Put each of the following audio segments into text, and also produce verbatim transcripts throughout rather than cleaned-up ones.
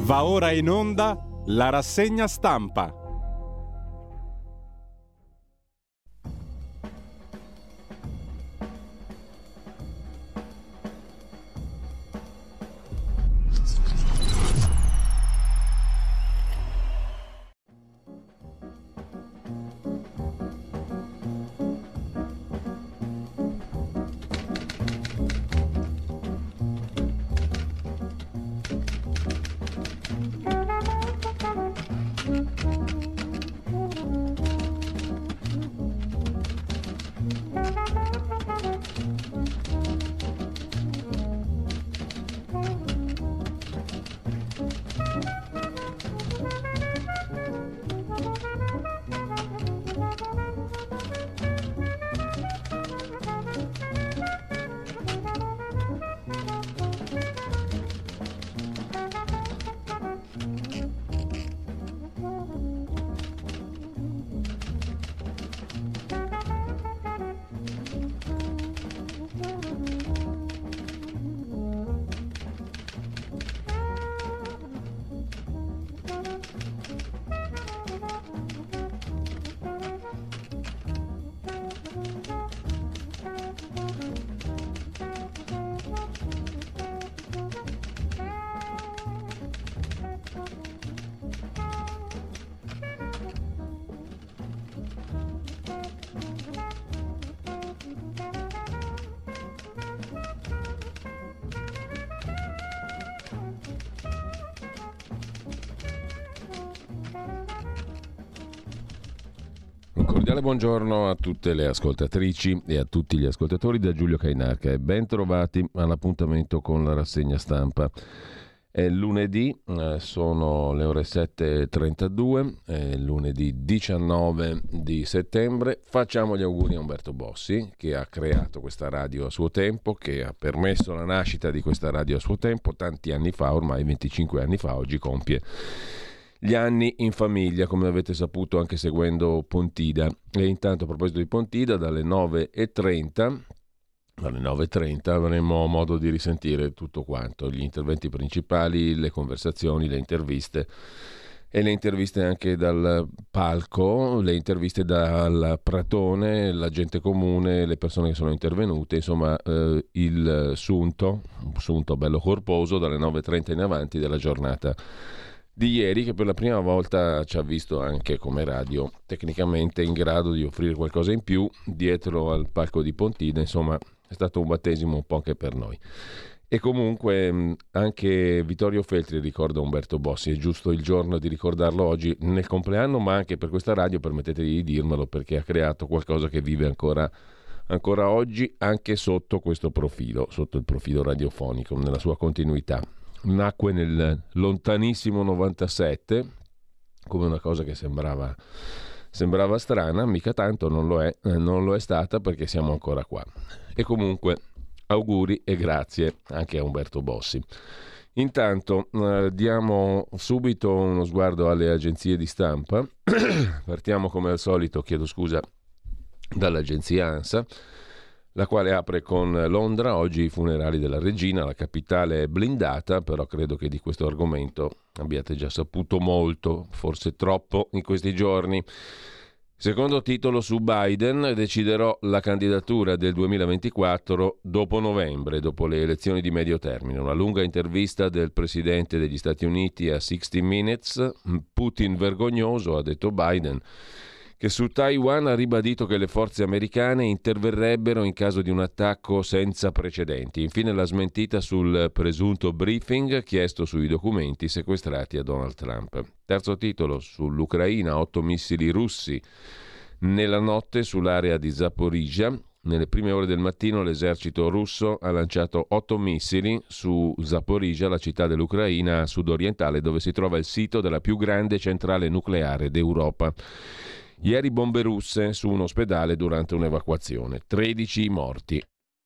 Va ora in onda la rassegna stampa. Cordiale buongiorno a tutte le ascoltatrici e a tutti gli ascoltatori da Giulio Cainarca e ben trovati all'appuntamento con la rassegna stampa. È lunedì, eh, sono le ore sette e trentadue, è lunedì diciannove di settembre. Facciamo gli auguri a Umberto Bossi, che ha creato questa radio a suo tempo, che ha permesso la nascita di questa radio a suo tempo, tanti anni fa, ormai venticinque anni fa, oggi compie gli anni in famiglia, come avete saputo anche seguendo Pontida. E intanto, a proposito di Pontida, dalle nove e trenta, dalle nove e trenta avremo modo di risentire tutto quanto, gli interventi principali, le conversazioni, le interviste e le interviste anche dal palco, le interviste dal Pratone, la gente comune, le persone che sono intervenute, insomma eh, il sunto, un sunto bello corposo dalle nove e trenta in avanti della giornata di ieri, che per la prima volta ci ha visto anche come radio tecnicamente in grado di offrire qualcosa in più dietro al palco di Pontida. Insomma, è stato un battesimo un po' anche per noi. E comunque anche Vittorio Feltri ricorda Umberto Bossi, è giusto il giorno di ricordarlo oggi nel compleanno, ma anche per questa radio, permettetemi di dirmelo, perché ha creato qualcosa che vive ancora ancora oggi anche sotto questo profilo, sotto il profilo radiofonico, nella sua continuità. Nacque nel lontanissimo novantasette come una cosa che sembrava, sembrava strana, mica tanto non lo è, eh, non lo è stata, perché siamo ancora qua. E comunque auguri e grazie anche a Umberto Bossi. Intanto eh, diamo subito uno sguardo alle agenzie di stampa. Partiamo come al solito, chiedo scusa, dall'agenzia ANSA, la quale apre con Londra, oggi i funerali della regina, la capitale è blindata, però credo che di questo argomento abbiate già saputo molto, forse troppo in questi giorni. Secondo titolo su Biden, deciderò la candidatura del duemilaventiquattro dopo novembre, dopo le elezioni di medio termine. Una lunga intervista del presidente degli Stati Uniti a sessanta Minutes, Putin vergognoso, ha detto Biden, che su Taiwan ha ribadito che le forze americane interverrebbero in caso di un attacco senza precedenti. Infine la smentita sul presunto briefing chiesto sui documenti sequestrati a Donald Trump. Terzo titolo sull'Ucraina, otto missili russi nella notte sull'area di Zaporizhzhia. Nelle prime ore del mattino l'esercito russo ha lanciato otto missili su Zaporizhzhia, la città dell'Ucraina sudorientale, dove si trova il sito della più grande centrale nucleare d'Europa. Ieri bombe russe su un ospedale durante un'evacuazione, tredici morti.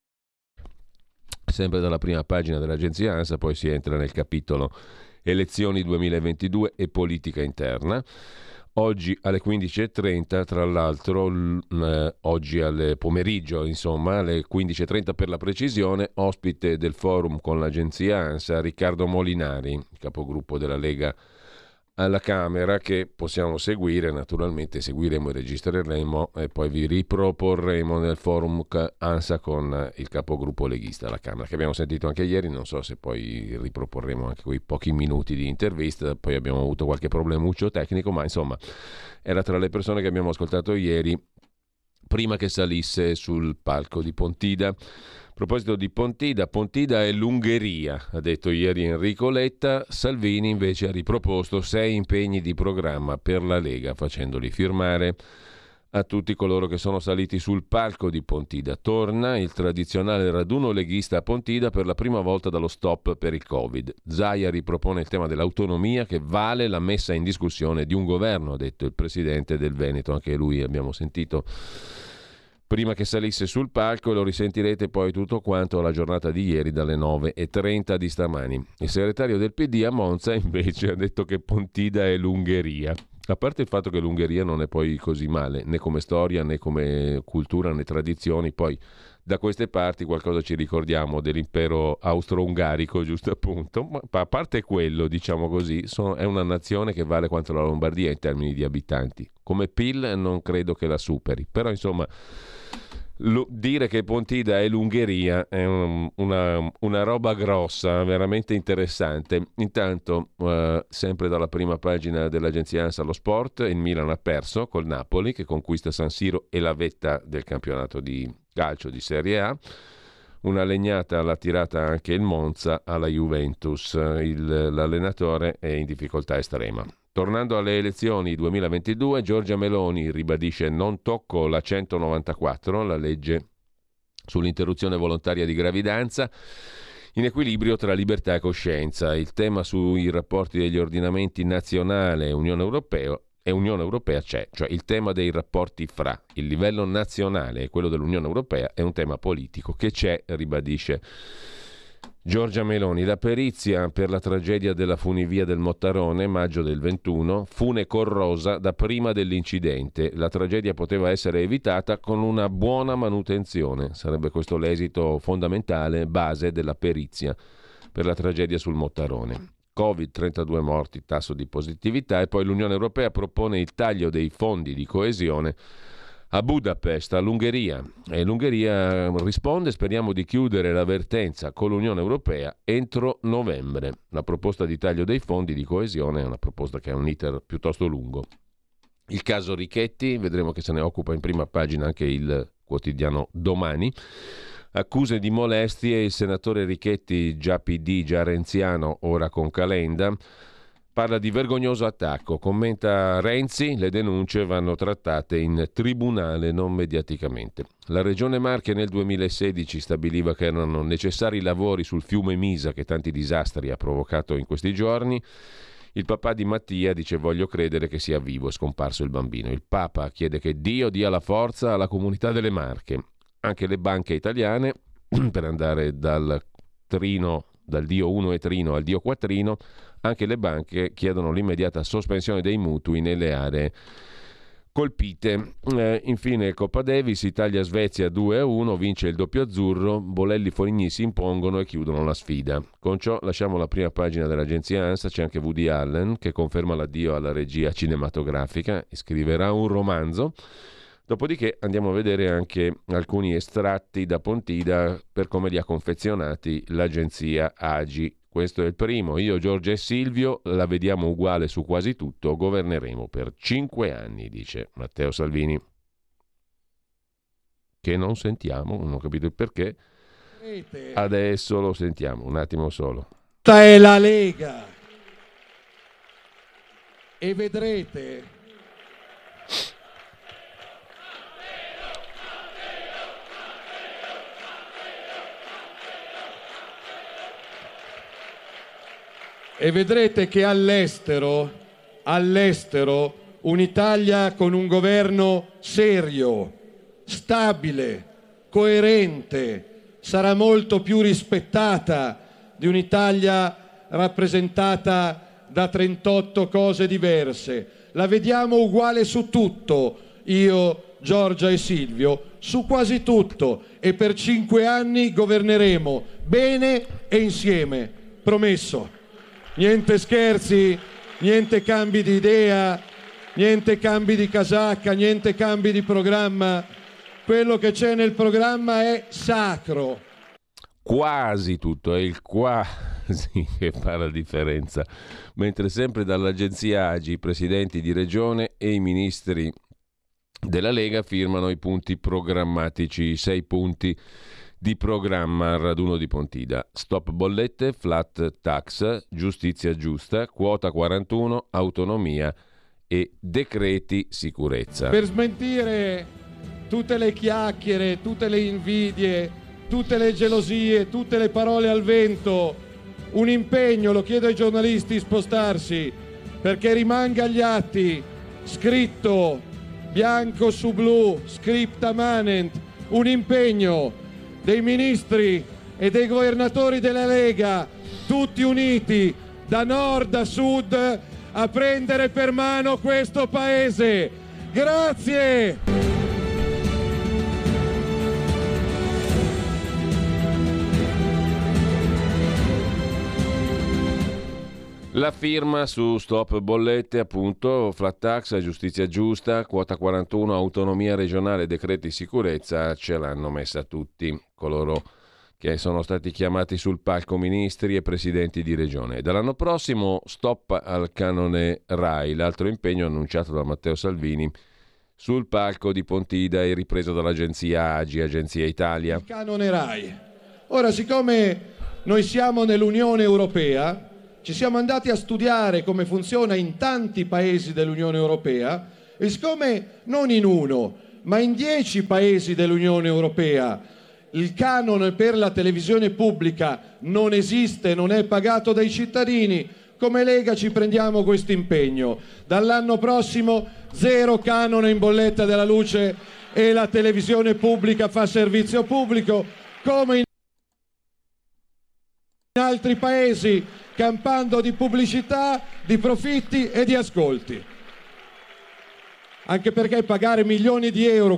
Sempre dalla prima pagina dell'agenzia ANSA, poi si entra nel capitolo elezioni duemilaventidue e politica interna. oggi alle quindici e trenta, tra l'altro l- eh, oggi al pomeriggio, insomma alle quindici e trenta per la precisione, ospite del forum con l'agenzia ANSA Riccardo Molinari, capogruppo della Lega alla Camera, che possiamo seguire, naturalmente seguiremo e registreremo e poi vi riproporremo nel forum ANSA con il capogruppo leghista alla Camera, che abbiamo sentito anche ieri. Non so se poi riproporremo anche quei pochi minuti di intervista, poi abbiamo avuto qualche problemuccio tecnico, ma insomma era tra le persone che abbiamo ascoltato ieri prima che salisse sul palco di Pontida. A proposito di Pontida, Pontida è l'Ungheria, ha detto ieri Enrico Letta. Salvini invece ha riproposto sei impegni di programma per la Lega, facendoli firmare a tutti coloro che sono saliti sul palco di Pontida. Torna il tradizionale raduno leghista a Pontida per la prima volta dallo stop per il Covid. Zaia ripropone il tema dell'autonomia, che vale la messa in discussione di un governo, ha detto il presidente del Veneto. Anche lui abbiamo sentito prima che salisse sul palco, e lo risentirete poi tutto quanto alla giornata di ieri dalle nove e trenta di stamani. Il segretario del P D a Monza invece ha detto che Pontida è l'Ungheria. A parte il fatto che l'Ungheria non è poi così male, né come storia, né come cultura, né tradizioni, poi da queste parti qualcosa ci ricordiamo dell'impero austro-ungarico, giusto appunto, ma a parte quello, diciamo così, sono, è una nazione che vale quanto la Lombardia in termini di abitanti. Come P I L non credo che la superi, però insomma lo, dire che Pontida è l'Ungheria è un, una, una roba grossa, veramente interessante. Intanto, eh, sempre dalla prima pagina dell'agenzia ANSA lo sport, il Milan ha perso col Napoli, che conquista San Siro e la vetta del campionato di calcio di Serie A. Una legnata l'ha tirata anche il Monza alla Juventus. Il, l'allenatore è in difficoltà estrema. Tornando alle elezioni duemilaventidue, Giorgia Meloni ribadisce: non tocco la centonovantaquattro, la legge sull'interruzione volontaria di gravidanza, in equilibrio tra libertà e coscienza. Il tema sui rapporti degli ordinamenti nazionale e Unione Europea e Unione Europea c'è, cioè il tema dei rapporti fra il livello nazionale e quello dell'Unione Europea è un tema politico che c'è, ribadisce Giorgia Meloni. La perizia per la tragedia della funivia del Mottarone, maggio del ventuno, fune corrosa da prima dell'incidente. La tragedia poteva essere evitata con una buona manutenzione. Sarebbe questo l'esito fondamentale, base della perizia per la tragedia sul Mottarone. Covid, trentadue morti, tasso di positività, e poi l'Unione Europea propone il taglio dei fondi di coesione a Budapest, all'Ungheria. E l'Ungheria risponde: speriamo di chiudere la vertenza con l'Unione Europea entro novembre. La proposta di taglio dei fondi di coesione è una proposta che ha un iter piuttosto lungo. Il caso Richetti, vedremo che se ne occupa in prima pagina anche il quotidiano Domani. Accuse di molestie, il senatore Richetti, già P D, già renziano, ora con Calenda, parla di vergognoso attacco. Commenta Renzi: le denunce vanno trattate in tribunale, non mediaticamente. La Regione Marche nel duemilasedici stabiliva che erano necessari lavori sul fiume Misa, che tanti disastri ha provocato in questi giorni. Il papà di Mattia dice: voglio credere che sia vivo, è scomparso il bambino. Il Papa chiede che Dio dia la forza alla comunità delle Marche. Anche le banche italiane, per andare dal trino, dal Dio uno e trino al Dio quattrino, anche le banche chiedono l'immediata sospensione dei mutui nelle aree colpite. Eh, infine Coppa Davis, Italia-Svezia due a uno, vince il doppio azzurro, Bolelli Foligny si impongono e chiudono la sfida. Con ciò lasciamo la prima pagina dell'agenzia ANSA. C'è anche Woody Allen che conferma l'addio alla regia cinematografica e scriverà un romanzo. Dopodiché andiamo a vedere anche alcuni estratti da Pontida per come li ha confezionati l'agenzia Agi. Questo è il primo. Io, Giorgia e Silvio la vediamo uguale su quasi tutto, governeremo per cinque anni, dice Matteo Salvini, che non sentiamo, non ho capito il perché. Adesso lo sentiamo, un attimo solo. Questa è la Lega e vedrete E vedrete che all'estero, all'estero, un'Italia con un governo serio, stabile, coerente, sarà molto più rispettata di un'Italia rappresentata da trentotto cose diverse. la vediamo uguale su tutto, io, Giorgia e Silvio, su quasi tutto, e per cinque anni governeremo bene e insieme, promesso. Niente scherzi, niente cambi di idea, niente cambi di casacca, niente cambi di programma. Quello che c'è nel programma è sacro. Quasi tutto, è il quasi che fa la differenza. Mentre sempre dall'agenzia A G I i presidenti di regione e i ministri della Lega firmano i punti programmatici, i sei punti di programma al raduno di Pontida. Stop bollette, flat tax, giustizia giusta, quota quarantuno, autonomia e decreti sicurezza. Per smentire tutte le chiacchiere, tutte le invidie, tutte le gelosie, tutte le parole al vento, un impegno, lo chiedo ai giornalisti, spostarsi, perché rimanga agli atti, scritto, bianco su blu, scripta manent, un impegno dei ministri e dei governatori della Lega, tutti uniti, da nord a sud, a prendere per mano questo Paese. Grazie! La firma su stop bollette, appunto, flat tax, giustizia giusta, quota quarantuno, autonomia regionale, decreti sicurezza, ce l'hanno messa tutti coloro che sono stati chiamati sul palco ministri e presidenti di regione. Dall'anno prossimo stop al canone RAI, l'altro impegno annunciato da Matteo Salvini sul palco di Pontida e ripreso dall'agenzia A G I, Agenzia Italia. Il canone RAI. Ora, siccome noi siamo nell'Unione Europea, ci siamo andati a studiare come funziona in tanti paesi dell'Unione Europea e siccome non in uno, ma in dieci paesi dell'Unione Europea il canone per la televisione pubblica non esiste, non è pagato dai cittadini, come Lega ci prendiamo questo impegno. Dall'anno prossimo zero canone in bolletta della luce e la televisione pubblica fa servizio pubblico, come in altri paesi, campando di pubblicità, di profitti e di ascolti. Anche perché pagare milioni di euro...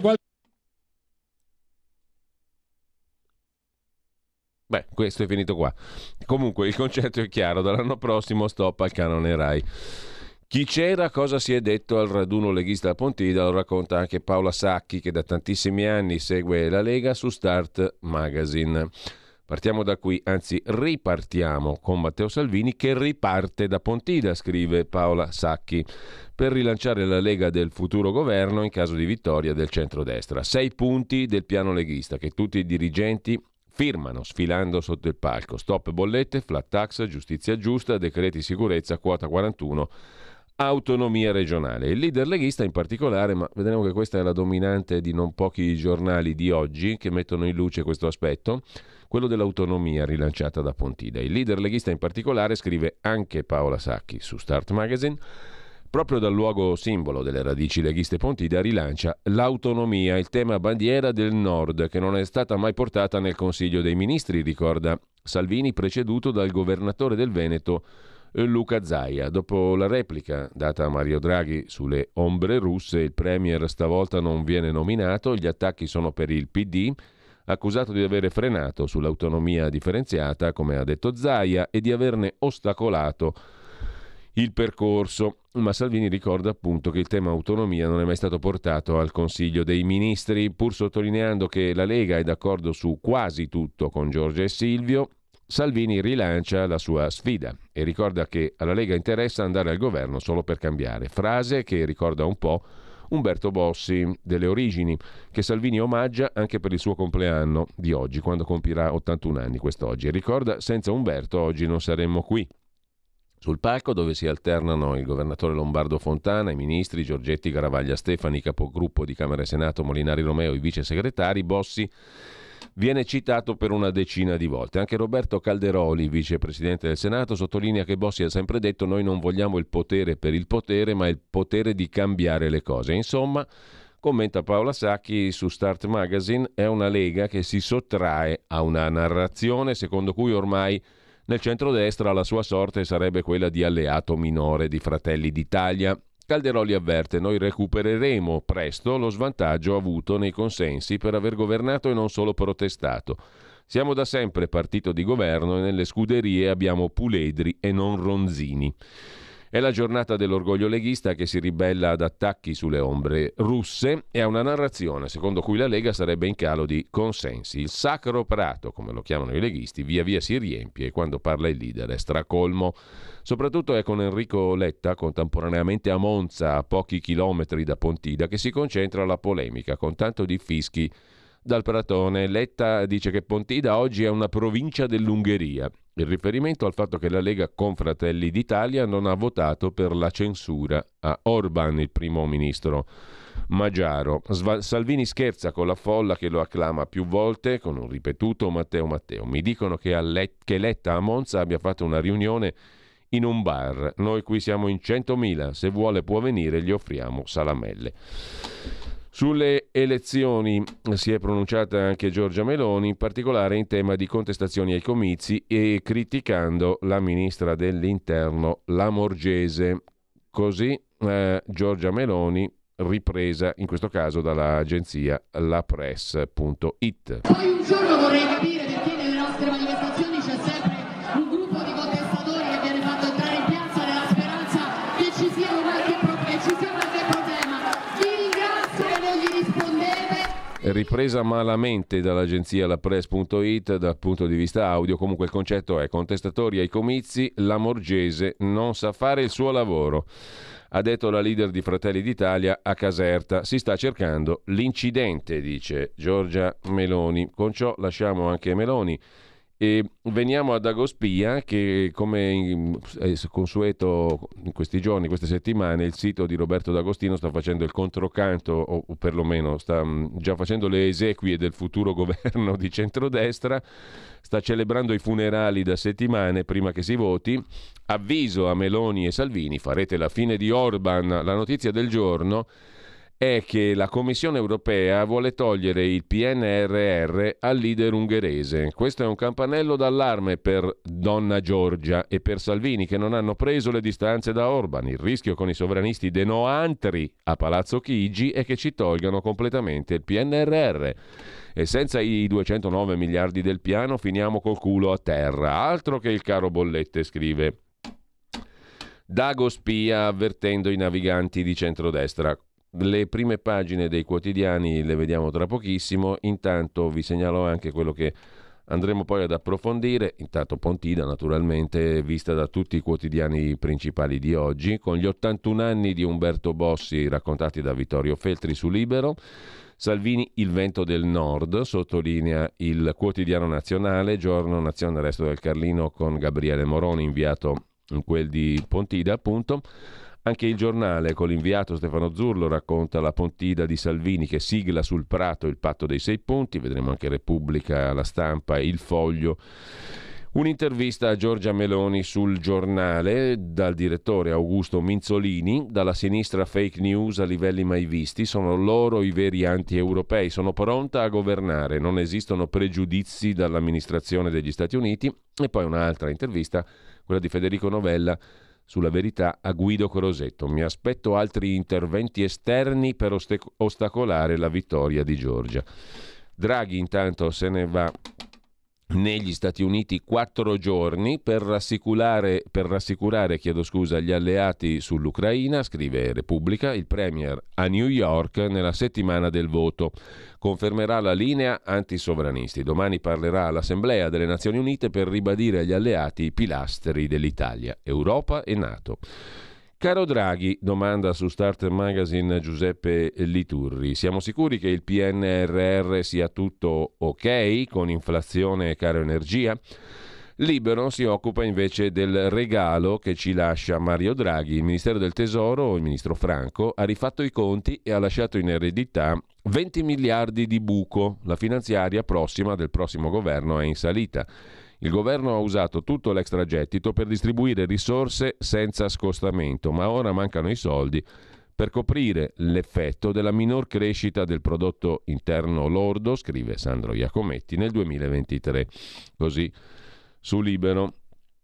Beh, questo è finito qua. Comunque il concetto è chiaro, dall'anno prossimo stop al canone RAI. Chi c'era, cosa si è detto al raduno leghista a Pontida, lo racconta anche Paola Sacchi, che da tantissimi anni segue la Lega su Start Magazine. Partiamo da qui, anzi ripartiamo con Matteo Salvini che riparte da Pontida, scrive Paola Sacchi, per rilanciare la Lega del futuro governo in caso di vittoria del centrodestra. Sei punti del piano leghista che tutti i dirigenti firmano sfilando sotto il palco. Stop bollette, flat tax, giustizia giusta, decreti sicurezza, quota quarantuno, autonomia regionale. Il leader leghista in particolare, ma vedremo che questa è la dominante di non pochi giornali di oggi che mettono in luce questo aspetto, quello dell'autonomia rilanciata da Pontida. Il leader leghista in particolare, scrive anche Paola Sacchi su Start Magazine, proprio dal luogo simbolo delle radici leghiste Pontida rilancia l'autonomia, il tema bandiera del Nord, che non è stata mai portata nel Consiglio dei Ministri, ricorda Salvini, preceduto dal governatore del Veneto Luca Zaia. Dopo la replica data a Mario Draghi sulle ombre russe, il premier stavolta non viene nominato, gli attacchi sono per il P D, accusato di avere frenato sull'autonomia differenziata, come ha detto Zaia, e di averne ostacolato il percorso. Ma Salvini ricorda appunto che il tema autonomia non è mai stato portato al Consiglio dei Ministri, pur sottolineando che la Lega è d'accordo su quasi tutto con Giorgia e Silvio. Salvini rilancia la sua sfida e ricorda che alla Lega interessa andare al governo solo per cambiare. Frase che ricorda un po' Umberto Bossi delle Origini, che Salvini omaggia anche per il suo compleanno di oggi, quando compirà ottantuno anni quest'oggi. E ricorda, senza Umberto oggi non saremmo qui. Sul palco, dove si alternano il governatore lombardo Fontana, i ministri Giorgetti, Garavaglia, Stefani, capogruppo di Camera e Senato Molinari Romeo, i vice segretari, Bossi viene citato per una decina di volte. Anche Roberto Calderoli, vicepresidente del Senato, sottolinea che Bossi ha sempre detto: noi non vogliamo il potere per il potere, ma il potere di cambiare le cose. Insomma, commenta Paola Sacchi su Start Magazine, è una Lega che si sottrae a una narrazione secondo cui ormai nel centrodestra la sua sorte sarebbe quella di alleato minore di Fratelli d'Italia, Calderoli avverte: noi recupereremo presto lo svantaggio avuto nei consensi per aver governato e non solo protestato. Siamo da sempre partito di governo e nelle scuderie abbiamo puledri e non ronzini. È la giornata dell'orgoglio leghista che si ribella ad attacchi sulle ombre russe e a una narrazione secondo cui la Lega sarebbe in calo di consensi. Il sacro prato, come lo chiamano i leghisti, via via si riempie e quando parla il leader è stracolmo. Soprattutto è con Enrico Letta, contemporaneamente a Monza, a pochi chilometri da Pontida, che si concentra la polemica, con tanto di fischi dal Pratone. Letta dice che Pontida oggi è una provincia dell'Ungheria. Il riferimento al fatto che la Lega con Fratelli d'Italia non ha votato per la censura a Orban, il primo ministro magiaro. Sva- Salvini scherza con la folla che lo acclama più volte con un ripetuto Matteo Matteo. Mi dicono che, a Let- che Letta a Monza abbia fatto una riunione in un bar. Noi qui siamo in centomila, se vuole può venire, gli offriamo salamelle. Sulle elezioni si è pronunciata anche Giorgia Meloni, in particolare in tema di contestazioni ai comizi e criticando la ministra dell'Interno Lamorgese. Così eh, Giorgia Meloni, ripresa in questo caso dall'agenzia lapress punto it. Poi un giorno vorrei capire perché nelle nostre manifestazioni c'è sempre un gruppo di contestatori che viene fatto entrare in piazza nella speranza che ci sia qualche, pro- che ci sia qualche problema. Vi ringrazio che non gli rispondete. Ripresa malamente dall'agenzia lapress punto it dal punto di vista audio. Comunque il concetto è: contestatori ai comizi, Lamorgese non sa fare il suo lavoro. Ha detto la leader di Fratelli d'Italia a Caserta. Si sta cercando l'incidente, dice Giorgia Meloni. Con ciò lasciamo anche Meloni e veniamo ad Agospia, che come è consueto in questi giorni, queste settimane, il sito di Roberto D'Agostino sta facendo il controcanto, o, o perlomeno sta già facendo le esequie del futuro governo di centrodestra. Sta celebrando i funerali da settimane prima che si voti. Avviso a Meloni e Salvini: farete la fine di Orban. La notizia del giorno è che la Commissione europea vuole togliere il P N R R al leader ungherese. Questo è un campanello d'allarme per donna Giorgia e per Salvini, che non hanno preso le distanze da Orban. Il rischio con i sovranisti de no antri a Palazzo Chigi è che ci tolgano completamente il P N R R. E senza i duecentonove miliardi del piano finiamo col culo a terra. Altro che il caro bollette, scrive Dagospia, avvertendo i naviganti di centrodestra. Le prime pagine dei quotidiani le vediamo tra pochissimo. Intanto vi segnalo anche quello che andremo poi ad approfondire. Intanto Pontida, naturalmente, vista da tutti i quotidiani principali di oggi, con gli ottantuno anni di Umberto Bossi raccontati da Vittorio Feltri su Libero. Salvini, il vento del nord, sottolinea il quotidiano nazionale. Giorno, Nazione, Resto del Carlino con Gabriele Moroni, inviato in quel di Pontida, appunto. Anche il Giornale con l'inviato Stefano Zurlo racconta la Pontida di Salvini che sigla sul Prato il patto dei sei punti. Vedremo anche Repubblica, La Stampa e Il Foglio. Un'intervista a Giorgia Meloni sul Giornale dal direttore Augusto Minzolini. Dalla sinistra fake news a livelli mai visti, sono loro i veri anti-europei, sono pronta a governare, non esistono pregiudizi dall'amministrazione degli Stati Uniti. E poi un'altra intervista, quella di Federico Novella sulla Verità, a Guido Crosetto. Mi aspetto altri interventi esterni per oste- ostacolare la vittoria di Giorgia. Draghi intanto se ne va negli Stati Uniti quattro giorni per rassicurare, per rassicurare chiedo scusa, gli alleati sull'Ucraina, scrive Repubblica. Il Premier a New York nella settimana del voto confermerà la linea antisovranisti. Domani parlerà all'Assemblea delle Nazioni Unite per ribadire agli alleati i pilastri dell'Italia, Europa e NATO. Caro Draghi, domanda su Start Magazine Giuseppe Liturri, siamo sicuri che il P N R R sia tutto ok con inflazione e caro energia? Libero si occupa invece del regalo che ci lascia Mario Draghi. Il Ministero del Tesoro, il ministro Franco, ha rifatto i conti e ha lasciato in eredità venti miliardi di buco. La finanziaria prossima del prossimo governo è in salita. Il governo ha usato tutto l'extragettito per distribuire risorse senza scostamento, ma ora mancano i soldi per coprire l'effetto della minor crescita del prodotto interno lordo, scrive Sandro Iacometti, nel duemilaventitré. Così su Libero.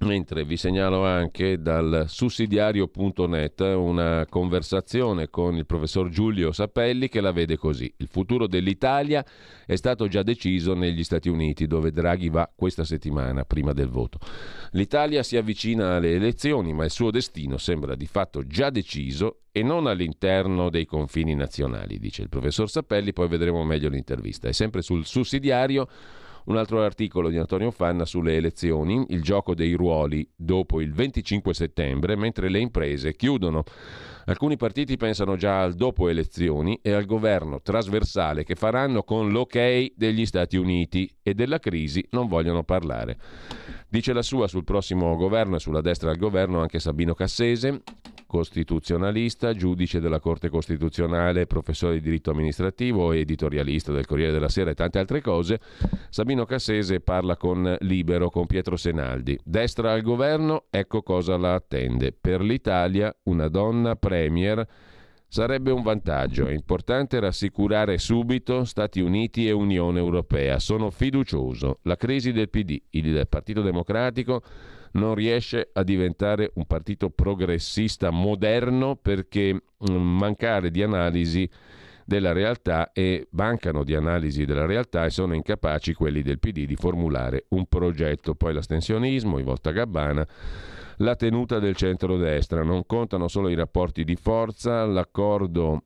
Mentre vi segnalo anche dal sussidiario punto net una conversazione con il professor Giulio Sapelli che la vede così: il futuro dell'Italia è stato già deciso negli Stati Uniti, dove Draghi va questa settimana prima del voto. L'Italia si avvicina alle elezioni, ma il suo destino sembra di fatto già deciso e non all'interno dei confini nazionali, dice il professor Sapelli. Poi vedremo meglio l'intervista. È sempre sul sussidiario un altro articolo di Antonio Fanna sulle elezioni, il gioco dei ruoli dopo il venticinque settembre, mentre le imprese chiudono. Alcuni partiti pensano già al dopo elezioni e al governo trasversale che faranno con l'ok degli Stati Uniti, e della crisi non vogliono parlare. Dice la sua sul prossimo governo e sulla destra al governo anche Sabino Cassese, costituzionalista, giudice della Corte Costituzionale, professore di diritto amministrativo, editorialista del Corriere della Sera e tante altre cose. Sabino Cassese parla con Libero, con Pietro Senaldi. Destra al governo, ecco cosa la attende. Per l'Italia una donna premier sarebbe un vantaggio. È importante rassicurare subito Stati Uniti e Unione Europea. Sono fiducioso. La crisi del P D, il Partito Democratico, non riesce a diventare un partito progressista moderno perché mancare di analisi della realtà e mancano di analisi della realtà e sono incapaci quelli del P D di formulare un progetto. Poi l'astensionismo, i Voltagabbana, la tenuta del centrodestra. Non contano solo i rapporti di forza, l'accordo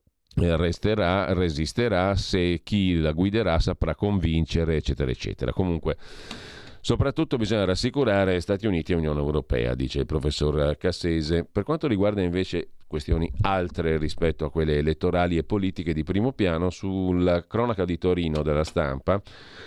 resterà, resisterà se chi la guiderà saprà convincere, eccetera, eccetera. Comunque, soprattutto bisogna rassicurare Stati Uniti e Unione Europea, dice il professor Cassese. Per quanto riguarda invece questioni altre rispetto a quelle elettorali e politiche di primo piano, sulla cronaca di Torino della Stampa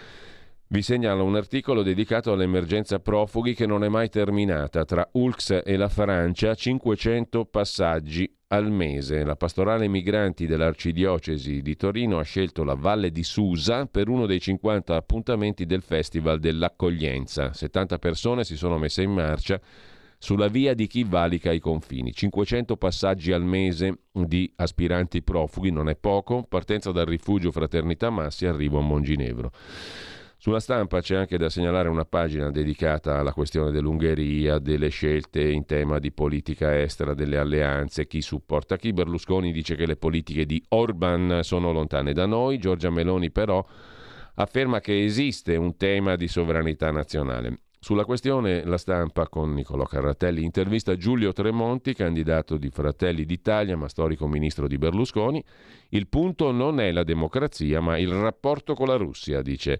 vi segnalo un articolo dedicato all'emergenza profughi che non è mai terminata. Tra U L C S e la Francia, cinquecento passaggi al mese. La pastorale migranti dell'arcidiocesi di Torino ha scelto la Valle di Susa per uno dei cinquanta appuntamenti del Festival dell'Accoglienza. settanta persone si sono messe in marcia sulla via di chi valica i confini. cinquecento passaggi al mese di aspiranti profughi, non è poco. Partenza dal rifugio Fraternità Massi, arrivo a Monginevro. Sulla Stampa c'è anche da segnalare una pagina dedicata alla questione dell'Ungheria, delle scelte in tema di politica estera, delle alleanze, chi supporta chi. Berlusconi dice che le politiche di Orban sono lontane da noi. Giorgia Meloni però afferma che esiste un tema di sovranità nazionale. Sulla questione La Stampa con Niccolò Carratelli intervista Giulio Tremonti, candidato di Fratelli d'Italia ma storico ministro di Berlusconi. Il punto non è la democrazia ma il rapporto con la Russia, dice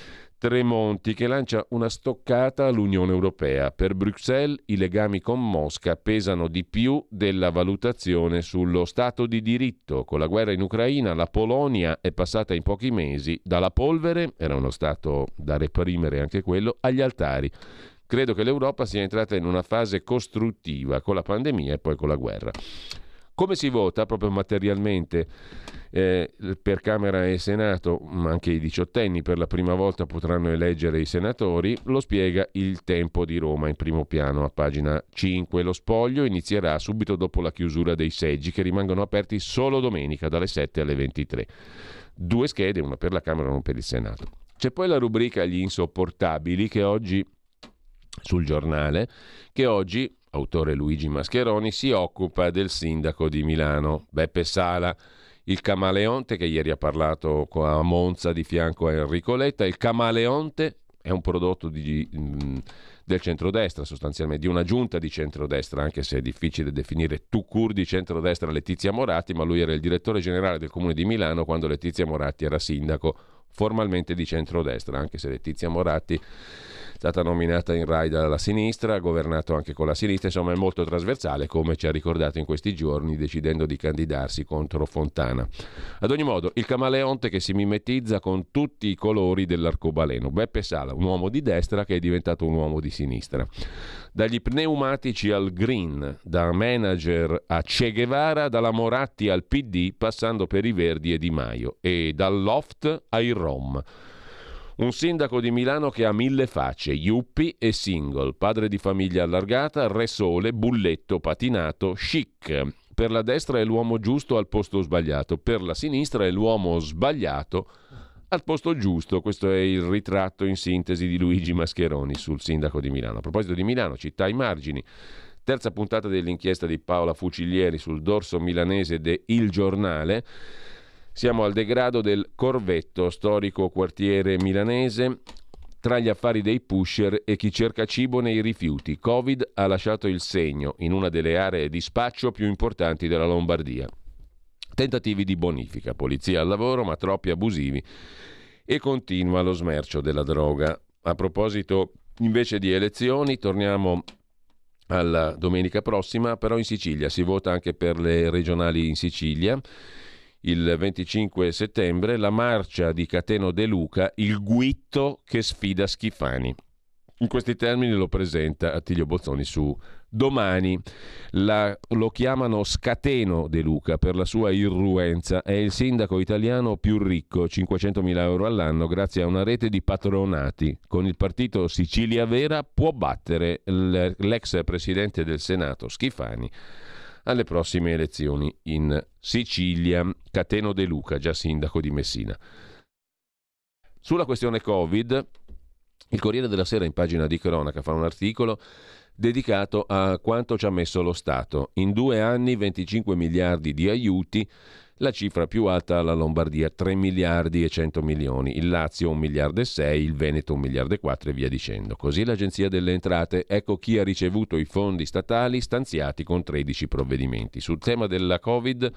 Tremonti, che lancia una stoccata all'Unione Europea. Per Bruxelles i legami con Mosca pesano di più della valutazione sullo Stato di diritto. Con la guerra in Ucraina la Polonia è passata in pochi mesi dalla polvere, era uno Stato da reprimere anche quello, agli altari. Credo che l'Europa sia entrata in una fase costruttiva con la pandemia e poi con la guerra. Come si vota proprio materialmente eh, per Camera e Senato, ma anche i diciottenni per la prima volta potranno eleggere i senatori, lo spiega Il Tempo di Roma in primo piano a pagina cinque. Lo spoglio inizierà subito dopo la chiusura dei seggi che rimangono aperti solo domenica dalle sette alle ventitré. Due schede, una per la Camera e una per il Senato. C'è poi la rubrica Gli insopportabili che oggi sul Giornale, che oggi autore Luigi Mascheroni, si occupa del sindaco di Milano, Beppe Sala, il camaleonte che ieri ha parlato a Monza di fianco a Enrico Letta. Il camaleonte è un prodotto di, mh, del centrodestra, sostanzialmente, di una giunta di centrodestra, anche se è difficile definire tout court di centrodestra Letizia Moratti, ma lui era il direttore generale del Comune di Milano quando Letizia Moratti era sindaco formalmente di centrodestra, anche se Letizia Moratti è stata nominata in Rai dalla sinistra, ha governato anche con la sinistra, insomma è molto trasversale, come ci ha ricordato in questi giorni decidendo di candidarsi contro Fontana. Ad ogni modo, il camaleonte che si mimetizza con tutti i colori dell'arcobaleno. Beppe Sala, un uomo di destra che è diventato un uomo di sinistra. Dagli pneumatici al green, da manager a Che Guevara, dalla Moratti al P D, passando per i Verdi e Di Maio, e dal loft ai rom. Un sindaco di Milano che ha mille facce, yuppie e single, padre di famiglia allargata, re sole, bulletto, patinato, chic. Per la destra è l'uomo giusto al posto sbagliato, per la sinistra è l'uomo sbagliato al posto giusto. Questo è il ritratto in sintesi di Luigi Mascheroni sul sindaco di Milano. A proposito di Milano, città ai margini, terza puntata dell'inchiesta di Paola Fucilieri sul dorso milanese de Il Giornale. Siamo al degrado del Corvetto, storico quartiere milanese. Tra gli affari dei pusher e chi cerca cibo nei rifiuti, Covid ha lasciato il segno in una delle aree di spaccio più importanti della Lombardia. Tentativi di bonifica, polizia al lavoro, ma troppi abusivi, e continua lo smercio della droga. A proposito invece di elezioni, torniamo alla domenica prossima, però in Sicilia si vota anche per le regionali in Sicilia. Il venticinque settembre la marcia di Cateno De Luca, il guitto che sfida Schifani. In questi termini lo presenta Attilio Bozzoni su Domani. La, lo chiamano Scateno De Luca per la sua irruenza. È il sindaco italiano più ricco, cinquecentomila euro all'anno, grazie a una rete di patronati. Con il partito Sicilia Vera può battere l'ex presidente del Senato Schifani alle prossime elezioni in Sicilia. Cateno De Luca, già sindaco di Messina. Sulla questione Covid, il Corriere della Sera in pagina di cronaca fa un articolo dedicato a quanto ci ha messo lo Stato. In due anni venticinque miliardi di aiuti, la cifra più alta alla Lombardia, tre miliardi e cento milioni, il Lazio un miliardo e sei, il Veneto un miliardo e quattro e via dicendo. Così l'Agenzia delle Entrate, ecco chi ha ricevuto i fondi statali stanziati con tredici provvedimenti. Sul tema della Covid,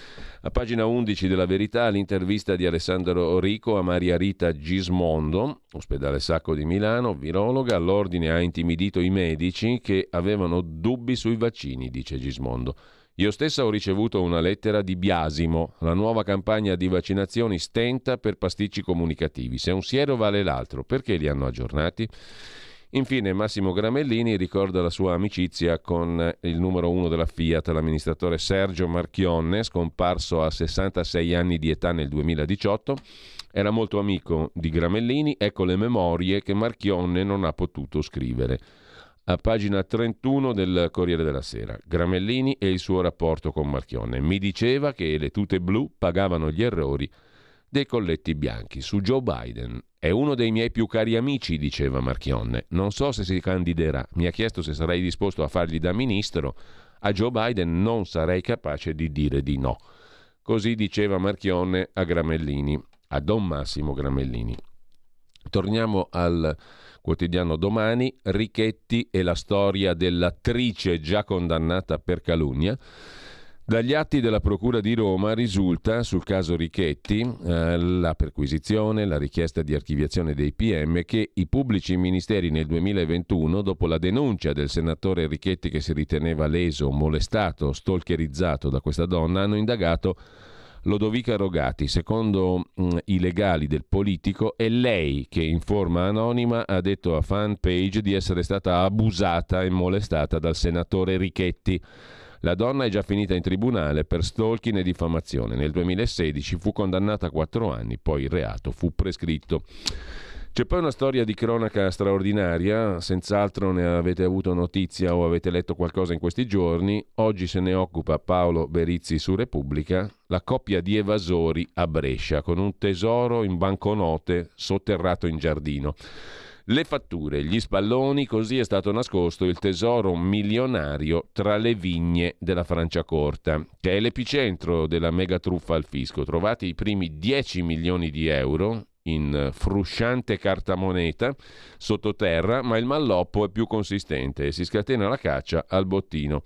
a pagina undici della Verità, l'intervista di Alessandro Rico a Maria Rita Gismondo, ospedale Sacco di Milano, virologa. L'ordine ha intimidito i medici che avevano dubbi sui vaccini, dice Gismondo. Io stessa ho ricevuto una lettera di biasimo. La nuova campagna di vaccinazioni stenta per pasticci comunicativi. Se un siero vale l'altro, perché li hanno aggiornati? Infine Massimo Gramellini ricorda la sua amicizia con il numero uno della Fiat, l'amministratore Sergio Marchionne, scomparso a sessantasei anni di età nel duemiladiciotto. Era molto amico di Gramellini, ecco le memorie che Marchionne non ha potuto scrivere. A pagina trentuno del Corriere della Sera, Gramellini e il suo rapporto con Marchionne. Mi diceva che le tute blu pagavano gli errori dei colletti bianchi. Su Joe Biden, è uno dei miei più cari amici, diceva Marchionne. Non so se si candiderà. Mi ha chiesto se sarei disposto a fargli da ministro. A Joe Biden non sarei capace di dire di no. Così diceva Marchionne a Gramellini, a Don Massimo Gramellini. Torniamo al quotidiano Domani, Richetti e la storia dell'attrice già condannata per calunnia. Dagli atti della Procura di Roma risulta sul caso Richetti, eh, la perquisizione, la richiesta di archiviazione dei P M, che i pubblici ministeri nel duemilaventuno, dopo la denuncia del senatore Richetti che si riteneva leso, molestato, stalkerizzato da questa donna, hanno indagato Lodovica Rogati. Secondo mh, i legali del politico, è lei che in forma anonima ha detto a Fanpage di essere stata abusata e molestata dal senatore Richetti. La donna è già finita in tribunale per stalking e diffamazione. Nel duemilasedici fu condannata a quattro anni, poi il reato fu prescritto. C'è poi una storia di cronaca straordinaria, senz'altro ne avete avuto notizia o avete letto qualcosa in questi giorni. Oggi se ne occupa Paolo Berizzi su Repubblica, la coppia di evasori a Brescia con un tesoro in banconote sotterrato in giardino. Le fatture, gli spalloni, così è stato nascosto il tesoro milionario tra le vigne della Franciacorta, che è l'epicentro della mega truffa al fisco. Trovati i primi dieci milioni di euro in frusciante cartamoneta sottoterra, ma il malloppo è più consistente e si scatena la caccia al bottino.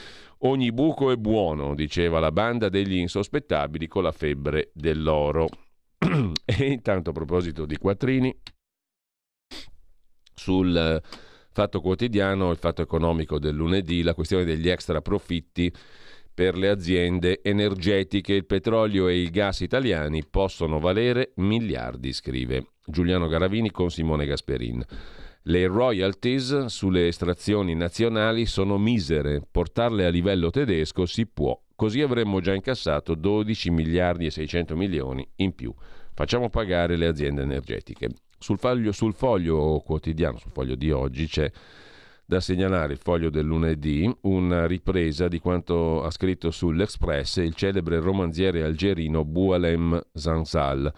Ogni buco è buono, diceva la banda degli insospettabili con la febbre dell'oro. E intanto, a proposito di quattrini, sul Fatto Quotidiano, il fatto economico del lunedì, la questione degli extra profitti per le aziende energetiche. Il petrolio e il gas italiani possono valere miliardi, scrive Giuliano Garavini con Simone Gasperin. Le royalties sulle estrazioni nazionali sono misere, portarle a livello tedesco si può, così avremmo già incassato dodici miliardi e seicento milioni in più. Facciamo pagare le aziende energetiche. Sul foglio, sul foglio quotidiano, sul foglio di oggi, c'è da segnalare, il foglio del lunedì, una ripresa di quanto ha scritto sull'Express il celebre romanziere algerino Boualem Zansal.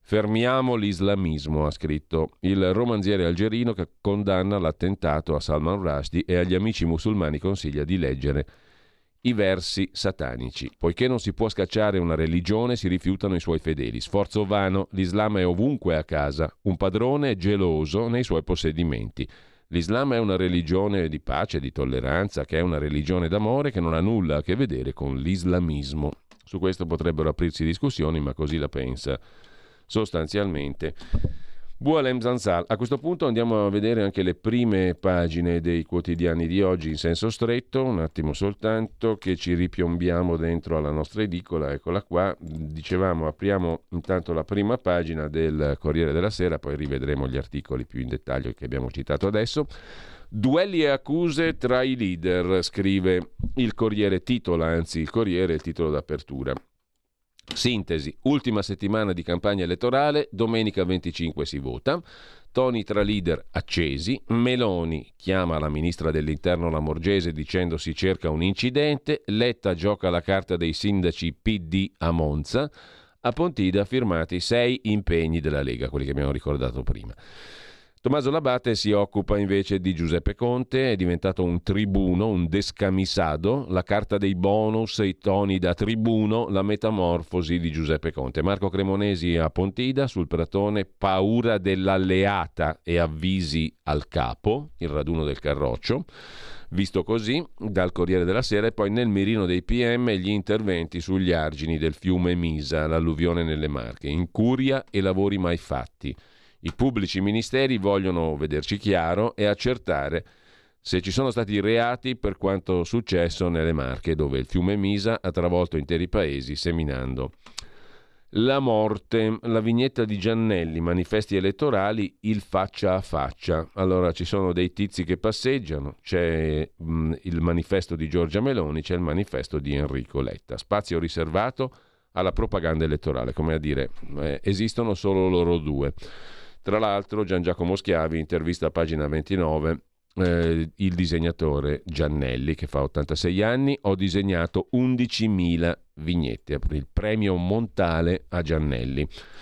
Fermiamo l'islamismo, ha scritto il romanziere algerino che condanna l'attentato a Salman Rushdie e agli amici musulmani consiglia di leggere i versi satanici. Poiché non si può scacciare una religione, si rifiutano i suoi fedeli. Sforzo vano, l'Islam è ovunque a casa, un padrone geloso nei suoi possedimenti. L'Islam è una religione di pace, di tolleranza, che è una religione d'amore che non ha nulla a che vedere con l'islamismo. Su questo potrebbero aprirsi discussioni, ma così la pensa sostanzialmente Boualem Sansal. A questo punto andiamo a vedere anche le prime pagine dei quotidiani di oggi in senso stretto, un attimo soltanto che ci ripiombiamo dentro alla nostra edicola, eccola qua. Dicevamo, apriamo intanto la prima pagina del Corriere della Sera, poi rivedremo gli articoli più in dettaglio che abbiamo citato adesso. Duelli e accuse tra i leader, scrive il Corriere, titola anzi il Corriere, il titolo d'apertura. Sintesi, ultima settimana di campagna elettorale, domenica venticinque si vota, toni tra leader accesi, Meloni chiama la ministra dell'Interno Lamorgese dicendo si cerca un incidente, Letta gioca la carta dei sindaci P D a Monza, a Pontida firmati sei impegni della Lega, quelli che abbiamo ricordato prima. Tommaso Labate si occupa invece di Giuseppe Conte, è diventato un tribuno, un descamisado, la carta dei bonus, i toni da tribuno, la metamorfosi di Giuseppe Conte. Marco Cremonesi a Pontida, sul Pratone, paura dell'alleata e avvisi al capo, il raduno del Carroccio, visto così dal Corriere della Sera, e poi nel mirino dei P M gli interventi sugli argini del fiume Misa, l'alluvione nelle Marche, incuria e lavori mai fatti. I pubblici ministeri vogliono vederci chiaro e accertare se ci sono stati reati per quanto successo nelle Marche, dove il fiume Misa ha travolto interi paesi seminando la morte. La vignetta di Giannelli, manifesti elettorali, il faccia a faccia. Allora ci sono dei tizi che passeggiano, c'è mh, il manifesto di Giorgia Meloni, c'è il manifesto di Enrico Letta. Spazio riservato alla propaganda elettorale, come a dire, eh, esistono solo loro due. Tra l'altro Gian Giacomo Schiavi intervista a pagina ventinove eh, il disegnatore Giannelli, che fa ottantasei anni, ho disegnato undicimila vignette, il premio Montale a Giannelli.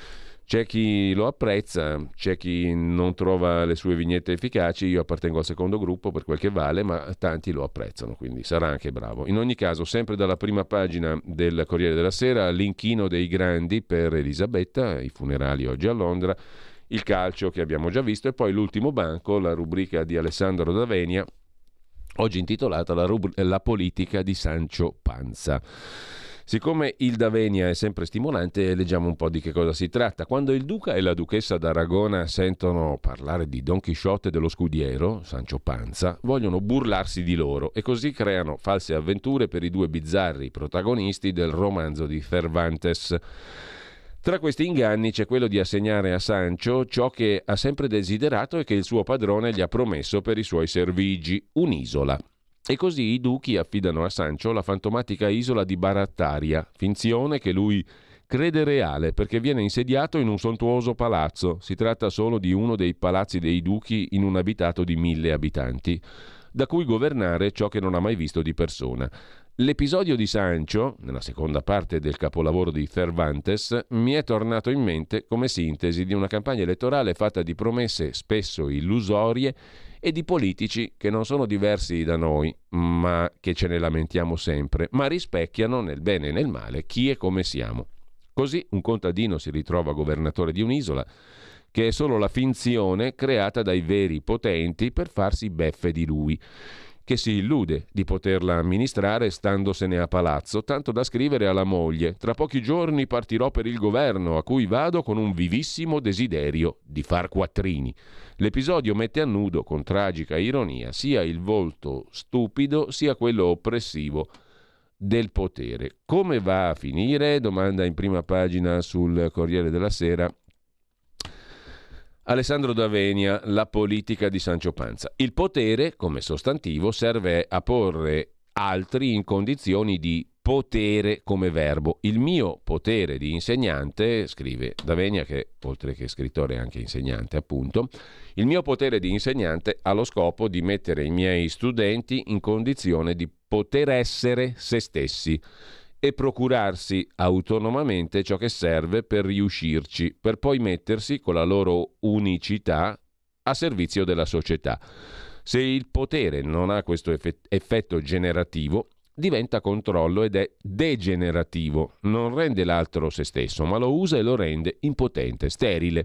C'è chi lo apprezza, c'è chi non trova le sue vignette efficaci, io appartengo al secondo gruppo per quel che vale, ma tanti lo apprezzano, quindi sarà anche bravo. In ogni caso, sempre dalla prima pagina del Corriere della Sera, l'inchino dei grandi per Elisabetta, i funerali oggi a Londra, il calcio che abbiamo già visto, e poi l'ultimo banco, la rubrica di Alessandro D'Avenia, oggi intitolata La, rubr- la politica di Sancho Panza. Siccome il D'Avenia è sempre stimolante, leggiamo un po' di che cosa si tratta. Quando il duca e la duchessa d'Aragona sentono parlare di Don Chisciotte dello Scudiero, Sancho Panza, vogliono burlarsi di loro e così creano false avventure per i due bizzarri protagonisti del romanzo di Cervantes. Tra questi inganni c'è quello di assegnare a Sancho ciò che ha sempre desiderato e che il suo padrone gli ha promesso per i suoi servigi, un'isola. E così i duchi affidano a Sancho la fantomatica isola di Barattaria, finzione che lui crede reale perché viene insediato in un sontuoso palazzo. Si tratta solo di uno dei palazzi dei duchi in un abitato di mille abitanti, da cui governare ciò che non ha mai visto di persona. L'episodio di Sancho, nella seconda parte del capolavoro di Cervantes, mi è tornato in mente come sintesi di una campagna elettorale fatta di promesse spesso illusorie e di politici che non sono diversi da noi, ma che ce ne lamentiamo sempre, ma rispecchiano nel bene e nel male chi e come siamo. Così un contadino si ritrova governatore di un'isola che è solo la finzione creata dai veri potenti per farsi beffe di lui, che si illude di poterla amministrare standosene a palazzo, tanto da scrivere alla moglie: tra pochi giorni partirò per il governo, a cui vado con un vivissimo desiderio di far quattrini. L'episodio mette a nudo, con tragica ironia, sia il volto stupido sia quello oppressivo del potere. Come va a finire? Domanda in prima pagina sul Corriere della Sera Alessandro D'Avenia, la politica di Sancho Panza. Il potere, come sostantivo, serve a porre altri in condizioni di potere come verbo. Il mio potere di insegnante, scrive D'Avenia, che oltre che scrittore è anche insegnante appunto, il mio potere di insegnante ha lo scopo di mettere i miei studenti in condizione di poter essere se stessi e procurarsi autonomamente ciò che serve per riuscirci, per poi mettersi con la loro unicità a servizio della società. Se il potere non ha questo effetto generativo, diventa controllo ed è degenerativo, non rende l'altro se stesso, ma lo usa e lo rende impotente, sterile.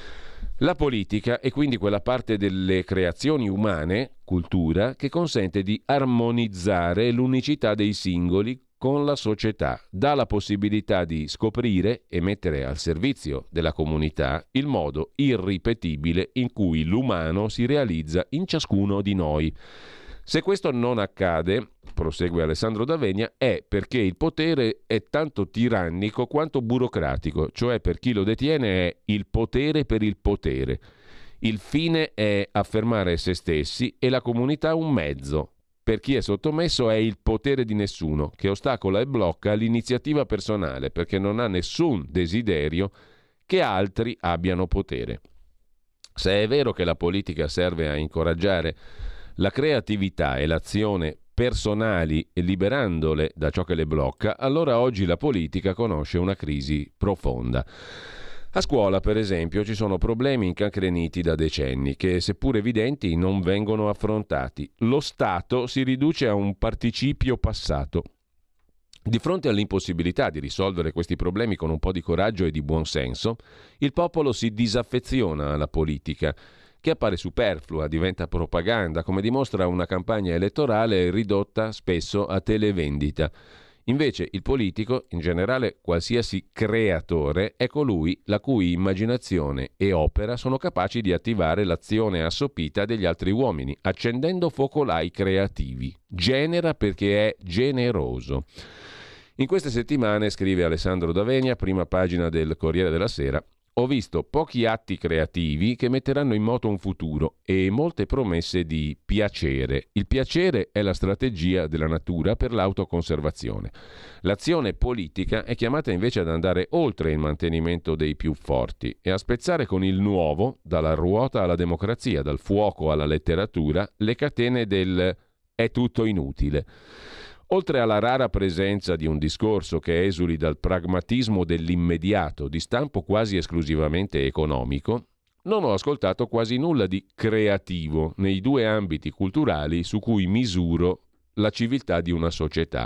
La politica è quindi quella parte delle creazioni umane, cultura, che consente di armonizzare l'unicità dei singoli con la società, dà la possibilità di scoprire e mettere al servizio della comunità il modo irripetibile in cui l'umano si realizza in ciascuno di noi. Se questo non accade, prosegue Alessandro D'Avenia, è perché il potere è tanto tirannico quanto burocratico, cioè per chi lo detiene è il potere per il potere. Il fine è affermare se stessi e la comunità un mezzo. Per chi è sottomesso è il potere di nessuno, che ostacola e blocca l'iniziativa personale, perché non ha nessun desiderio che altri abbiano potere. Se è vero che la politica serve a incoraggiare la creatività e l'azione personali e liberandole da ciò che le blocca, allora oggi la politica conosce una crisi profonda. A scuola, per esempio, ci sono problemi incancreniti da decenni che, seppur evidenti, non vengono affrontati. Lo Stato si riduce a un participio passato. Di fronte all'impossibilità di risolvere questi problemi con un po' di coraggio e di buonsenso, il popolo si disaffeziona alla politica, che appare superflua, diventa propaganda, come dimostra una campagna elettorale ridotta spesso a televendita. Invece il politico, in generale qualsiasi creatore, è colui la cui immaginazione e opera sono capaci di attivare l'azione assopita degli altri uomini, accendendo focolai creativi. Genera perché è generoso. In queste settimane, scrive Alessandro D'Avenia, prima pagina del Corriere della Sera, ho visto pochi atti creativi che metteranno in moto un futuro e molte promesse di piacere. Il piacere è la strategia della natura per l'autoconservazione. L'azione politica è chiamata invece ad andare oltre il mantenimento dei più forti e a spezzare con il nuovo, dalla ruota alla democrazia, dal fuoco alla letteratura, le catene del è tutto inutile. Oltre alla rara presenza di un discorso che esuli dal pragmatismo dell'immediato, di stampo quasi esclusivamente economico, non ho ascoltato quasi nulla di creativo nei due ambiti culturali su cui misuro la civiltà di una società: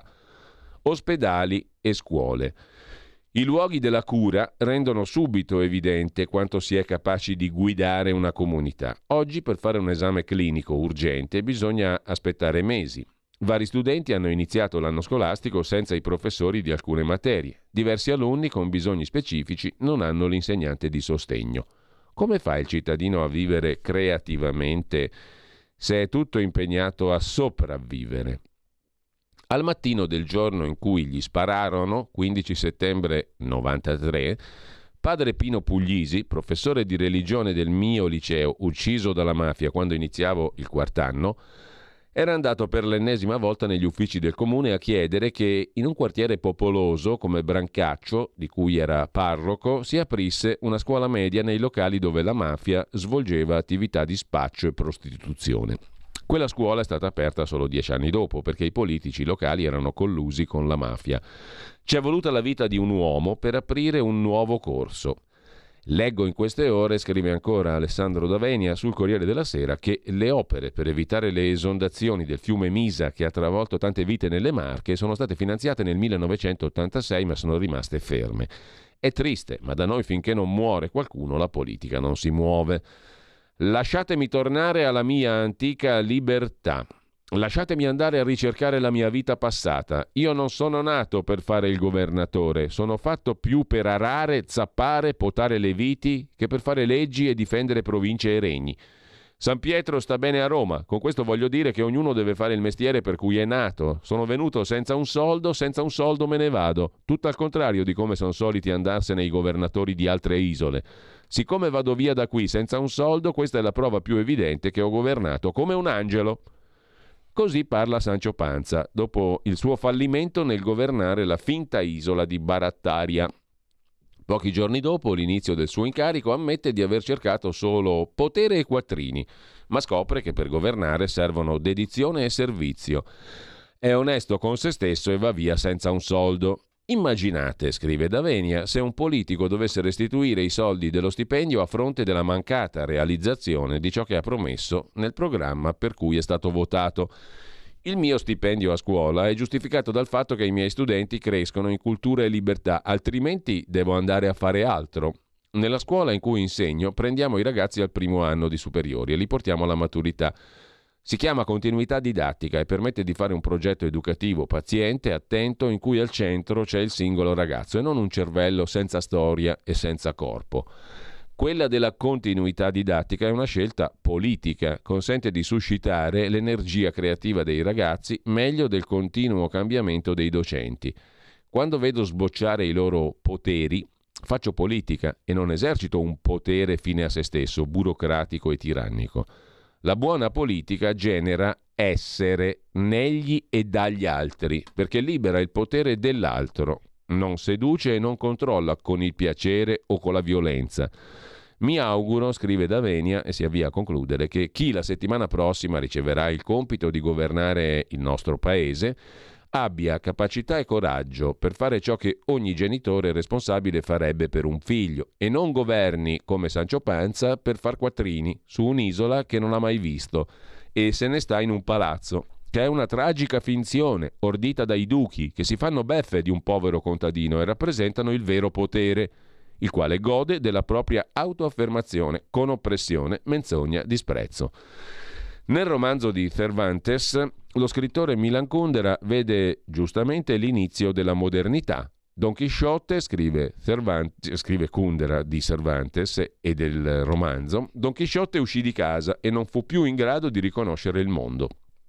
ospedali e scuole. I luoghi della cura rendono subito evidente quanto si è capaci di guidare una comunità. Oggi, per fare un esame clinico urgente, bisogna aspettare mesi. Vari studenti hanno iniziato l'anno scolastico senza i professori di alcune materie. Diversi alunni con bisogni specifici non hanno l'insegnante di sostegno. Come fa il cittadino a vivere creativamente se è tutto impegnato a sopravvivere? Al mattino del giorno in cui gli spararono, quindici settembre novantatré, padre Pino Puglisi, professore di religione del mio liceo, ucciso dalla mafia quando iniziavo il quart'anno, era andato per l'ennesima volta negli uffici del comune a chiedere che in un quartiere popoloso come Brancaccio, di cui era parroco, si aprisse una scuola media nei locali dove la mafia svolgeva attività di spaccio e prostituzione. Quella scuola è stata aperta solo dieci anni dopo, perché i politici locali erano collusi con la mafia. Ci è voluta la vita di un uomo per aprire un nuovo corso. Leggo in queste ore, scrive ancora Alessandro D'Avenia sul Corriere della Sera, che le opere per evitare le esondazioni del fiume Misa che ha travolto tante vite nelle Marche sono state finanziate nel millenovecentottantasei ma sono rimaste ferme. È triste, ma da noi finché non muore qualcuno la politica non si muove. Lasciatemi tornare alla mia antica libertà. Lasciatemi andare a ricercare la mia vita passata. Io non sono nato per fare il governatore, sono fatto più per arare, zappare, potare le viti che per fare leggi e difendere province e regni. San Pietro sta bene a Roma, con questo voglio dire che ognuno deve fare il mestiere per cui è nato. Sono venuto senza un soldo, senza un soldo me ne vado. Tutto al contrario di come sono soliti andarsene i governatori di altre isole. Siccome vado via da qui senza un soldo, questa è la prova più evidente che ho governato come un angelo. Così parla Sancio Panza, dopo il suo fallimento nel governare la finta isola di Barattaria. Pochi giorni dopo l'inizio del suo incarico ammette di aver cercato solo potere e quattrini, ma scopre che per governare servono dedizione e servizio. è onesto con se stesso e va via senza un soldo. Immaginate, scrive D'Avenia, se un politico dovesse restituire i soldi dello stipendio a fronte della mancata realizzazione di ciò che ha promesso nel programma per cui è stato votato. Il mio stipendio a scuola è giustificato dal fatto che i miei studenti crescono in cultura e libertà, altrimenti devo andare a fare altro. Nella scuola in cui insegno prendiamo i ragazzi al primo anno di superiori e li portiamo alla maturità. Si chiama continuità didattica e permette di fare un progetto educativo paziente, attento, in cui al centro c'è il singolo ragazzo e non un cervello senza storia e senza corpo. Quella della continuità didattica è una scelta politica, consente di suscitare l'energia creativa dei ragazzi meglio del continuo cambiamento dei docenti. Quando vedo sbocciare i loro poteri, faccio politica e non esercito un potere fine a se stesso, burocratico e tirannico. La buona politica genera essere negli e dagli altri, perché libera il potere dell'altro, non seduce e non controlla con il piacere o con la violenza. Mi auguro, scrive D'Avenia, e si avvia a concludere, che chi la settimana prossima riceverà il compito di governare il nostro paese abbia capacità e coraggio per fare ciò che ogni genitore responsabile farebbe per un figlio e non governi come Sancio Panza per far quattrini su un'isola che non ha mai visto e se ne sta in un palazzo, che è una tragica finzione ordita dai duchi che si fanno beffe di un povero contadino e rappresentano il vero potere, il quale gode della propria autoaffermazione con oppressione, menzogna, disprezzo. Nel romanzo di Cervantes, lo scrittore Milan Kundera vede giustamente l'inizio della modernità. Don Chisciotte, scrive, Cervantes, scrive Kundera di Cervantes e del romanzo, Don Chisciotte uscì di casa e non fu più in grado di riconoscere il mondo.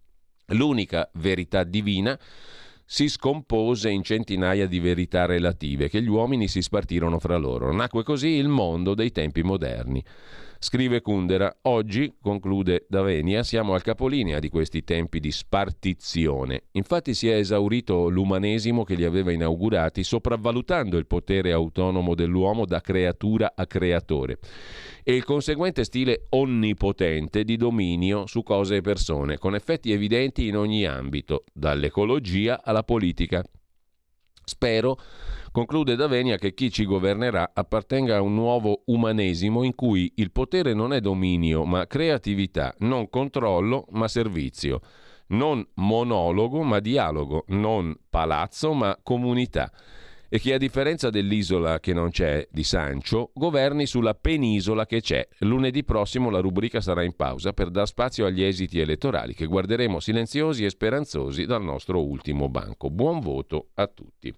L'unica verità divina si scompose in centinaia di verità relative che gli uomini si spartirono fra loro. Nacque così il mondo dei tempi moderni. Scrive Kundera, oggi, conclude D'Avenia, siamo al capolinea di questi tempi di spartizione. Infatti si è esaurito l'umanesimo che li aveva inaugurati, sopravvalutando il potere autonomo dell'uomo da creatura a creatore e il conseguente stile onnipotente di dominio su cose e persone, con effetti evidenti in ogni ambito, dall'ecologia alla politica. Spero, conclude D'Avenia, che chi ci governerà appartenga a un nuovo umanesimo in cui il potere non è dominio ma creatività, non controllo ma servizio, non monologo ma dialogo, non palazzo ma comunità, e che a differenza dell'isola che non c'è di Sancio, governi sulla penisola che c'è. Lunedì prossimo la rubrica sarà in pausa per dar spazio agli esiti elettorali che guarderemo silenziosi e speranzosi dal nostro ultimo banco. Buon voto a tutti.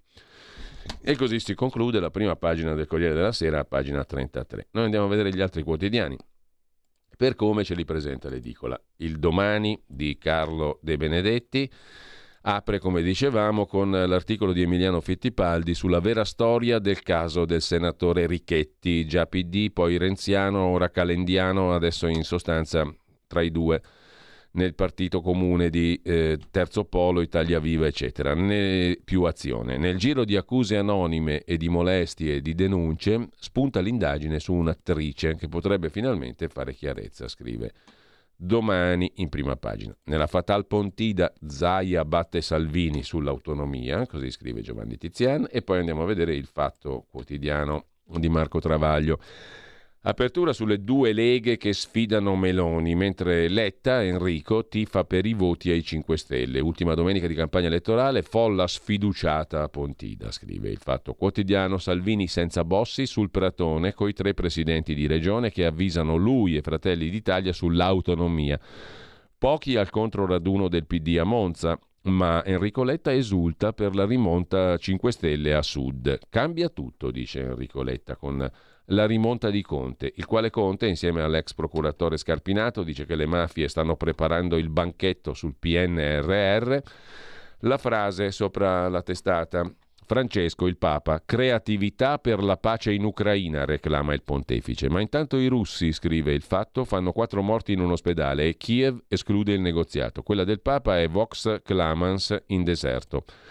E così si conclude la prima pagina del Corriere della Sera, a pagina trentatré. Noi andiamo a vedere gli altri quotidiani per come ce li presenta l'edicola. Il Domani di Carlo De Benedetti apre, come dicevamo, con l'articolo di Emiliano Fittipaldi sulla vera storia del caso del senatore Richetti, già P D, poi renziano, ora calendiano, adesso in sostanza tra i due nel partito comune di eh, Terzo Polo, Italia Viva, eccetera, né più azione. Nel giro di accuse anonime e di molestie e di denunce spunta l'indagine su un'attrice che potrebbe finalmente fare chiarezza, scrive Domani in prima pagina. Nella Fatal Pontida Zaia batte Salvini sull'autonomia, così scrive Giovanni Tizian, e poi andiamo a vedere il Fatto Quotidiano di Marco Travaglio. Apertura sulle due leghe che sfidano Meloni, mentre Letta, Enrico, tifa per i voti ai cinque Stelle. Ultima domenica di campagna elettorale, folla sfiduciata a Pontida, scrive il Fatto Quotidiano. Salvini senza Bossi sul Pratone, coi tre presidenti di regione che avvisano lui e Fratelli d'Italia sull'autonomia. Pochi al controraduno del P D a Monza, ma Enrico Letta esulta per la rimonta cinque Stelle a Sud. Cambia tutto, dice Enrico Letta, con la rimonta di Conte, il quale Conte, insieme all'ex procuratore Scarpinato, dice che le mafie stanno preparando il banchetto sul P N R R. La frase sopra la testata: Francesco, il Papa, creatività per la pace in Ucraina, reclama il pontefice. Ma intanto i russi, scrive il Fatto, fanno quattro morti in un ospedale e Kiev esclude il negoziato. Quella del Papa è Vox Clamans in deserto.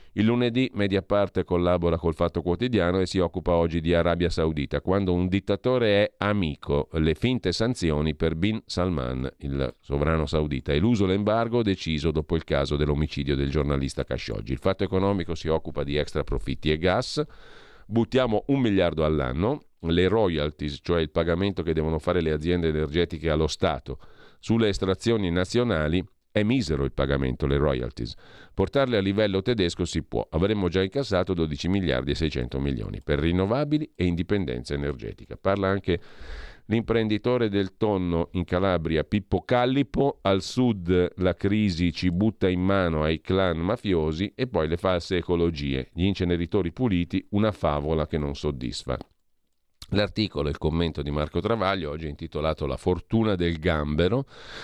Il lunedì Mediapart collabora col Fatto Quotidiano e si occupa oggi di Arabia Saudita, quando un dittatore è amico, le finte sanzioni per Bin Salman, il sovrano saudita, e l'uso l'embargo deciso dopo il caso dell'omicidio del giornalista Khashoggi. Il Fatto Economico si occupa di extra profitti e gas, buttiamo un miliardo all'anno, le royalties, cioè il pagamento che devono fare le aziende energetiche allo Stato sulle estrazioni nazionali. È misero il pagamento, le royalties. Portarle a livello tedesco si può. Avremmo già incassato dodici miliardi e seicento milioni per rinnovabili e indipendenza energetica. Parla anche l'imprenditore del tonno in Calabria, Pippo Callipo. Al sud la crisi ci butta in mano ai clan mafiosi e poi le false ecologie. Gli inceneritori puliti, una favola che non soddisfa. L'articolo e il commento di Marco Travaglio, oggi intitolato La fortuna del gambero,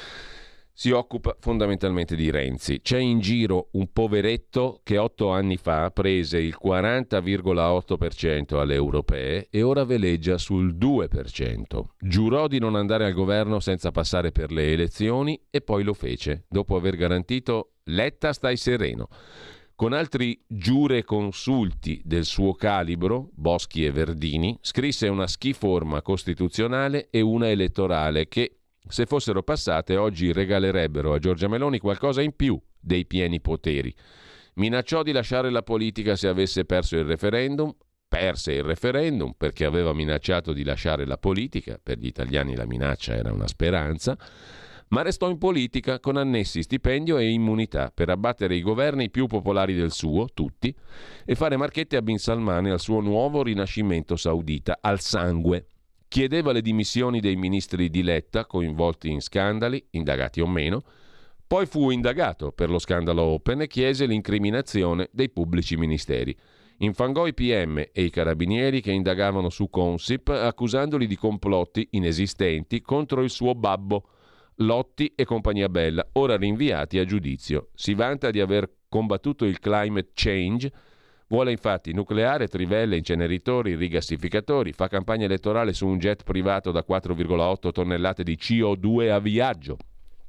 si occupa fondamentalmente di Renzi. C'è in giro un poveretto che otto anni fa prese il quaranta virgola otto per cento alle europee e ora veleggia sul due per cento. Giurò di non andare al governo senza passare per le elezioni e poi lo fece, dopo aver garantito Letta stai sereno. Con altri giureconsulti del suo calibro, Boschi e Verdini, scrisse una schiforma costituzionale e una elettorale che, se fossero passate, oggi regalerebbero a Giorgia Meloni qualcosa in più dei pieni poteri. Minacciò di lasciare la politica se avesse perso il referendum, perse il referendum perché aveva minacciato di lasciare la politica, per gli italiani la minaccia era una speranza, ma restò in politica con annessi stipendio e immunità per abbattere i governi più popolari del suo, tutti, e fare marchette a Bin Salman e al suo nuovo rinascimento saudita, al sangue. Chiedeva le dimissioni dei ministri di Letta coinvolti in scandali, indagati o meno, poi fu indagato per lo scandalo Open e chiese l'incriminazione dei pubblici ministeri. Infangò i P M e i carabinieri che indagavano su Consip accusandoli di complotti inesistenti contro il suo babbo, Lotti e compagnia bella, ora rinviati a giudizio. Si vanta di aver combattuto il climate change. Vuole infatti nucleare, trivelle, inceneritori, rigassificatori, fa campagna elettorale su un jet privato da quattro virgola otto tonnellate di C O due a viaggio,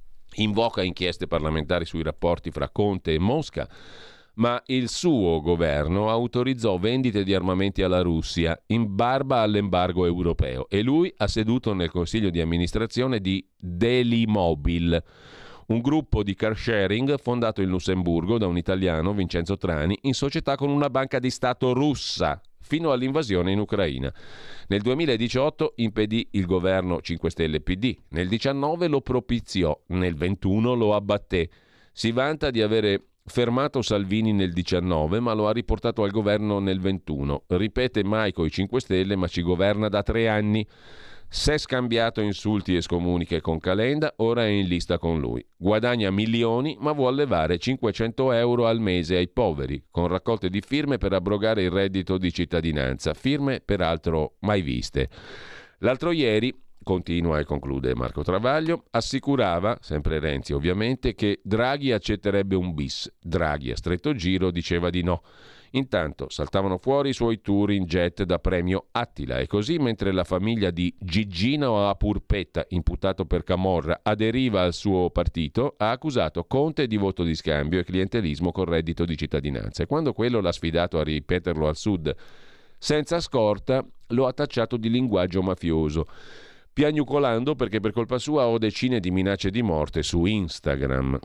invoca inchieste parlamentari sui rapporti fra Conte e Mosca, ma il suo governo autorizzò vendite di armamenti alla Russia in barba all'embargo europeo e lui ha seduto nel consiglio di amministrazione di Delimobil, un gruppo di car sharing fondato in Lussemburgo da un italiano, Vincenzo Trani, in società con una banca di Stato russa, fino all'invasione in Ucraina. Nel duemiladiciotto impedì il governo cinque Stelle P D, nel diciannove lo propiziò, nel ventuno lo abbatté. Si vanta di avere fermato Salvini nel diciannove, ma lo ha riportato al governo nel ventuno. Ripete mai coi cinque Stelle, ma ci governa da tre anni. S'è scambiato insulti e scomuniche con Calenda, ora è in lista con lui. Guadagna milioni, ma vuol levare cinquecento euro al mese ai poveri, con raccolte di firme per abrogare il reddito di cittadinanza. Firme, peraltro, mai viste. L'altro ieri, continua e conclude Marco Travaglio, assicurava, sempre Renzi ovviamente, che Draghi accetterebbe un bis. Draghi a stretto giro diceva di no. Intanto saltavano fuori i suoi tour in jet da premio Attila e così mentre la famiglia di Gigino Apurpetta, imputato per camorra, aderiva al suo partito, ha accusato Conte di voto di scambio e clientelismo col reddito di cittadinanza e quando quello l'ha sfidato a ripeterlo al sud senza scorta lo ha tacciato di linguaggio mafioso, piagnucolando perché per colpa sua ho decine di minacce di morte su Instagram.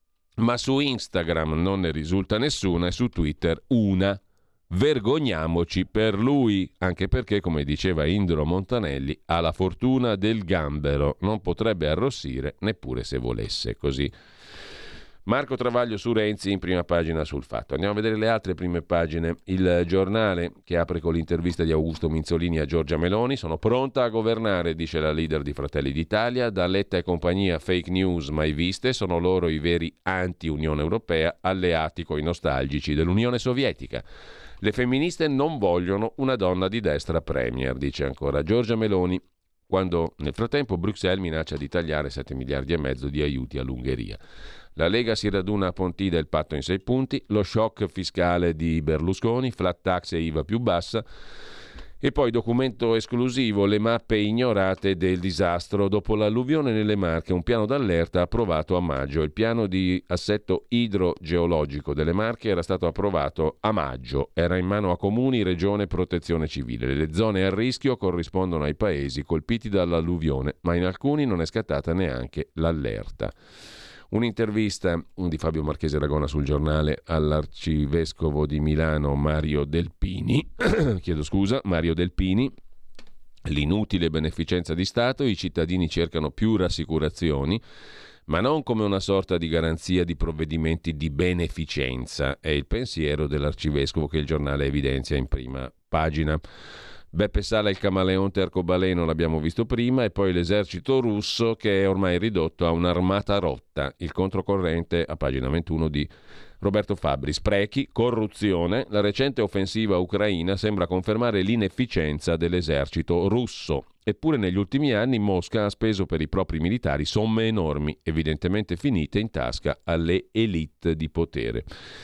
Ma su Instagram non ne risulta nessuna e su Twitter una. Vergogniamoci per lui, anche perché, come diceva Indro Montanelli, ha la fortuna del gambero, non potrebbe arrossire neppure se volesse, così. Marco Travaglio su Renzi in prima pagina sul Fatto. Andiamo a vedere le altre prime pagine. Il Giornale che apre con l'intervista di Augusto Minzolini a Giorgia Meloni. Sono pronta a governare, dice la leader di Fratelli d'Italia. Da Letta e compagnia fake news mai viste. Sono loro i veri anti-Unione Europea, alleati coi nostalgici dell'Unione Sovietica. Le femministe non vogliono una donna di destra premier, dice ancora Giorgia Meloni, quando nel frattempo Bruxelles minaccia di tagliare sette miliardi e mezzo di aiuti all'Ungheria. La Lega si raduna a Pontida il patto in sei punti, lo shock fiscale di Berlusconi, flat tax e I V A più bassa E poi documento esclusivo, le mappe ignorate del disastro. Dopo l'alluvione nelle Marche, un piano d'allerta approvato a maggio. Il piano di assetto idrogeologico delle Marche era stato approvato a maggio. Era in mano a comuni, regione e protezione civile. Le zone a rischio corrispondono ai paesi colpiti dall'alluvione, ma in alcuni non è scattata neanche l'allerta. Un'intervista di Fabio Marchese Ragona sul Giornale all'arcivescovo di Milano Mario Delpini, chiedo scusa, Mario Delpini, l'inutile beneficenza di Stato, i cittadini cercano più rassicurazioni, ma non come una sorta di garanzia di provvedimenti di beneficenza, è il pensiero dell'arcivescovo che il giornale evidenzia in prima pagina. Beppe Sala, il camaleonte arcobaleno, l'abbiamo visto prima, e poi l'esercito russo che è ormai ridotto a un'armata rotta. Il controcorrente a pagina ventuno di Roberto Fabbri. Sprechi, corruzione, la recente offensiva ucraina sembra confermare l'inefficienza dell'esercito russo. Eppure negli ultimi anni Mosca ha speso per i propri militari somme enormi, evidentemente finite in tasca alle élite di potere.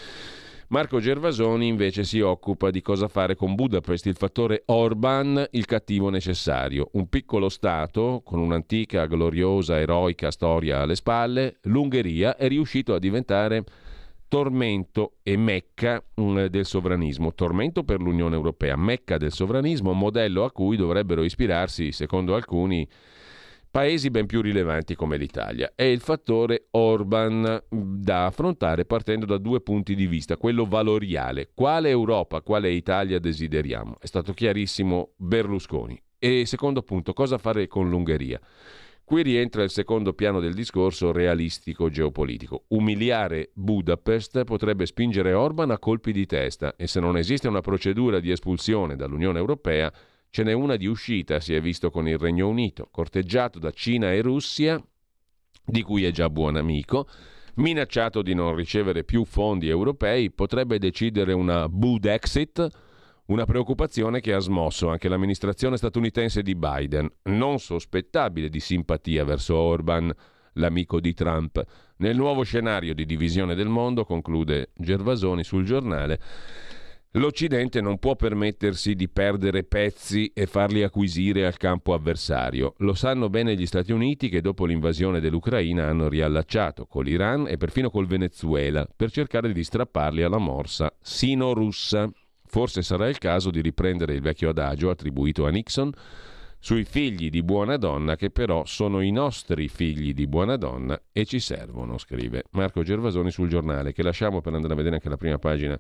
Marco Gervasoni invece si occupa di cosa fare con Budapest, il fattore Orban, il cattivo necessario. Un piccolo Stato con un'antica, gloriosa, eroica storia alle spalle, l'Ungheria è riuscito a diventare tormento e mecca del sovranismo. Tormento per l'Unione Europea, mecca del sovranismo, modello a cui dovrebbero ispirarsi, secondo alcuni, paesi ben più rilevanti come l'Italia. È il fattore Orban da affrontare partendo da due punti di vista. Quello valoriale. Quale Europa, quale Italia desideriamo? È stato chiarissimo Berlusconi. E secondo punto, cosa fare con l'Ungheria? Qui rientra il secondo piano del discorso realistico geopolitico. Umiliare Budapest potrebbe spingere Orban a colpi di testa e se non esiste una procedura di espulsione dall'Unione Europea, ce n'è una di uscita, si è visto con il Regno Unito, corteggiato da Cina e Russia, di cui è già buon amico, minacciato di non ricevere più fondi europei, potrebbe decidere una Budexit, una preoccupazione che ha smosso anche l'amministrazione statunitense di Biden, non sospettabile di simpatia verso Orban, l'amico di Trump. Nel nuovo scenario di divisione del mondo, conclude Gervasoni sul Giornale, l'Occidente non può permettersi di perdere pezzi e farli acquisire al campo avversario. Lo sanno bene gli Stati Uniti che dopo l'invasione dell'Ucraina hanno riallacciato con l'Iran e perfino col Venezuela per cercare di strapparli alla morsa sino-russa. Forse sarà il caso di riprendere il vecchio adagio attribuito a Nixon sui figli di buona donna che però sono i nostri figli di buona donna e ci servono, scrive Marco Gervasoni sul Giornale, che lasciamo per andare a vedere anche la prima pagina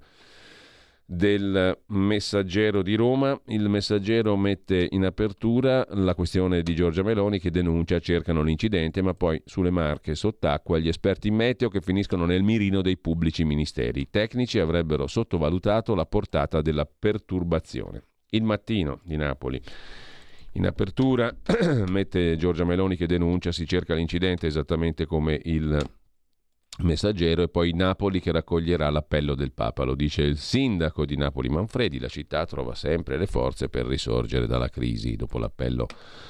del Messaggero di Roma. Il Messaggero mette in apertura la questione di Giorgia Meloni che denuncia, cercano l'incidente, ma poi sulle Marche sott'acqua gli esperti meteo che finiscono nel mirino dei pubblici ministeri. I tecnici avrebbero sottovalutato la portata della perturbazione. Il Mattino di Napoli in apertura mette Giorgia Meloni che denuncia, si cerca l'incidente esattamente come il Messaggero, e poi Napoli che raccoglierà l'appello del Papa, lo dice il sindaco di Napoli Manfredi. La città trova sempre le forze per risorgere dalla crisi dopo l'appello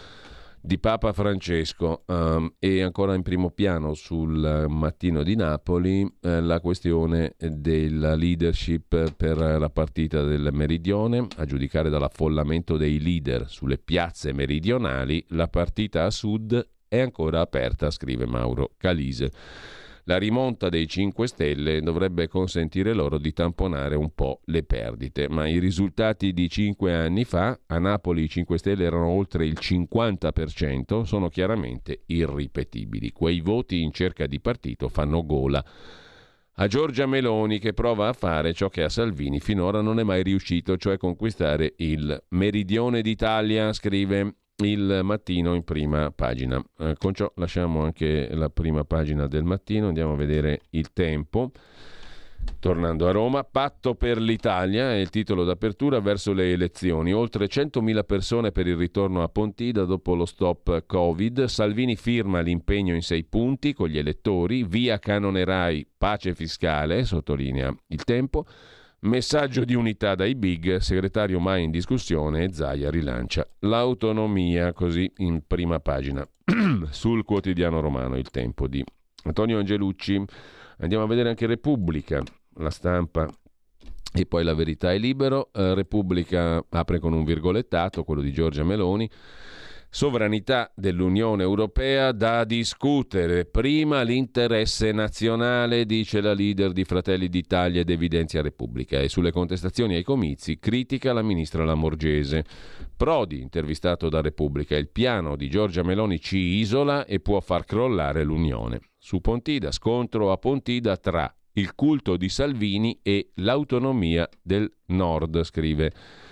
di Papa Francesco. Um, e ancora in primo piano sul Mattino di Napoli eh, la questione della leadership per la partita del Meridione. A giudicare dall'affollamento dei leader sulle piazze meridionali, la partita a sud è ancora aperta, scrive Mauro Calise. La rimonta dei cinque Stelle dovrebbe consentire loro di tamponare un po' le perdite, ma i risultati di cinque anni fa, a Napoli i cinque Stelle erano oltre il cinquanta per cento, sono chiaramente irripetibili. Quei voti in cerca di partito fanno gola a Giorgia Meloni, che prova a fare ciò che a Salvini finora non è mai riuscito, cioè conquistare il meridione d'Italia, scrive Il Mattino in prima pagina. Eh, con ciò lasciamo anche la prima pagina del Mattino, andiamo a vedere Il Tempo. Tornando a Roma, patto per l'Italia è il titolo d'apertura verso le elezioni. Oltre centomila persone per il ritorno a Pontida dopo lo stop Covid. Salvini firma l'impegno in sei punti con gli elettori. Via canone Rai, pace fiscale, sottolinea Il Tempo. Messaggio di unità dai big, segretario mai in discussione e Zaia rilancia l'autonomia, così in prima pagina sul quotidiano romano Il Tempo di Antonio Angelucci. Andiamo a vedere anche Repubblica, La Stampa E poi La Verità è Libero. eh, Repubblica apre con un virgolettato, quello di Giorgia Meloni. Sovranità dell'Unione Europea da discutere. Prima l'interesse nazionale, dice la leader di Fratelli d'Italia ed evidenzia Repubblica. E sulle contestazioni ai comizi critica la ministra Lamorgese. Prodi, intervistato da Repubblica, il piano di Giorgia Meloni ci isola e può far crollare l'Unione. Su Pontida, scontro a Pontida tra il culto di Salvini e l'autonomia del Nord, scrive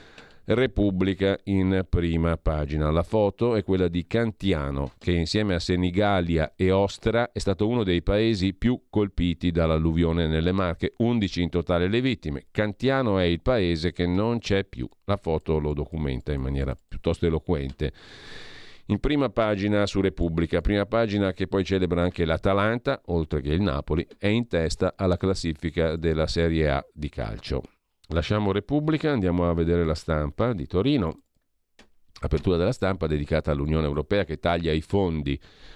Repubblica in prima pagina. La foto è quella di Cantiano, che insieme a Senigallia e Ostra è stato uno dei paesi più colpiti dall'alluvione nelle Marche, undici in totale le vittime. Cantiano è il paese che non c'è più. La foto lo documenta in maniera piuttosto eloquente. In prima pagina su Repubblica, prima pagina che poi celebra anche l'Atalanta, oltre che il Napoli, è in testa alla classifica della Serie A di calcio. Lasciamo Repubblica, andiamo a vedere La Stampa di Torino. Apertura della Stampa dedicata all'Unione Europea che taglia i fondi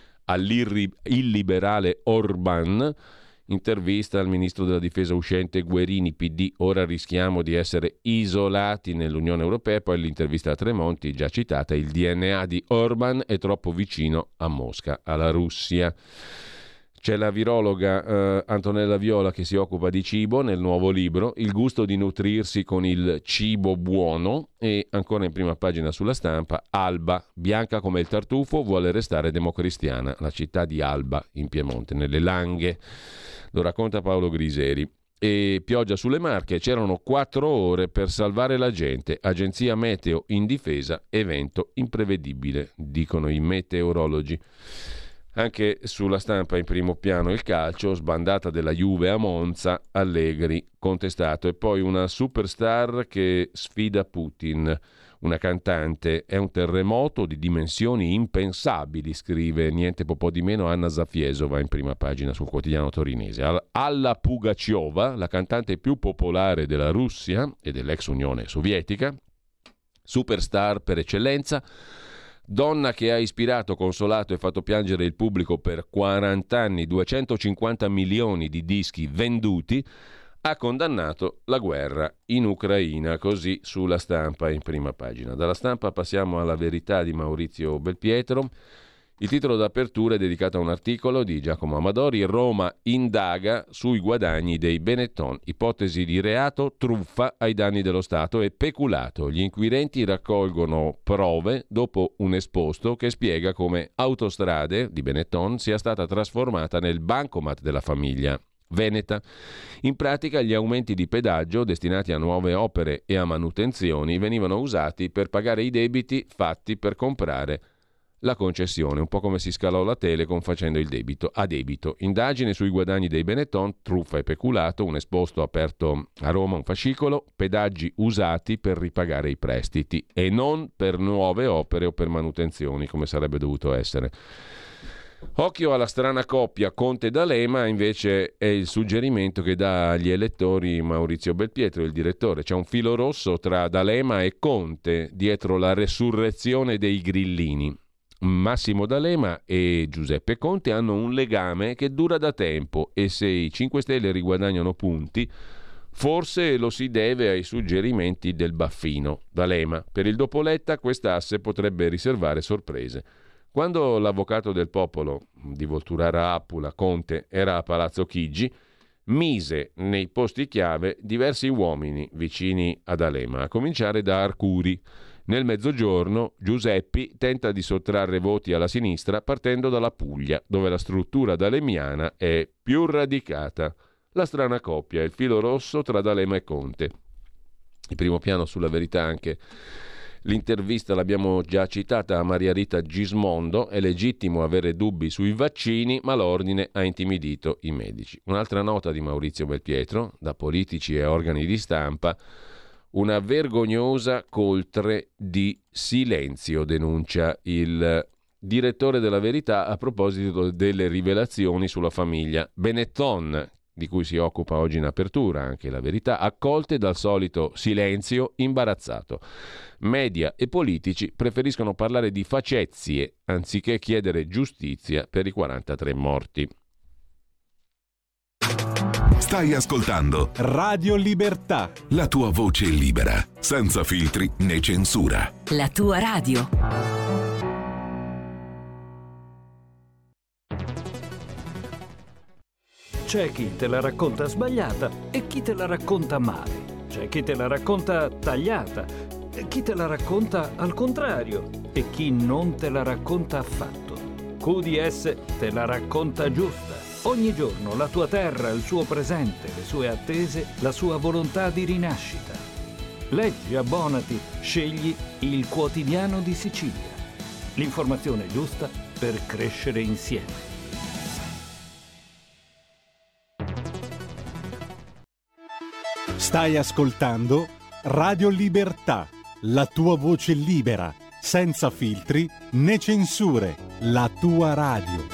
all'illiberale Orban. Intervista al ministro della difesa uscente Guerini, P D, ora rischiamo di essere isolati nell'Unione Europea. Poi l'intervista a Tremonti, già citata, il D N A di Orban è troppo vicino a Mosca, alla Russia. C'è la virologa eh, Antonella Viola che si occupa di cibo nel nuovo libro, Il gusto di nutrirsi con il cibo buono. E ancora in prima pagina sulla Stampa, Alba, bianca come il tartufo, vuole restare democristiana, la città di Alba in Piemonte, nelle Langhe. Lo racconta Paolo Griseri. E pioggia sulle Marche, c'erano quattro ore per salvare la gente, agenzia meteo in difesa, evento imprevedibile, dicono i meteorologi. Anche sulla Stampa in primo piano il calcio, sbandata della Juve a Monza, Allegri contestato. E poi una superstar che sfida Putin, una cantante. È un terremoto di dimensioni impensabili, scrive niente po' di meno Anna Zafiesova in prima pagina sul quotidiano torinese. Alla Pugaciova, la cantante più popolare della Russia e dell'ex Unione Sovietica, superstar per eccellenza, donna che ha ispirato, consolato e fatto piangere il pubblico per quaranta anni, duecentocinquanta milioni di dischi venduti, ha condannato la guerra in Ucraina, così sulla Stampa in prima pagina. Dalla Stampa passiamo alla Verità di Maurizio Belpietro. Il titolo d'apertura è dedicato a un articolo di Giacomo Amadori. Roma indaga sui guadagni dei Benetton, ipotesi di reato, truffa ai danni dello Stato e peculato. Gli inquirenti raccolgono prove dopo un esposto che spiega come Autostrade di Benetton sia stata trasformata nel bancomat della famiglia veneta. In pratica gli aumenti di pedaggio destinati a nuove opere e a manutenzioni venivano usati per pagare i debiti fatti per comprare la concessione, un po' come si scalò la Telecom facendo il debito a debito. Indagine sui guadagni dei Benetton, truffa e peculato, un esposto aperto a Roma, un fascicolo, pedaggi usati per ripagare i prestiti e non per nuove opere o per manutenzioni, come sarebbe dovuto essere. Occhio alla strana coppia Conte-D'Alema, invece è il suggerimento che dà agli elettori Maurizio Belpietro, il direttore. C'è un filo rosso tra D'Alema e Conte dietro la resurrezione dei grillini. Massimo D'Alema e Giuseppe Conte hanno un legame che dura da tempo e se i cinque Stelle riguadagnano punti, forse lo si deve ai suggerimenti del baffino D'Alema. Per il dopo Letta quest'asse potrebbe riservare sorprese. Quando l'avvocato del popolo di Volturara Appula, Conte, era a Palazzo Chigi, mise nei posti chiave diversi uomini vicini ad D'Alema, a cominciare da Arcuri. Nel mezzogiorno Giuseppi tenta di sottrarre voti alla sinistra partendo dalla Puglia, dove la struttura d'alemiana è più radicata. La strana coppia, il filo rosso tra D'Alema e Conte. Il primo piano sulla Verità anche l'intervista, l'abbiamo già citata, a Maria Rita Gismondo. È legittimo avere dubbi sui vaccini, ma l'ordine ha intimidito i medici. Un'altra nota di Maurizio Belpietro, da politici e organi di stampa. Una vergognosa coltre di silenzio, denuncia il direttore della Verità a proposito delle rivelazioni sulla famiglia Benetton, di cui si occupa oggi in apertura anche la Verità, accolte dal solito silenzio imbarazzato. Media e politici preferiscono parlare di facezie anziché chiedere giustizia per i quarantatré morti. Stai ascoltando Radio Libertà. La tua voce libera, senza filtri né censura. La tua radio. C'è chi te la racconta sbagliata e chi te la racconta male. C'è chi te la racconta tagliata e chi te la racconta al contrario e chi non te la racconta affatto. Q D S te la racconta giusta. Ogni giorno la tua terra, il suo presente, le sue attese, la sua volontà di rinascita. Leggi, abbonati, scegli il Quotidiano di Sicilia. L'informazione giusta per crescere insieme. Stai ascoltando Radio Libertà, la tua voce libera, senza filtri né censure, la tua radio.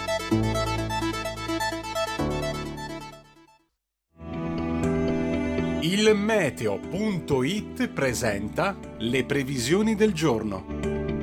Il meteo punto it presenta le previsioni del giorno.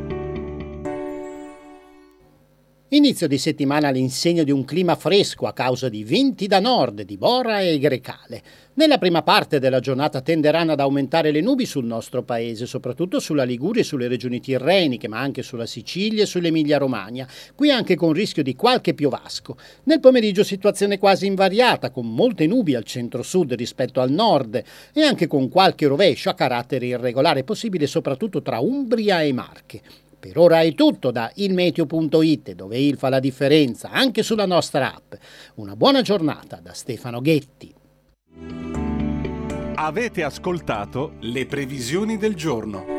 Inizio di settimana all'insegna di un clima fresco a causa di venti da nord, di Bora e Grecale. Nella prima parte della giornata tenderanno ad aumentare le nubi sul nostro paese, soprattutto sulla Liguria e sulle regioni tirreniche, ma anche sulla Sicilia e sull'Emilia-Romagna, qui anche con rischio di qualche piovasco. Nel pomeriggio situazione quasi invariata, con molte nubi al centro-sud rispetto al nord e anche con qualche rovescio a carattere irregolare possibile soprattutto tra Umbria e Marche. Per ora è tutto da ilmeteo punto it, dove il fa la differenza anche sulla nostra app. Una buona giornata da Stefano Ghetti. Avete ascoltato le previsioni del giorno.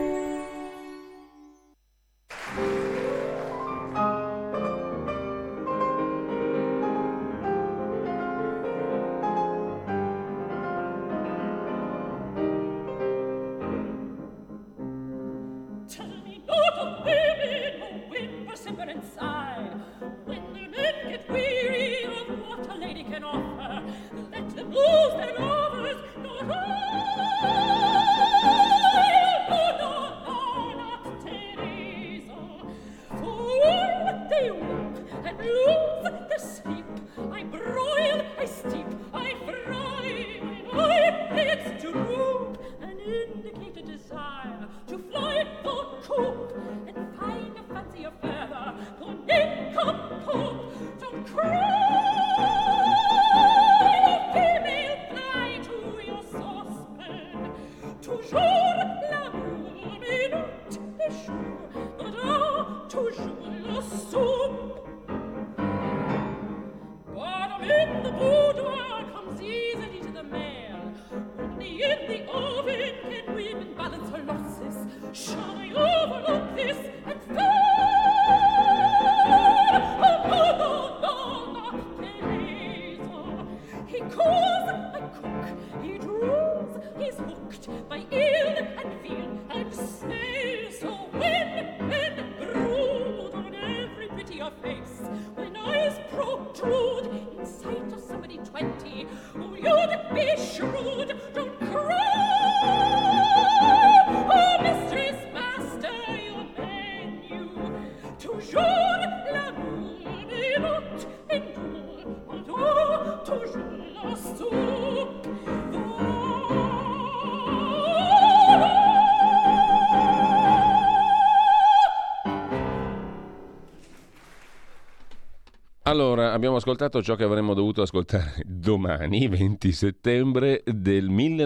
Allora, abbiamo ascoltato ciò che avremmo dovuto ascoltare domani, venti settembre del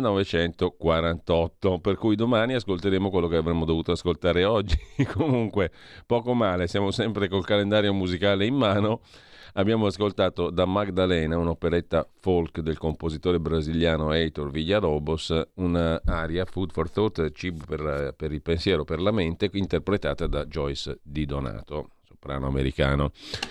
millenovecentoquarantotto, per cui domani ascolteremo quello che avremmo dovuto ascoltare oggi. Comunque, poco male, siamo sempre col calendario musicale in mano. Abbiamo ascoltato da Magdalena, un'operetta folk del compositore brasiliano Heitor Villalobos, una aria, Food for Thought, cibo per, per il pensiero, per la mente, interpretata da Joyce Di Donato, soprano americano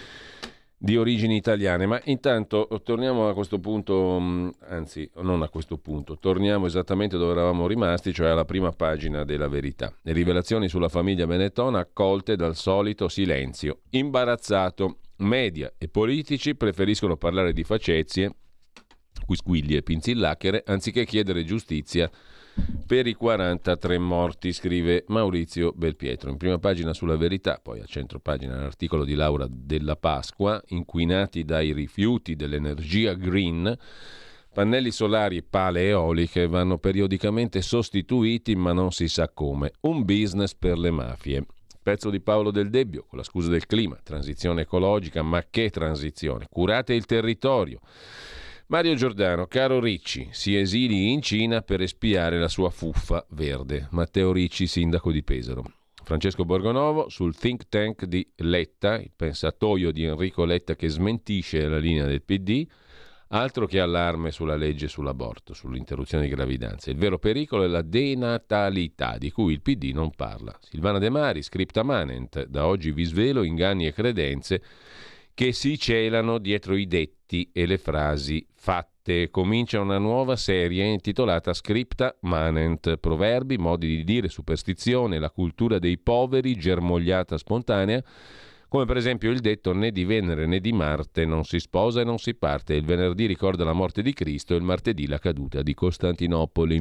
di origini italiane. Ma intanto torniamo a questo punto, anzi non a questo punto, torniamo esattamente dove eravamo rimasti, cioè alla prima pagina della Verità. Le rivelazioni sulla famiglia Benetton accolte dal solito silenzio imbarazzato. Media e politici preferiscono parlare di facezie, quisquiglie e pinzillacchere anziché chiedere giustizia per i quarantatré morti, scrive Maurizio Belpietro. In prima pagina sulla Verità, poi a centro pagina l'articolo di Laura Della Pasqua, inquinati dai rifiuti dell'energia green, Pannelli solari e pale eoliche vanno periodicamente sostituiti, ma non si sa come. Un business per le mafie. Pezzo di Paolo Del Debbio, con la scusa del clima, transizione ecologica, ma che transizione? Curate il territorio. Mario Giordano, caro Ricci, si esili in Cina per espiare la sua fuffa verde. Matteo Ricci, sindaco di Pesaro. Francesco Borgonovo sul think tank di Letta, il pensatoio di Enrico Letta che smentisce la linea del P D, altro che allarme sulla legge sull'aborto, sull'interruzione di gravidanza. Il vero pericolo è la denatalità, di cui il P D non parla. Silvana De Mari, scripta manent, da oggi vi svelo inganni e credenze che si celano dietro i detti e le frasi fatte. Comincia una nuova serie intitolata Scripta Manent, proverbi, modi di dire, superstizione, la cultura dei poveri, germogliata spontanea, come per esempio il detto né di Venere né di Marte non si sposa e non si parte. Il venerdì ricorda la morte di Cristo e il martedì la caduta di Costantinopoli.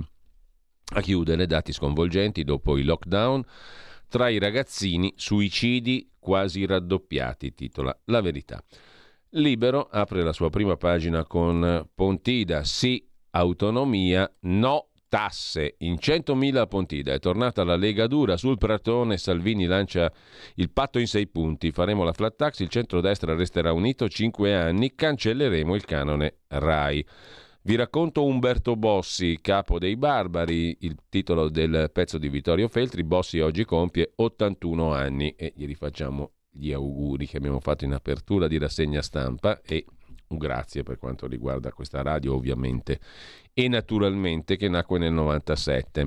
A chiudere, dati sconvolgenti dopo il lockdown, tra i ragazzini suicidi quasi raddoppiati, titola La Verità. Libero apre la sua prima pagina con Pontida, sì autonomia, no tasse. In centomila a Pontida è tornata la Lega dura sul Pratone, Salvini lancia il patto in sei punti, faremo la flat tax, il centrodestra resterà unito cinque anni, cancelleremo il canone RAI. Vi racconto Umberto Bossi, capo dei barbari, il titolo del pezzo di Vittorio Feltri. Bossi oggi compie ottantuno anni e gli rifacciamo gli auguri che abbiamo fatto in apertura di rassegna stampa e un grazie per quanto riguarda questa radio ovviamente e naturalmente che nacque nel novantasette.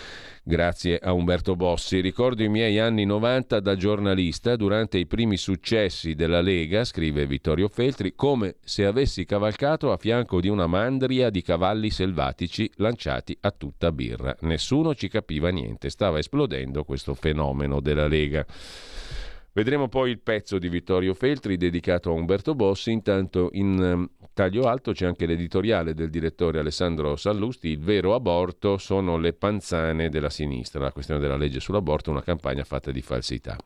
Grazie a Umberto Bossi. Ricordo i miei anni novanta da giornalista durante i primi successi della Lega, scrive Vittorio Feltri, come se avessi cavalcato a fianco di una mandria di cavalli selvatici lanciati a tutta birra. Nessuno ci capiva niente, stava esplodendo questo fenomeno della Lega. Vedremo poi il pezzo di Vittorio Feltri dedicato a Umberto Bossi. Intanto in um, taglio alto c'è anche l'editoriale del direttore Alessandro Sallusti. Il vero aborto sono le panzane della sinistra. La questione della legge sull'aborto è una campagna fatta di falsità.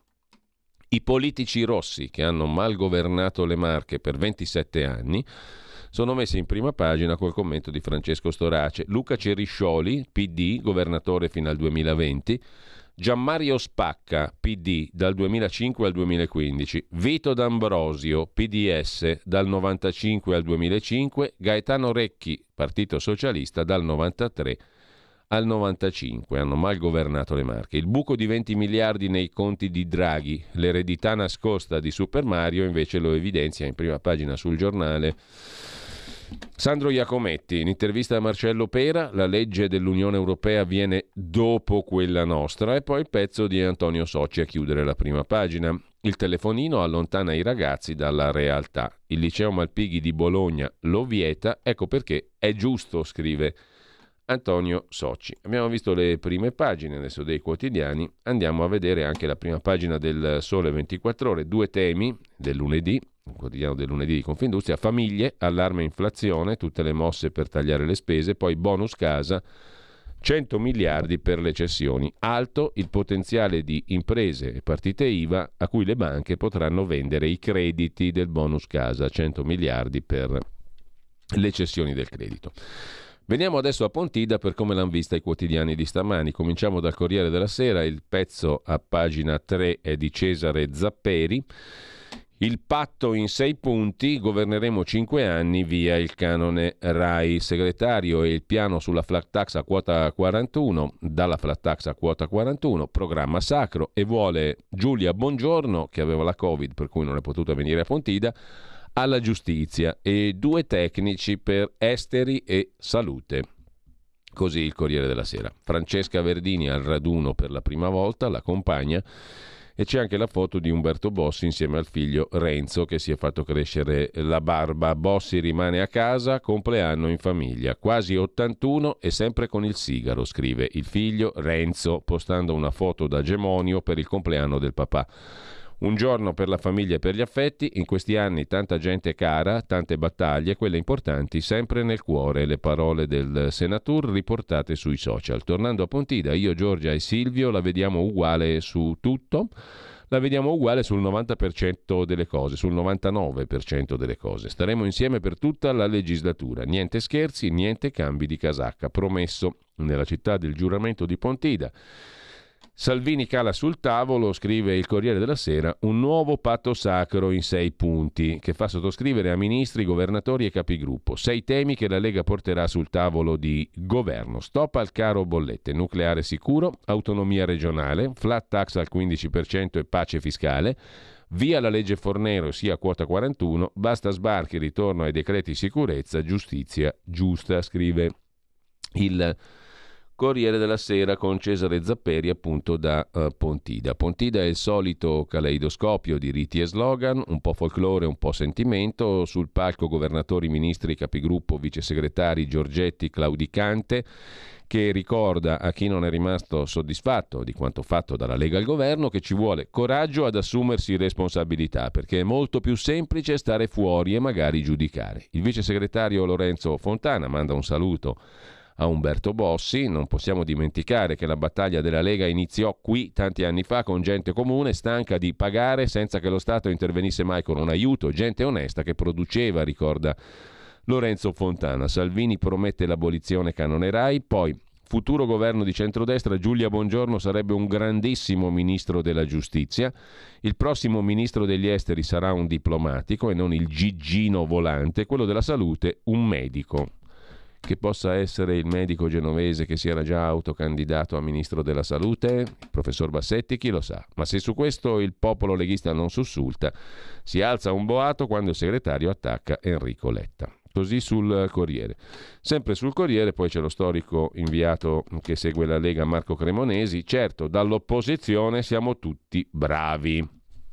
I politici rossi che hanno mal governato le Marche per ventisette anni sono messi in prima pagina col commento di Francesco Storace. Luca Ceriscioli, P D, governatore fino al duemilaventi. Gianmario Spacca, P D, dal duemilacinque al duemilaquindici, Vito D'Ambrosio, P D S, dal novantacinque al duemilacinque, Gaetano Recchi, Partito Socialista, dal novantatré al novantacinque. Hanno mal governato le Marche. Il buco di venti miliardi nei conti di Draghi, l'eredità nascosta di Super Mario, invece lo evidenzia in prima pagina sul Giornale Sandro Iacometti. In intervista a Marcello Pera, la legge dell'Unione Europea viene dopo quella nostra, e poi il pezzo di Antonio Socci a chiudere la prima pagina. Il telefonino allontana i ragazzi dalla realtà. Il liceo Malpighi di Bologna lo vieta, ecco perché è giusto, scrive Antonio Socci. Abbiamo visto le prime pagine adesso dei quotidiani, andiamo a vedere anche la prima pagina del Sole ventiquattro Ore, due temi del lunedì, il quotidiano del lunedì di Confindustria: famiglie, allarme inflazione, tutte le mosse per tagliare le spese, poi bonus casa, cento miliardi per le cessioni, alto il potenziale di imprese e partite I V A a cui le banche potranno vendere i crediti del bonus casa, cento miliardi per le cessioni del credito. Veniamo adesso a Pontida per come l'hanno vista i quotidiani di stamani. Cominciamo dal Corriere della Sera, il pezzo a pagina tre è di Cesare Zapperi. Il patto in sei punti, governeremo cinque anni via il canone RAI. Il segretario e il piano sulla flat tax a quota quarantuno, dalla flat tax a quota quarantuno, programma sacro, e vuole Giulia Bongiorno, che aveva la Covid per cui non è potuta venire a Pontida, alla giustizia, e due tecnici per esteri e salute. Così il Corriere della Sera. Francesca Verdini al raduno per la prima volta, la compagna, e c'è anche la foto di Umberto Bossi insieme al figlio Renzo che si è fatto crescere la barba. Bossi rimane a casa, compleanno in famiglia, quasi ottantuno e sempre con il sigaro, scrive il figlio Renzo postando una foto da Gemonio per il compleanno del papà. Un giorno per la famiglia e per gli affetti, in questi anni tanta gente cara, tante battaglie, quelle importanti sempre nel cuore, le parole del Senatur riportate sui social. Tornando a Pontida, io, Giorgia e Silvio la vediamo uguale su tutto. la vediamo uguale sul novanta per cento delle cose, sul novantanove per cento delle cose. Staremo insieme per tutta la legislatura. Niente scherzi, niente cambi di casacca. Promesso nella città del giuramento di Pontida. Salvini cala sul tavolo, scrive il Corriere della Sera, un nuovo patto sacro in sei punti che fa sottoscrivere a ministri, governatori e capigruppo. Sei temi che la Lega porterà sul tavolo di governo. Stop al caro bollette, nucleare sicuro, autonomia regionale, flat tax al quindici per cento e pace fiscale, via la legge Fornero sia quota quarantuno, basta sbarchi, ritorno ai decreti sicurezza, giustizia giusta, scrive il Corriere della Sera con Cesare Zapperi appunto da uh, Pontida. Pontida è il solito caleidoscopio di riti e slogan, un po' folklore, un po' sentimento. Sul palco governatori, ministri, capigruppo, vice segretari, Giorgetti, claudicante, che ricorda a chi non è rimasto soddisfatto di quanto fatto dalla Lega al governo che ci vuole coraggio ad assumersi responsabilità, perché è molto più semplice stare fuori e magari giudicare. Il vice segretario Lorenzo Fontana manda un saluto a Umberto Bossi. Non possiamo dimenticare che la battaglia della Lega iniziò qui tanti anni fa con gente comune stanca di pagare senza che lo Stato intervenisse mai con un aiuto, gente onesta che produceva, ricorda Lorenzo Fontana. Salvini promette l'abolizione canone Rai, poi futuro governo di centrodestra, Giulia Bongiorno sarebbe un grandissimo ministro della giustizia, il prossimo ministro degli esteri sarà un diplomatico e non il Gigino volante, quello della salute un medico. Che possa essere il medico genovese che si era già autocandidato a ministro della salute, il professor Bassetti, chi lo sa. Ma se su questo il popolo leghista non sussulta, si alza un boato quando il segretario attacca Enrico Letta. Così sul Corriere. Sempre sul Corriere poi c'è lo storico inviato che segue la Lega, Marco Cremonesi. Certo, dall'opposizione siamo tutti bravi.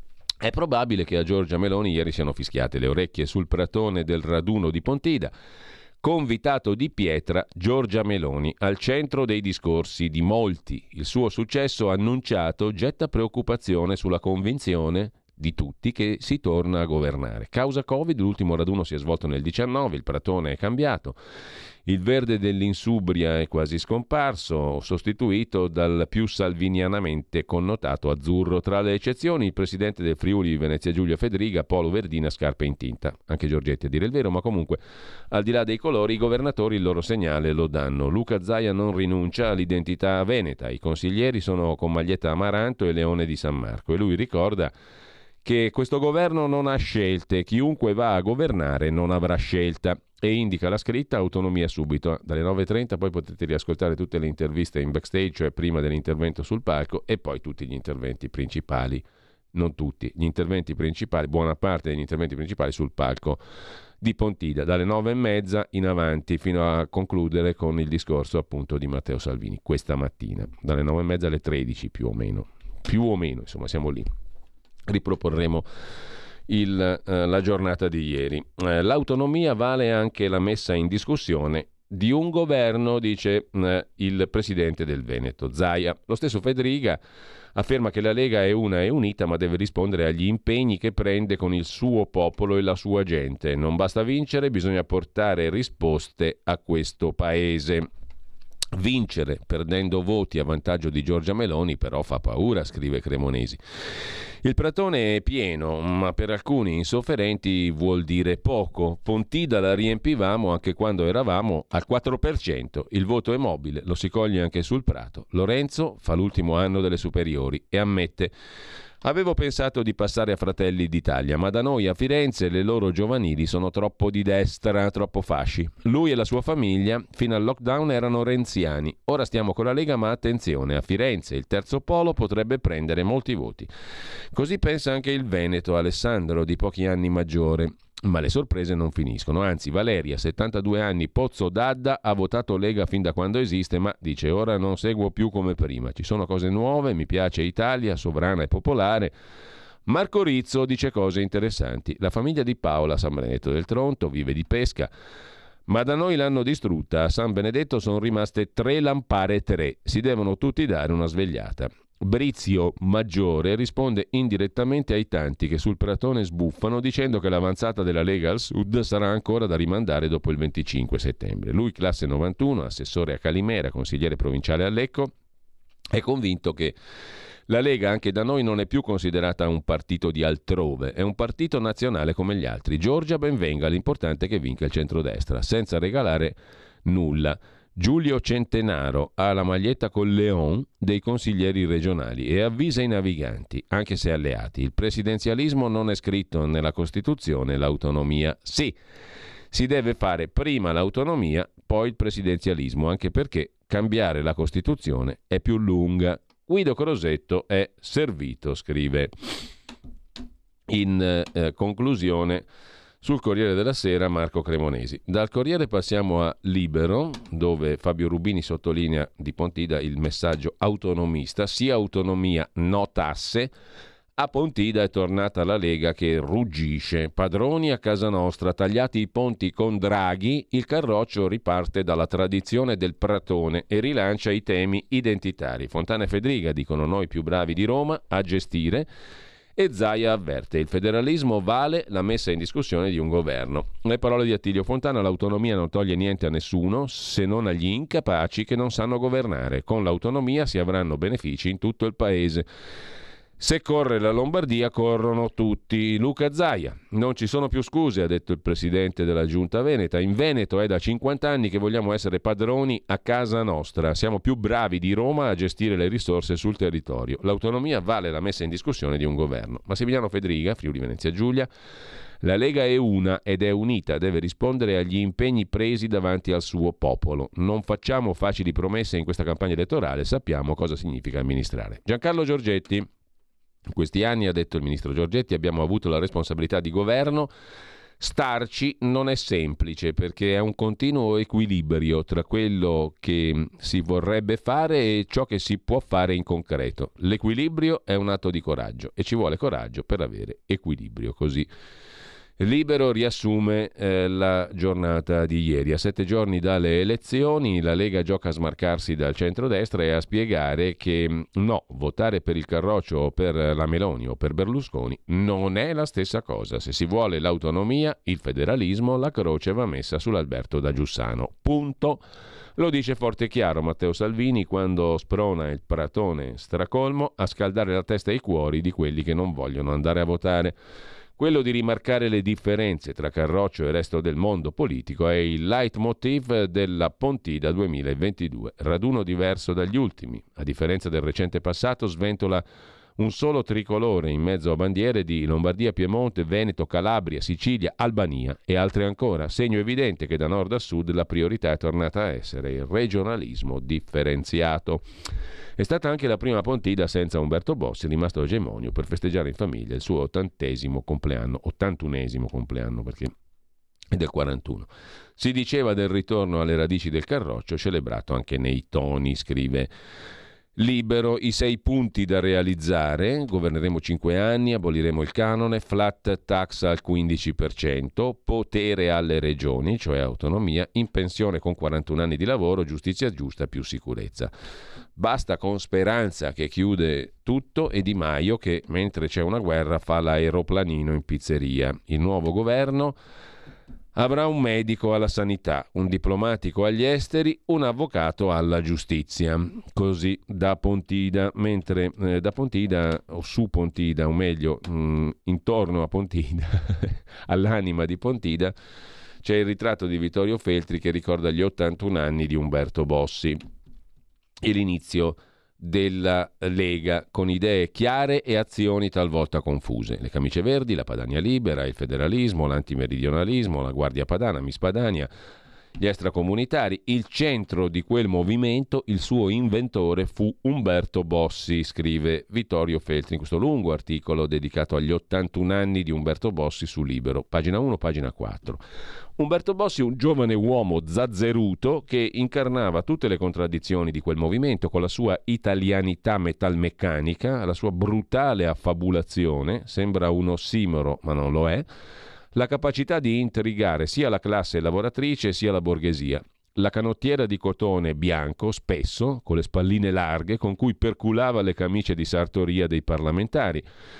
È probabile che a Giorgia Meloni ieri siano fischiate le orecchie sul pratone del raduno di Pontida. Convitato di pietra Giorgia Meloni, al centro dei discorsi di molti. Il suo successo annunciato getta preoccupazione sulla convinzione di tutti che si torna a governare. Causa Covid, l'ultimo raduno si è svolto nel diciannove, il pratone è cambiato. Il verde dell'Insubria è quasi scomparso, sostituito dal più salvinianamente connotato azzurro. Tra le eccezioni, il presidente del Friuli Venezia Giulia Federica, polo verdina, scarpe in tinta. Anche Giorgetti a dire il vero, ma comunque, al di là dei colori, i governatori il loro segnale lo danno. Luca Zaia non rinuncia all'identità veneta. I consiglieri sono con maglietta Amaranto e Leone di San Marco. E lui ricorda che questo governo non ha scelte, chiunque va a governare non avrà scelta, e indica la scritta autonomia subito. Dalle nove e trenta poi potete riascoltare tutte le interviste in backstage, cioè prima dell'intervento sul palco, e poi tutti gli interventi principali, non tutti, gli interventi principali, buona parte degli interventi principali sul palco di Pontida, dalle nove e mezza in avanti fino a concludere con il discorso appunto di Matteo Salvini questa mattina, dalle nove e mezza alle tredici più o meno, più o meno, insomma siamo lì. Riproporremo il, eh, la giornata di ieri. Eh, l'autonomia vale anche la messa in discussione di un governo, dice eh, il presidente del Veneto, Zaia. Lo stesso Federica afferma che la Lega è una e unita, ma deve rispondere agli impegni che prende con il suo popolo e la sua gente. Non basta vincere, bisogna portare risposte a questo paese. Vincere perdendo voti a vantaggio di Giorgia Meloni però fa paura, scrive Cremonesi. Il pratone è pieno, ma per alcuni insofferenti vuol dire poco. Pontida la riempivamo anche quando eravamo al quattro per cento. Il voto è mobile, lo si coglie anche sul prato. Lorenzo fa l'ultimo anno delle superiori e ammette: avevo pensato di passare a Fratelli d'Italia, ma da noi a Firenze le loro giovanili sono troppo di destra, troppo fasci. Lui e la sua famiglia fino al lockdown erano renziani. Ora stiamo con la Lega, ma attenzione, a Firenze il terzo polo potrebbe prendere molti voti. Così pensa anche il veneto Alessandro, di pochi anni maggiore. Ma le sorprese non finiscono, anzi Valeria, settantadue anni, Pozzo d'Adda, ha votato Lega fin da quando esiste, ma dice ora non seguo più come prima, ci sono cose nuove, mi piace Italia, sovrana e popolare. Marco Rizzo dice cose interessanti, la famiglia di Paola a San Benedetto del Tronto vive di pesca, ma da noi l'hanno distrutta, a San Benedetto sono rimaste tre lampare tre, si devono tutti dare una svegliata. Brizio Maggiore risponde indirettamente ai tanti che sul pratone sbuffano dicendo che l'avanzata della Lega al Sud sarà ancora da rimandare dopo il venticinque settembre. Lui, classe novantuno, assessore a Calimera, consigliere provinciale a Lecco, è convinto che La Lega anche da noi non è più considerata un partito di altrove, è un partito nazionale come gli altri. Giorgia benvenga, l'importante è che vinca il centrodestra, senza regalare nulla. Giulio Centenaro ha la maglietta col leon dei consiglieri regionali e avvisa i naviganti, anche se alleati. Il presidenzialismo non è scritto nella Costituzione, l'autonomia sì. Si deve fare prima l'autonomia, poi il presidenzialismo, anche perché cambiare la Costituzione è più lunga. Guido Crosetto è servito, scrive in eh, conclusione sul Corriere della Sera Marco Cremonesi. Dal Corriere passiamo a Libero, dove Fabio Rubini sottolinea di Pontida il messaggio autonomista, sia autonomia, no tasse. A Pontida è tornata la Lega che ruggisce. Padroni a casa nostra, tagliati i ponti con Draghi, il Carroccio riparte dalla tradizione del pratone e rilancia i temi identitari. Fontana e Fedriga dicono noi più bravi di Roma a gestire e Zaia avverte il federalismo vale la messa in discussione di un governo. Le parole di Attilio Fontana: l'autonomia non toglie niente a nessuno se non agli incapaci che non sanno governare. Con l'autonomia si avranno benefici in tutto il paese. Se corre la Lombardia, corrono tutti. Luca Zaia. Non ci sono più scuse, ha detto il presidente della Giunta Veneta. In Veneto è da cinquanta anni che vogliamo essere padroni a casa nostra. Siamo più bravi di Roma a gestire le risorse sul territorio. L'autonomia vale la messa in discussione di un governo. Massimiliano Fedriga, Friuli Venezia Giulia. La Lega è una ed è unita, deve rispondere agli impegni presi davanti al suo popolo. Non facciamo facili promesse in questa campagna elettorale, sappiamo cosa significa amministrare. Giancarlo Giorgetti. In questi anni, ha detto il ministro Giorgetti, abbiamo avuto la responsabilità di governo. Starci non è semplice perché è un continuo equilibrio tra quello che si vorrebbe fare e ciò che si può fare in concreto. L'equilibrio è un atto di coraggio e ci vuole coraggio per avere equilibrio. Così Libero riassume eh, la giornata di ieri. A sette giorni dalle elezioni la Lega gioca a smarcarsi dal centrodestra e a spiegare che no, votare per il Carroccio o per la Meloni o per Berlusconi non è la stessa cosa. Se si vuole l'autonomia, il federalismo, la croce va messa sull'Alberto da Giussano. Punto. Lo dice forte e chiaro Matteo Salvini quando sprona il pratone stracolmo a scaldare la testa e i cuori di quelli che non vogliono andare a votare. Quello di rimarcare le differenze tra Carroccio e il resto del mondo politico è il leitmotiv della Pontida duemilaventidue. Raduno diverso dagli ultimi. A differenza del recente passato, sventola un solo tricolore in mezzo a bandiere di Lombardia, Piemonte, Veneto, Calabria, Sicilia, Albania e altre ancora. Segno evidente che da nord a sud la priorità è tornata a essere il regionalismo differenziato. È stata anche la prima Pontida senza Umberto Bossi, rimasto egemonio per festeggiare in famiglia il suo ottantesimo compleanno, ottantunesimo compleanno perché è del quarantuno. Si diceva del ritorno alle radici del Carroccio, celebrato anche nei toni, scrive Libero. I sei punti da realizzare: governeremo cinque anni, aboliremo il canone, flat tax al quindici per cento, potere alle regioni, cioè autonomia, in pensione con quarantuno anni di lavoro, giustizia giusta più sicurezza. Basta con Speranza che chiude tutto e Di Maio che mentre c'è una guerra fa l'aeroplanino in pizzeria. Il nuovo governo avrà un medico alla sanità, un diplomatico agli esteri, un avvocato alla giustizia. Così da Pontida, mentre eh, da Pontida, o su Pontida, o meglio, mh, intorno a Pontida, all'anima di Pontida, c'è il ritratto di Vittorio Feltri che ricorda gli ottantuno anni di Umberto Bossi e l'inizio della Lega con idee chiare e azioni talvolta confuse. Le camicie verdi, la Padania libera, il federalismo, l'antimeridionalismo, la Guardia Padana, Miss Padania, gli extracomunitari. Il centro di quel movimento, il suo inventore fu Umberto Bossi, scrive Vittorio Feltri in questo lungo articolo dedicato agli ottantuno anni di Umberto Bossi su Libero, pagina uno, pagina quattro. Umberto Bossi, un giovane uomo zazzeruto che incarnava tutte le contraddizioni di quel movimento con la sua italianità metalmeccanica, la sua brutale affabulazione, sembra un ossimoro ma non lo è, la capacità di intrigare sia la classe lavoratrice sia la borghesia, la canottiera di cotone bianco, spesso, con le spalline larghe, con cui perculava le camicie di sartoria dei parlamentari,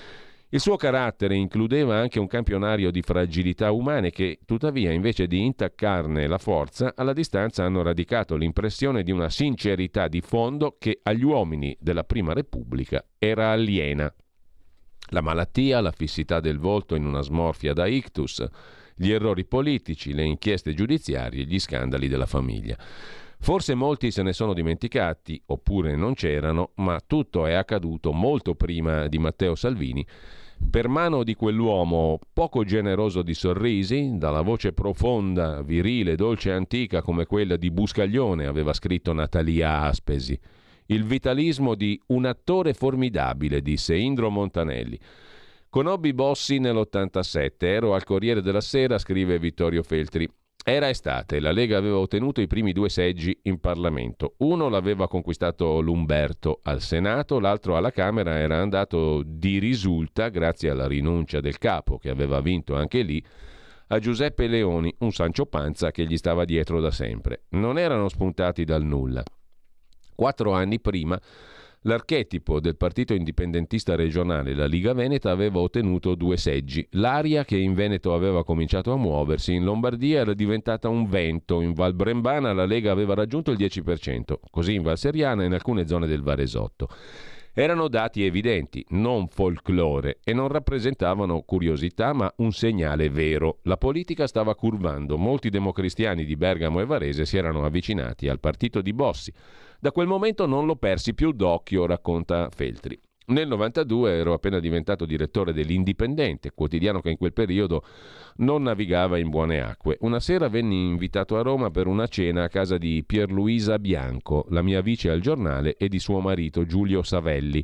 Il suo carattere includeva anche un campionario di fragilità umane che, tuttavia, invece di intaccarne la forza, alla distanza hanno radicato l'impressione di una sincerità di fondo che agli uomini della Prima Repubblica era aliena. La malattia, la fissità del volto in una smorfia da ictus, gli errori politici, le inchieste giudiziarie, gli scandali della famiglia. Forse molti se ne sono dimenticati, oppure non c'erano, ma tutto è accaduto molto prima di Matteo Salvini, per mano di quell'uomo poco generoso di sorrisi, dalla voce profonda, virile, dolce e antica come quella di Buscaglione, aveva scritto Natalia Aspesi. Il vitalismo di un attore formidabile, disse Indro Montanelli. Conobbi Bossi nell'ottantasette, ero al Corriere della Sera, scrive Vittorio Feltri. Era estate, la Lega aveva ottenuto i primi due seggi in Parlamento. Uno l'aveva conquistato l'Umberto al Senato, l'altro alla Camera era andato di risulta, grazie alla rinuncia del capo, che aveva vinto anche lì, a Giuseppe Leoni, un Sancio Panza che gli stava dietro da sempre. Non erano spuntati dal nulla. Quattro anni prima, l'archetipo del partito indipendentista regionale, la Liga Veneta, aveva ottenuto due seggi. L'aria che in Veneto aveva cominciato a muoversi, in Lombardia era diventata un vento, in Val Brembana la Lega aveva raggiunto il dieci per cento, così in Val Seriana e in alcune zone del Varesotto. Erano dati evidenti, non folklore, e non rappresentavano curiosità ma un segnale vero. La politica stava curvando, molti democristiani di Bergamo e Varese si erano avvicinati al partito di Bossi. Da quel momento non l'ho persi più d'occhio, racconta Feltri. Nel novantadue ero appena diventato direttore dell'Indipendente, quotidiano che in quel periodo non navigava in buone acque. Una sera venni invitato a Roma per una cena a casa di Pierluisa Bianco, la mia vice al giornale, e di suo marito Giulio Savelli.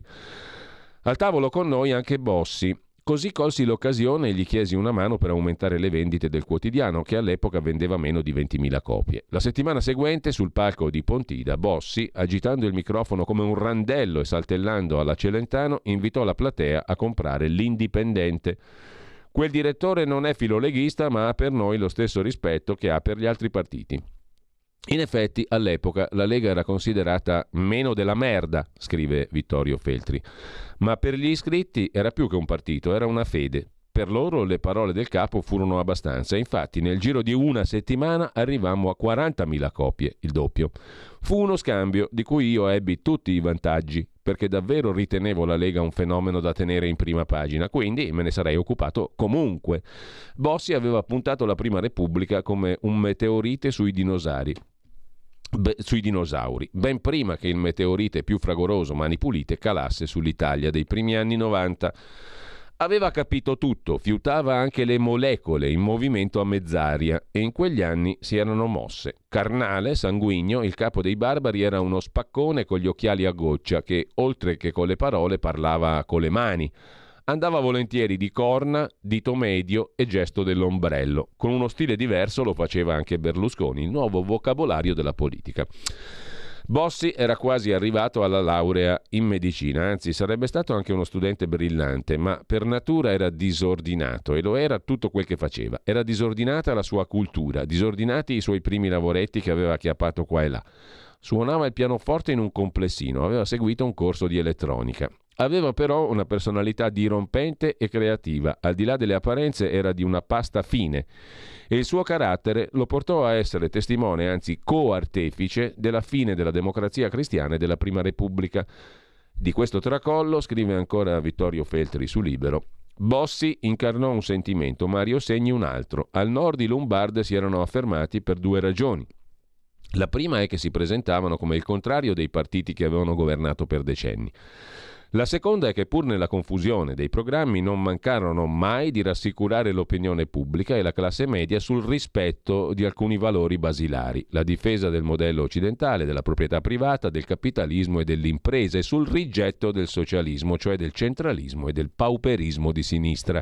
Al tavolo con noi anche Bossi. Così colsi l'occasione e gli chiesi una mano per aumentare le vendite del quotidiano, che all'epoca vendeva meno di ventimila copie. La settimana seguente, sul palco di Pontida, Bossi, agitando il microfono come un randello e saltellando alla Celentano, invitò la platea a comprare l'Indipendente. Quel direttore non è filoleghista, ma ha per noi lo stesso rispetto che ha per gli altri partiti. In effetti, all'epoca la Lega era considerata meno della merda, scrive Vittorio Feltri, ma per gli iscritti era più che un partito, era una fede. Per loro le parole del capo furono abbastanza, infatti nel giro di una settimana arrivammo a quarantamila copie, il doppio. Fu uno scambio di cui io ebbi tutti i vantaggi, perché davvero ritenevo la Lega un fenomeno da tenere in prima pagina, quindi me ne sarei occupato comunque. Bossi aveva puntato la Prima Repubblica come un meteorite sui dinosauri. Be- sui dinosauri, ben prima che il meteorite più fragoroso, Mani Pulite, calasse sull'Italia dei primi anni novanta. Aveva capito tutto, fiutava anche le molecole in movimento a mezz'aria e in quegli anni si erano mosse. Carnale, sanguigno, il capo dei barbari era uno spaccone con gli occhiali a goccia che, oltre che con le parole, parlava con le mani. Andava volentieri di corna, dito medio e gesto dell'ombrello. Con uno stile diverso lo faceva anche Berlusconi, il nuovo vocabolario della politica. Bossi era quasi arrivato alla laurea in medicina, anzi sarebbe stato anche uno studente brillante, ma per natura era disordinato e lo era tutto quel che faceva. Era disordinata la sua cultura, disordinati i suoi primi lavoretti che aveva acchiappato qua e là. Suonava il pianoforte in un complessino, aveva seguito un corso di elettronica. Aveva però una personalità dirompente e creativa, al di là delle apparenze era di una pasta fine e il suo carattere lo portò a essere testimone, anzi coartefice, della fine della democrazia cristiana e della Prima Repubblica. Di questo tracollo, scrive ancora Vittorio Feltri su Libero, Bossi incarnò un sentimento, Mario Segni un altro. Al nord i Lombard si erano affermati per due ragioni. La prima è che si presentavano come il contrario dei partiti che avevano governato per decenni. La seconda è che pur nella confusione dei programmi non mancarono mai di rassicurare l'opinione pubblica e la classe media sul rispetto di alcuni valori basilari, la difesa del modello occidentale, della proprietà privata, del capitalismo e dell'impresa e sul rigetto del socialismo, cioè del centralismo e del pauperismo di sinistra.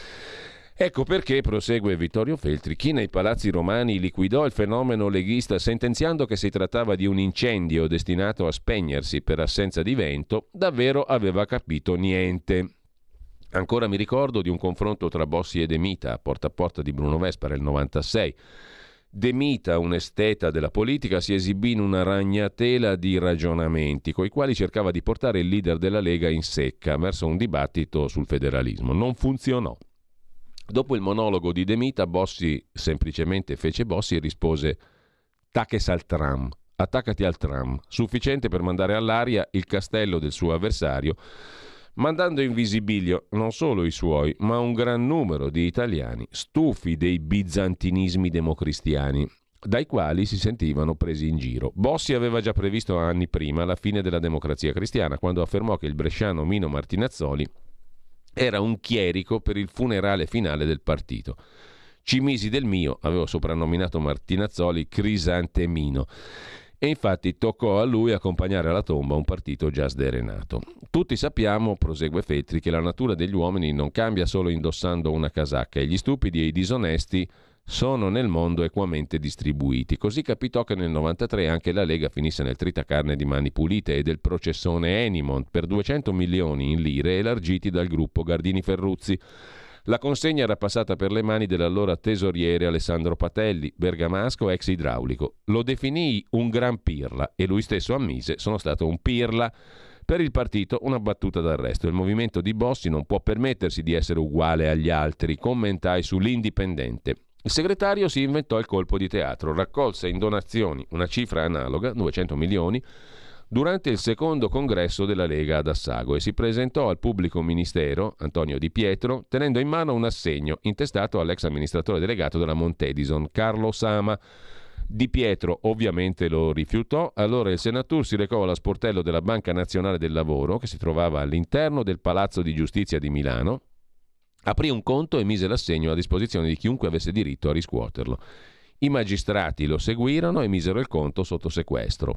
Ecco perché, prosegue Vittorio Feltri, chi nei palazzi romani liquidò il fenomeno leghista sentenziando che si trattava di un incendio destinato a spegnersi per assenza di vento, davvero aveva capito niente. Ancora mi ricordo di un confronto tra Bossi e De Mita a Porta a Porta di Bruno Vespa nel novantasei. De Mita, un esteta della politica, si esibì in una ragnatela di ragionamenti coi quali cercava di portare il leader della Lega in secca verso un dibattito sul federalismo. Non funzionò. Dopo il monologo di De Mita, Bossi semplicemente fece Bossi e rispose «Taches al tram, attaccati al tram», sufficiente per mandare all'aria il castello del suo avversario, mandando in visibilio non solo i suoi, ma un gran numero di italiani stufi dei bizantinismi democristiani, dai quali si sentivano presi in giro. Bossi aveva già previsto anni prima la fine della Democrazia Cristiana, quando affermò che il bresciano Mino Martinazzoli era un chierico per il funerale finale del partito. Cimisi del mio, avevo soprannominato Martinazzoli Crisantemino. E infatti toccò a lui accompagnare alla tomba un partito già sderenato. Tutti sappiamo, prosegue Feltri, che la natura degli uomini non cambia solo indossando una casacca e gli stupidi e i disonesti sono nel mondo equamente distribuiti. Così capitò che nel novantatré anche la Lega finisse nel tritacarne di Mani Pulite e del processone Enimont per duecento milioni in lire elargiti dal gruppo Gardini Ferruzzi. La consegna era passata per le mani dell'allora tesoriere Alessandro Patelli, bergamasco ex idraulico. Lo definii un gran pirla e lui stesso ammise: sono stato un pirla. Per il partito una battuta d'arresto. Il movimento di Bossi non può permettersi di essere uguale agli altri, commentai sull'Indipendente. Il segretario si inventò il colpo di teatro, raccolse in donazioni una cifra analoga, duecento milioni, durante il secondo congresso della Lega ad Assago e si presentò al pubblico ministero, Antonio Di Pietro, tenendo in mano un assegno intestato all'ex amministratore delegato della Montedison, Carlo Sama. Di Pietro ovviamente lo rifiutò, allora il Senatur si recò allo sportello della Banca Nazionale del Lavoro, che si trovava all'interno del Palazzo di Giustizia di Milano, aprì un conto e mise l'assegno a disposizione di chiunque avesse diritto a riscuoterlo. I magistrati lo seguirono e misero il conto sotto sequestro.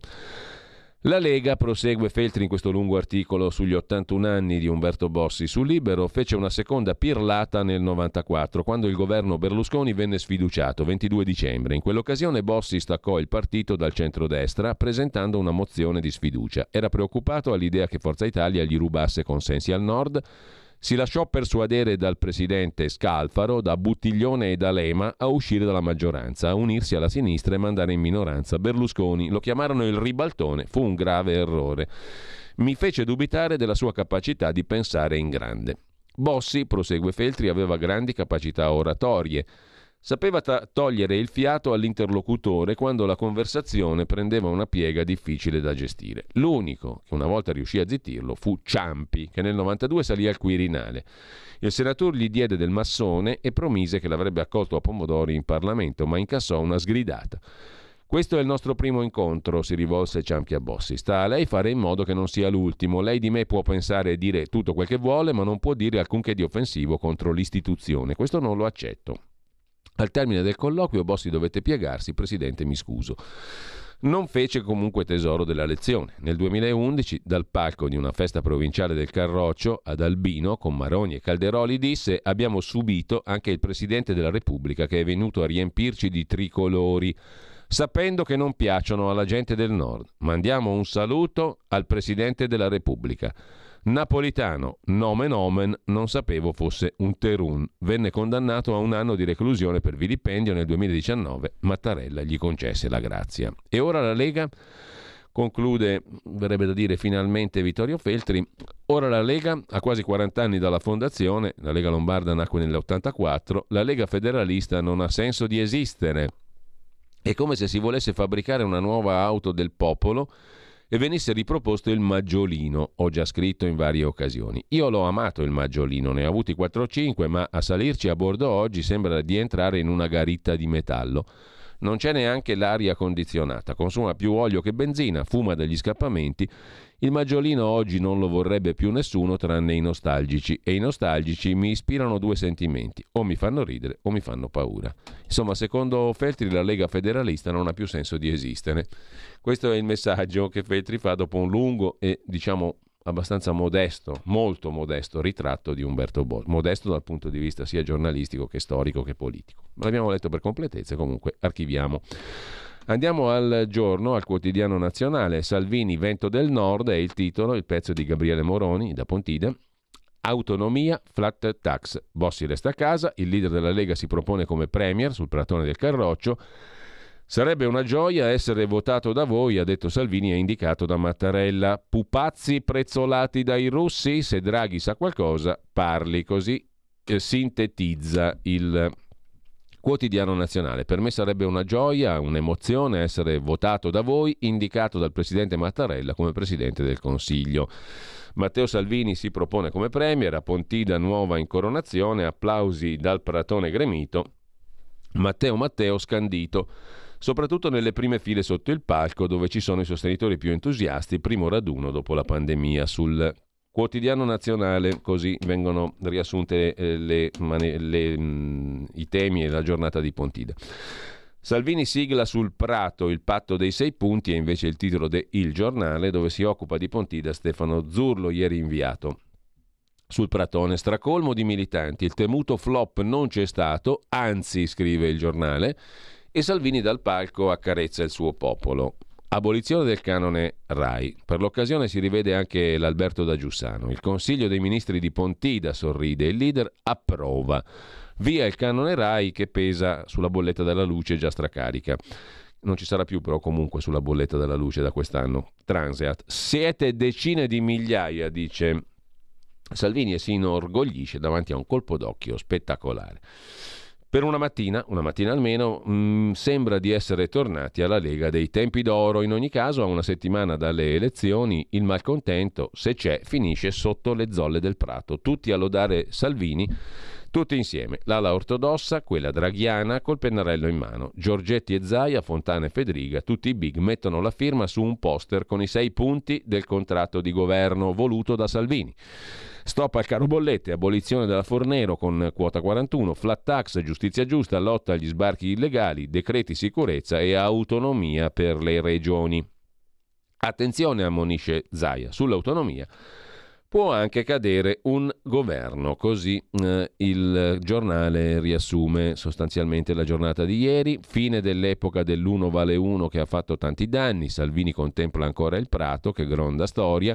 La Lega, prosegue Feltri in questo lungo articolo sugli ottantuno anni di Umberto Bossi su Libero, fece una seconda pirlata nel novantaquattro, quando il governo Berlusconi venne sfiduciato, ventidue dicembre. In quell'occasione Bossi staccò il partito dal centrodestra presentando una mozione di sfiducia. Era preoccupato all'idea che Forza Italia gli rubasse consensi al nord. Si lasciò persuadere dal presidente Scalfaro, da Buttiglione e da Lema a uscire dalla maggioranza, a unirsi alla sinistra e mandare in minoranza Berlusconi. Lo chiamarono il ribaltone, fu un grave errore. Mi fece dubitare della sua capacità di pensare in grande. Bossi, prosegue Feltri, aveva grandi capacità oratorie. Sapeva ta- togliere il fiato all'interlocutore quando la conversazione prendeva una piega difficile da gestire. L'unico che una volta riuscì a zittirlo fu Ciampi, che nel novantadue salì al Quirinale. Il senatore gli diede del massone e promise che l'avrebbe accolto a pomodori in Parlamento, ma incassò una sgridata. Questo è il nostro primo incontro, si rivolse Ciampi a Bossi. Sta a lei fare in modo che non sia l'ultimo. Lei di me può pensare e dire tutto quel che vuole, ma non può dire alcunché di offensivo contro l'istituzione. Questo non lo accetto. Al termine del colloquio Bossi dovette piegarsi: Presidente, mi scuso. Non fece comunque tesoro della lezione. Nel duemilaundici, dal palco di una festa provinciale del Carroccio ad Albino, con Maroni e Calderoli, disse: abbiamo subito anche il Presidente della Repubblica che è venuto a riempirci di tricolori, sapendo che non piacciono alla gente del Nord. Mandiamo un saluto al Presidente della Repubblica. Napolitano, nomen omen, non sapevo fosse un terun. Venne condannato a un anno di reclusione per vilipendio nel duemiladiciannove. Mattarella gli concesse la grazia. E ora la Lega, conclude, verrebbe da dire finalmente Vittorio Feltri, ora la Lega ha quasi quaranta anni dalla fondazione, la Lega Lombarda nacque nell'ottantaquattro, la Lega federalista non ha senso di esistere. È come se si volesse fabbricare una nuova auto del popolo e venisse riproposto il Maggiolino. Ho già scritto in varie occasioni. Io l'ho amato il Maggiolino, ne ho avuti quattro o cinque, ma a salirci a bordo oggi sembra di entrare in una garitta di metallo. Non c'è neanche l'aria condizionata, consuma più olio che benzina, fuma dagli scappamenti. Il Maggiolino oggi non lo vorrebbe più nessuno tranne i nostalgici, e i nostalgici mi ispirano due sentimenti: o mi fanno ridere o mi fanno paura. Insomma, secondo Feltri la Lega federalista non ha più senso di esistere. Questo è il messaggio che Feltri fa dopo un lungo e, diciamo, abbastanza modesto, molto modesto ritratto di Umberto Bossi, modesto dal punto di vista sia giornalistico che storico che politico. L'abbiamo letto per completezza, comunque archiviamo. Andiamo al Giorno, al quotidiano nazionale. Salvini, vento del nord è il titolo, il pezzo di Gabriele Moroni da Pontide. Autonomia, flat tax. Bossi resta a casa, il leader della Lega si propone come premier sul pratone del Carroccio. Sarebbe una gioia essere votato da voi, ha detto Salvini e indicato da Mattarella. Pupazzi prezzolati dai russi? Se Draghi sa qualcosa, parli. Così eh, sintetizza il Quotidiano Nazionale. Per me sarebbe una gioia, un'emozione essere votato da voi, indicato dal presidente Mattarella come presidente del Consiglio. Matteo Salvini si propone come premier, a Pontida nuova incoronazione, applausi dal Pratone gremito. Matteo Matteo scandito, soprattutto nelle prime file sotto il palco dove ci sono i sostenitori più entusiasti, primo raduno dopo la pandemia. Sul Quotidiano Nazionale così vengono riassunte eh, le, le, mh, i temi e la giornata di Pontida. Salvini sigla sul Prato il patto dei sei punti, è invece il titolo de Il Giornale, dove si occupa di Pontida Stefano Zurlo, ieri inviato. Sul Pratone, stracolmo di militanti, il temuto flop non c'è stato, anzi, scrive il Giornale, e Salvini dal palco accarezza il suo popolo. Abolizione del canone Rai. Per l'occasione si rivede anche l'Alberto da Giussano. Il Consiglio dei Ministri di Pontida sorride, il leader approva. Via il canone Rai che pesa sulla bolletta della luce già stracarica. Non ci sarà più però comunque sulla bolletta della luce da quest'anno. Transeat. Siete decine di migliaia, dice Salvini, e si inorgoglisce davanti a un colpo d'occhio spettacolare. Per una mattina, una mattina almeno, mh, sembra di essere tornati alla Lega dei tempi d'oro. In ogni caso, a una settimana dalle elezioni, il malcontento, se c'è, finisce sotto le zolle del Prato. Tutti a lodare Salvini, tutti insieme. L'ala ortodossa, quella draghiana, col pennarello in mano. Giorgetti e Zaia, Fontana e Fedriga, tutti i big mettono la firma su un poster con i sei punti del contratto di governo voluto da Salvini. Stop al caro bollette, abolizione della Fornero con quota quarantuno, flat tax, giustizia giusta, lotta agli sbarchi illegali, decreti sicurezza e autonomia per le regioni. Attenzione, ammonisce Zaia, sull'autonomia può anche cadere un governo, così eh, il Giornale riassume sostanzialmente la giornata di ieri, fine dell'epoca dell'uno vale uno che ha fatto tanti danni. Salvini contempla ancora il Prato, che gronda storia,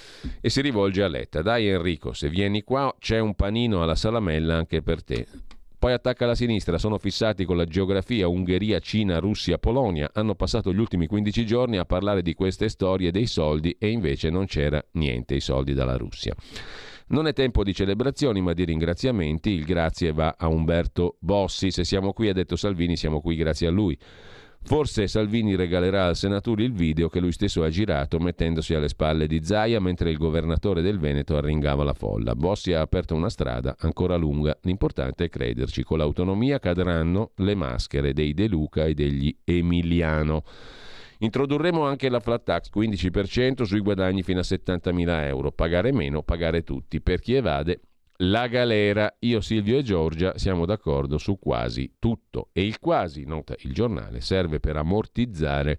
e si rivolge a Letta. Dai Enrico, se vieni qua c'è un panino alla salamella anche per te. Poi attacca la sinistra, sono fissati con la geografia, Ungheria, Cina, Russia, Polonia. Hanno passato gli ultimi quindici giorni a parlare di queste storie dei soldi e invece non c'era niente, i soldi dalla Russia. Non è tempo di celebrazioni ma di ringraziamenti. Il grazie va a Umberto Bossi. Se siamo qui, ha detto Salvini, siamo qui grazie a lui. Forse Salvini regalerà al senatore il video che lui stesso ha girato mettendosi alle spalle di Zaia mentre il governatore del Veneto arringava la folla. Bossi ha aperto una strada ancora lunga, l'importante è crederci. Con l'autonomia cadranno le maschere dei De Luca e degli Emiliano. Introdurremo anche la flat tax, quindici per cento sui guadagni fino a settantamila euro. Pagare meno, pagare tutti. Per chi evade, la galera. Io, Silvio e Giorgia siamo d'accordo su quasi tutto. E il quasi, nota il Giornale, serve per ammortizzare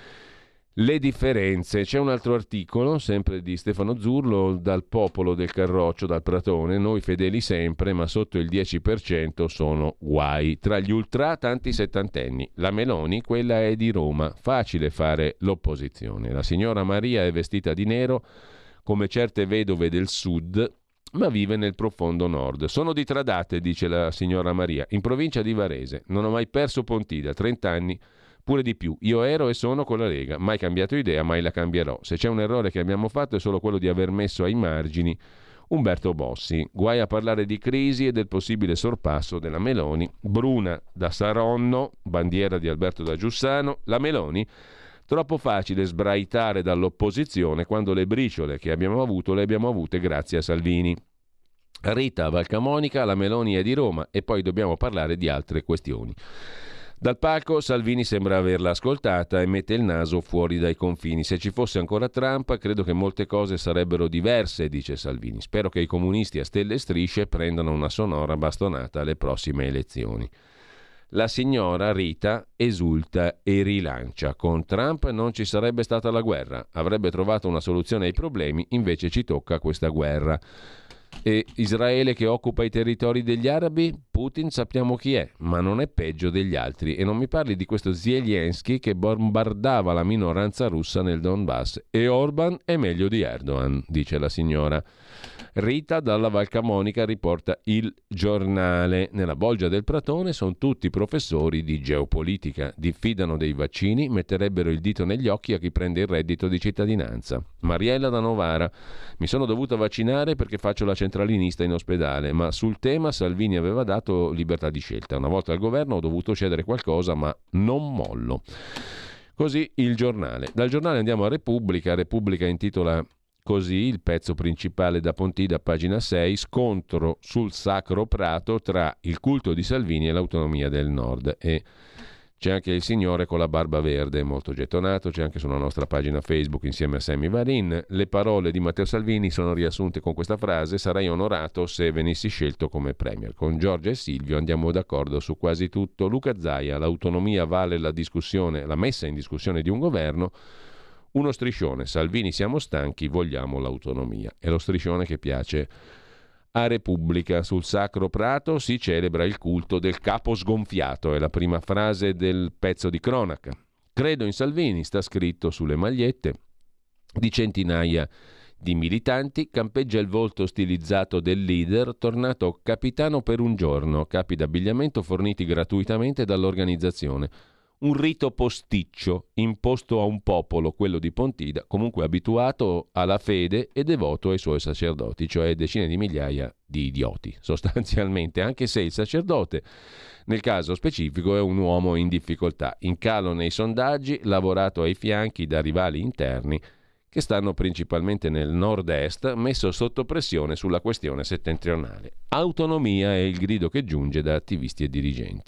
le differenze. C'è un altro articolo, sempre di Stefano Zurlo, dal popolo del Carroccio, dal Pratone. Noi fedeli sempre, ma sotto il dieci per cento sono guai. Tra gli ultra, tanti settantenni. La Meloni, quella è di Roma. Facile fare l'opposizione. La signora Maria è vestita di nero, come certe vedove del sud, ma vive nel profondo nord. Sono di Tradate, dice la signora Maria, in provincia di Varese. Non ho mai perso Pontida, trenta anni, pure di più. Io ero e sono con la Lega, mai cambiato idea, mai la cambierò. Se c'è un errore che abbiamo fatto è solo quello di aver messo ai margini Umberto Bossi. Guai a parlare di crisi e del possibile sorpasso della Meloni. Bruna da Saronno, bandiera di Alberto da Giussano. La Meloni, troppo facile sbraitare dall'opposizione quando le briciole che abbiamo avuto le abbiamo avute grazie a Salvini. Rita Valcamonica, la Meloni è di Roma e poi dobbiamo parlare di altre questioni. Dal palco Salvini sembra averla ascoltata e mette il naso fuori dai confini. Se ci fosse ancora Trump, credo che molte cose sarebbero diverse, dice Salvini. Spero che i comunisti a stelle e strisce prendano una sonora bastonata alle prossime elezioni. La signora Rita esulta e rilancia. Con Trump non ci sarebbe stata la guerra, avrebbe trovato una soluzione ai problemi, invece ci tocca questa guerra. E Israele che occupa i territori degli arabi? Putin sappiamo chi è, ma non è peggio degli altri. E non mi parli di questo Zelensky che bombardava la minoranza russa nel Donbass. E Orban è meglio di Erdogan, dice la signora. Rita dalla Val Camonica riporta Il Giornale. Nella bolgia del Pratone sono tutti professori di geopolitica. Diffidano dei vaccini, metterebbero il dito negli occhi a chi prende il reddito di cittadinanza. Mariella da Novara. Mi sono dovuta vaccinare perché faccio la centralinista in ospedale, ma sul tema Salvini aveva dato libertà di scelta. Una volta al governo ho dovuto cedere qualcosa, ma non mollo. Così Il Giornale. Dal Giornale andiamo a Repubblica. Repubblica intitola così il pezzo principale da Pontida, pagina sei, scontro sul Sacro Prato tra il culto di Salvini e l'autonomia del Nord. E c'è anche il signore con la barba verde, molto gettonato, c'è anche sulla nostra pagina Facebook insieme a Sammy Varin. Le parole di Matteo Salvini sono riassunte con questa frase: sarei onorato se venissi scelto come premier. Con Giorgia e Silvio andiamo d'accordo su quasi tutto. Luca Zaia, l'autonomia vale la discussione, la messa in discussione di un governo. Uno striscione, Salvini siamo stanchi, vogliamo l'autonomia. È lo striscione che piace a Repubblica. Sul Sacro Prato si celebra il culto del capo sgonfiato, è la prima frase del pezzo di cronaca. Credo in Salvini, sta scritto sulle magliette di centinaia di militanti. Campeggia il volto stilizzato del leader, tornato capitano per un giorno, capi d'abbigliamento forniti gratuitamente dall'organizzazione. Un rito posticcio imposto a un popolo, quello di Pontida, comunque abituato alla fede e devoto ai suoi sacerdoti, cioè decine di migliaia di idioti, sostanzialmente, anche se il sacerdote, nel caso specifico, è un uomo in difficoltà, in calo nei sondaggi, lavorato ai fianchi da rivali interni che stanno principalmente nel nord-est, messo sotto pressione sulla questione settentrionale. Autonomia è il grido che giunge da attivisti e dirigenti.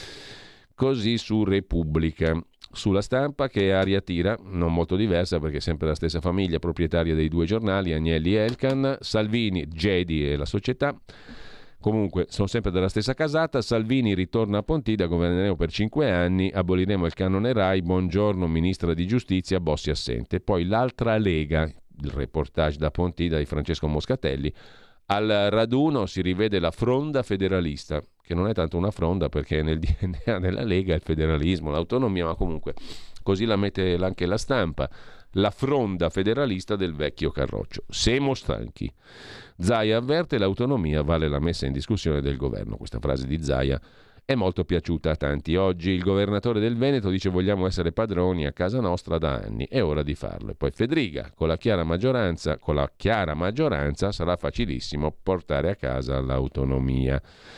Così su Repubblica. Sulla Stampa, che aria tira, non molto diversa perché è sempre la stessa famiglia proprietaria dei due giornali, Agnelli e Elkann, Salvini, Gedi e la società, comunque sono sempre della stessa casata. Salvini ritorna a Pontida, governeremo per cinque anni, aboliremo il canone Rai, buongiorno ministra di giustizia, Bossi assente. Poi l'altra Lega, il reportage da Pontida di Francesco Moscatelli. Al raduno si rivede la fronda federalista, che non è tanto una fronda perché è nel D N A della Lega il federalismo, l'autonomia, ma comunque così la mette anche la Stampa, la fronda federalista del vecchio Carroccio. Siamo stanchi. Zaia avverte: l'autonomia vale la messa in discussione del governo. Questa frase di Zaia è molto piaciuta a tanti. Oggi il governatore del Veneto dice: vogliamo essere padroni a casa nostra da anni, è ora di farlo. E poi Fedriga, con la chiara maggioranza, con la chiara maggioranza sarà facilissimo portare a casa l'autonomia.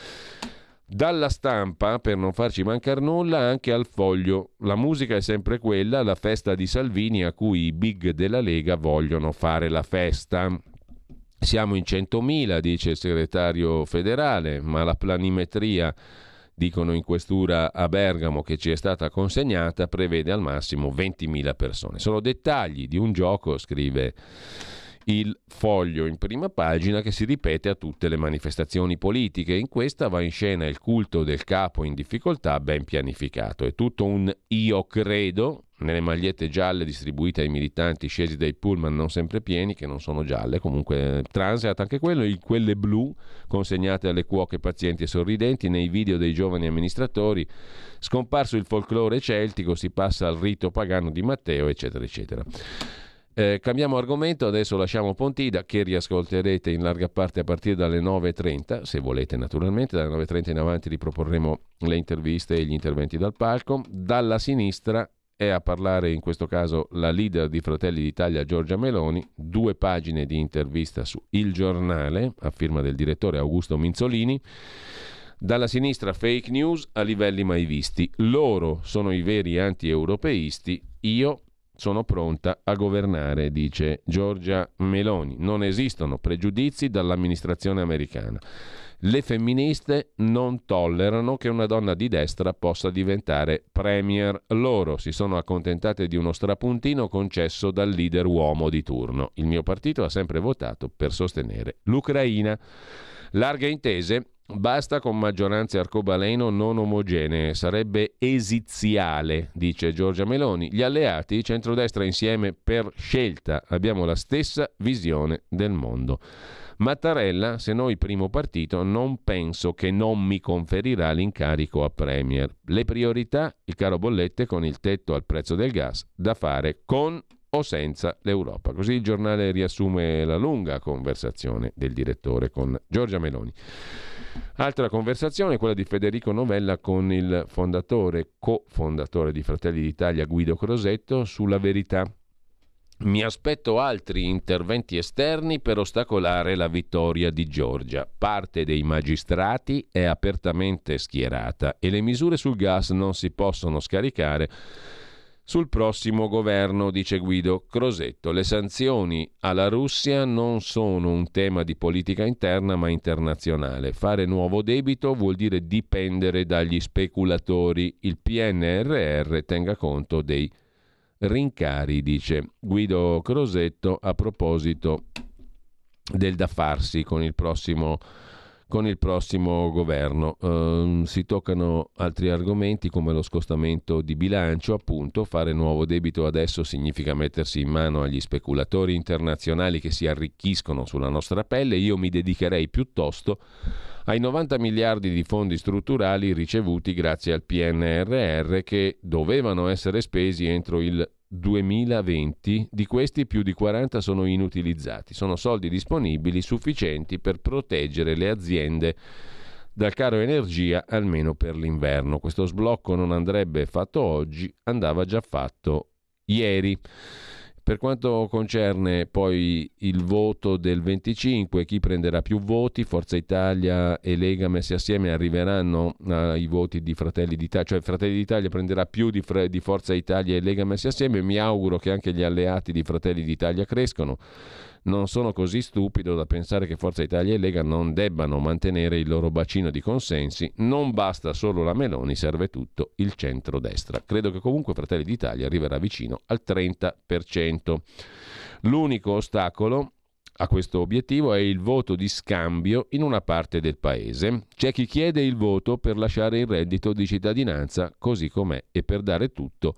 Dalla Stampa, per non farci mancare nulla, anche al Foglio. La musica è sempre quella, la festa di Salvini a cui i big della Lega vogliono fare la festa. Siamo in centomila, dice il segretario federale, ma la planimetria, dicono in questura a Bergamo, che ci è stata consegnata, prevede al massimo ventimila persone. Sono dettagli di un gioco, scrive il Foglio in prima pagina, che si ripete a tutte le manifestazioni politiche. In questa va in scena il culto del capo in difficoltà, ben pianificato. È tutto un io credo, nelle magliette gialle distribuite ai militanti scesi dai pullman non sempre pieni, che non sono gialle, comunque Transat anche quello, in quelle blu consegnate alle cuoche pazienti e sorridenti. Nei video dei giovani amministratori, scomparso il folklore celtico, si passa al rito pagano di Matteo, eccetera eccetera. Eh, cambiamo argomento, adesso lasciamo Pontida, che riascolterete in larga parte a partire dalle nove e trenta, se volete naturalmente. Dalle nove e trenta in avanti riproporremo le interviste e gli interventi dal palco. Dalla sinistra è a parlare in questo caso la leader di Fratelli d'Italia Giorgia Meloni, due pagine di intervista su Il Giornale a firma del direttore Augusto Minzolini. Dalla sinistra fake news a livelli mai visti, loro sono i veri anti-europeisti, io sono pronta a governare, dice Giorgia Meloni. Non esistono pregiudizi dall'amministrazione americana. Le femministe non tollerano che una donna di destra possa diventare premier. Loro si sono accontentate di uno strapuntino concesso dal leader uomo di turno. Il mio partito ha sempre votato per sostenere l'Ucraina. Larghe intese Basta con maggioranze arcobaleno non omogenee, sarebbe esiziale, dice Giorgia Meloni. Gli alleati, centrodestra insieme per scelta, abbiamo la stessa visione del mondo. Mattarella, se noi primo partito, non penso che non mi conferirà l'incarico a Premier. Le priorità, il caro bollette con il tetto al prezzo del gas, da fare con o senza l'Europa. Così il giornale riassume la lunga conversazione del direttore con Giorgia Meloni. Altra conversazione, quella di Federico Novella con il fondatore, cofondatore di Fratelli d'Italia Guido Crosetto, sulla Verità. Mi aspetto altri interventi esterni per ostacolare la vittoria di Giorgia. Parte dei magistrati è apertamente schierata e le misure sul gas non si possono scaricare sul prossimo governo, dice Guido Crosetto. Le sanzioni alla Russia non sono un tema di politica interna ma internazionale. Fare nuovo debito vuol dire dipendere dagli speculatori. Il P N R R tenga conto dei rincari, dice Guido Crosetto a proposito del da farsi con il prossimo con il prossimo governo. Uh, si toccano altri argomenti come lo scostamento di bilancio, appunto. Fare nuovo debito adesso significa mettersi in mano agli speculatori internazionali che si arricchiscono sulla nostra pelle. Io mi dedicherei piuttosto ai novanta miliardi di fondi strutturali ricevuti grazie al P N R R che dovevano essere spesi entro il duemilaventi. Di questi più di quaranta sono inutilizzati. Sono soldi disponibili sufficienti per proteggere le aziende dal caro energia almeno per l'inverno. Questo sblocco non andrebbe fatto oggi, andava già fatto ieri. Per quanto concerne poi il voto del venticinque, chi prenderà più voti, Forza Italia e Lega messi assieme arriveranno ai voti di Fratelli d'Italia, cioè Fratelli d'Italia prenderà più di, Fre- di Forza Italia e Lega messi assieme. Mi auguro che anche gli alleati di Fratelli d'Italia crescono. Non sono così stupido da pensare che Forza Italia e Lega non debbano mantenere il loro bacino di consensi. Non basta solo la Meloni, serve tutto il centrodestra. Credo che comunque Fratelli d'Italia arriverà vicino al trenta per cento. L'unico ostacolo a questo obiettivo è il voto di scambio in una parte del paese. C'è chi chiede il voto per lasciare il reddito di cittadinanza così com'è e per dare tutto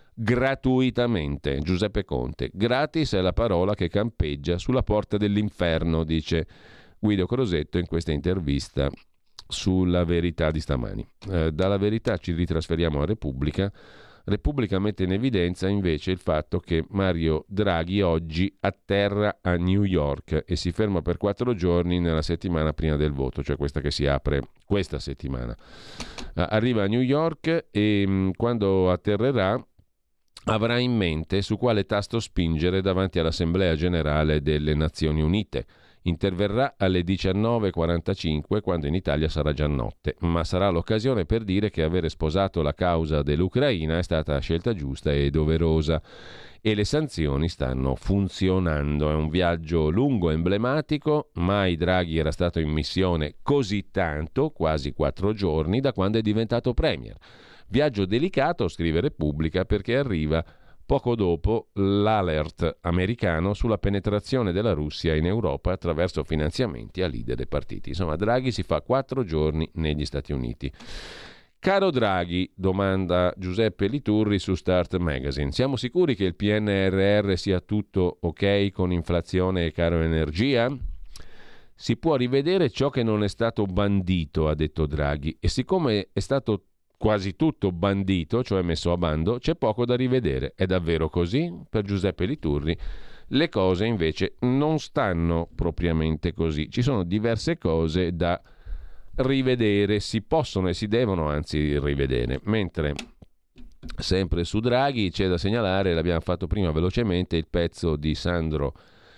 gratuitamente. Giuseppe Conte. Gratis è la parola che campeggia sulla porta dell'inferno, dice Guido Crosetto in questa intervista sulla Verità di stamani. Eh, dalla Verità ci ritrasferiamo a Repubblica. Repubblica mette in evidenza invece il fatto che Mario Draghi oggi atterra a New York e si ferma per quattro giorni nella settimana prima del voto, cioè questa che si apre questa settimana. Eh, arriva a New York e mh, quando atterrerà avrà in mente su quale tasto spingere davanti all'Assemblea Generale delle Nazioni Unite. Interverrà alle diciannove e quarantacinque, quando in Italia sarà già notte, ma sarà l'occasione per dire che avere sposato la causa dell'Ucraina è stata scelta giusta e doverosa e le sanzioni stanno funzionando. È un viaggio lungo e emblematico. Mai Draghi era stato in missione così tanto, quasi quattro giorni, da quando è diventato premier. Viaggio delicato, scrive Repubblica, perché arriva poco dopo l'alert americano sulla penetrazione della Russia in Europa attraverso finanziamenti a leader e partiti. Insomma, Draghi si fa quattro giorni negli Stati Uniti. Caro Draghi, domanda Giuseppe Liturri su Start Magazine, siamo sicuri che il P N R R sia tutto ok con inflazione e caro energia? Si può rivedere ciò che non è stato bandito, ha detto Draghi, e siccome è stato quasi tutto bandito, cioè messo a bando, c'è poco da rivedere. È davvero così? Per Giuseppe Liturri le cose invece non stanno propriamente così. Ci sono diverse cose da rivedere, si possono e si devono anzi rivedere. Mentre sempre su Draghi c'è da segnalare, l'abbiamo fatto prima velocemente, il pezzo di Sandro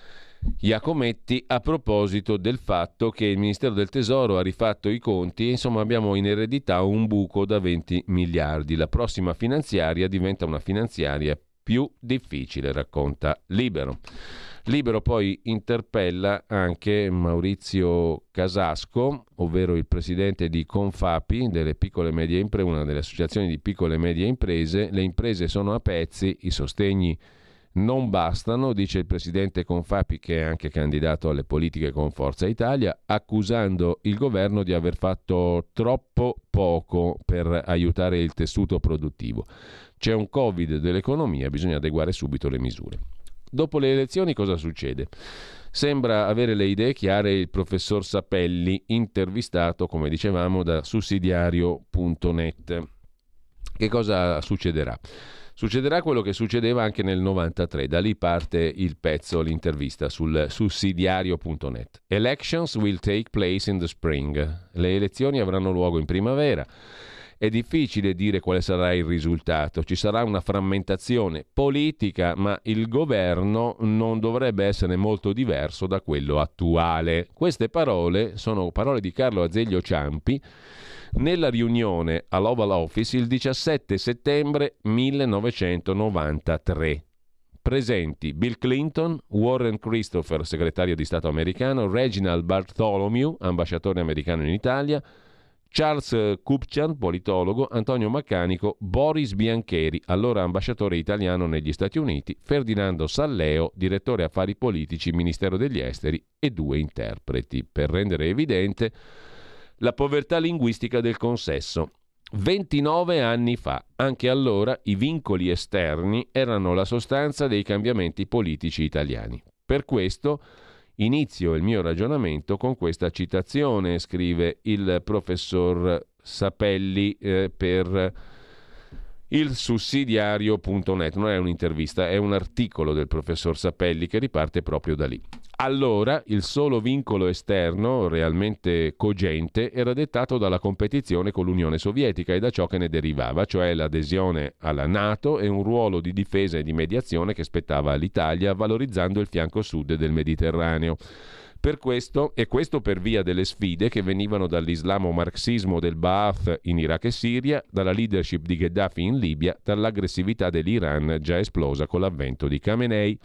Iacometti a proposito del fatto che il Ministero del Tesoro ha rifatto i conti e insomma abbiamo in eredità un buco da venti miliardi. La prossima finanziaria diventa una finanziaria più difficile, racconta Libero. Libero poi interpella anche Maurizio Casasco, ovvero il presidente di Confapi, delle piccole e medie imprese, una delle associazioni di piccole e medie imprese. Le imprese sono a pezzi, i sostegni Non bastano, dice il presidente Confapi, che è anche candidato alle politiche con Forza Italia, accusando il governo di aver fatto troppo poco per aiutare il tessuto produttivo. C'è un Covid dell'economia, bisogna adeguare subito le misure. Dopo le elezioni cosa succede? Sembra avere le idee chiare il professor Sapelli, intervistato, come dicevamo, da sussidiario punto net. Che cosa succederà? Succederà quello che succedeva anche nel novantatré, da lì parte il pezzo, l'intervista sul sussidiario punto net. Elections will take place in the spring. Le elezioni avranno luogo in primavera. È difficile dire quale sarà il risultato. Ci sarà una frammentazione politica, ma il governo non dovrebbe essere molto diverso da quello attuale. Queste parole sono parole di Carlo Azeglio Ciampi nella riunione all'Oval Office il diciassette settembre millenovecentonovantatré. Presenti Bill Clinton, Warren Christopher, segretario di Stato americano, Reginald Bartholomew, ambasciatore americano in Italia, Charles Kupchan, politologo, Antonio Maccanico, Boris Biancheri, allora ambasciatore italiano negli Stati Uniti, Ferdinando Salleo, direttore affari politici, Ministero degli Esteri, e due interpreti, per rendere evidente la povertà linguistica del consesso. ventinove anni fa, anche allora i vincoli esterni erano la sostanza dei cambiamenti politici italiani. Per questo inizio il mio ragionamento con questa citazione, scrive il professor Sapelli eh, per il sussidiario punto net. Non è un'intervista, è un articolo del professor Sapelli che riparte proprio da lì. Allora il solo vincolo esterno realmente cogente era dettato dalla competizione con l'Unione Sovietica e da ciò che ne derivava, cioè l'adesione alla NATO e un ruolo di difesa e di mediazione che spettava all'Italia, valorizzando il fianco sud del Mediterraneo. Per questo, e questo per via delle sfide che venivano dall'islamo-marxismo del Ba'ath in Iraq e Siria, dalla leadership di Gheddafi in Libia, dall'aggressività dell'Iran già esplosa con l'avvento di Khamenei.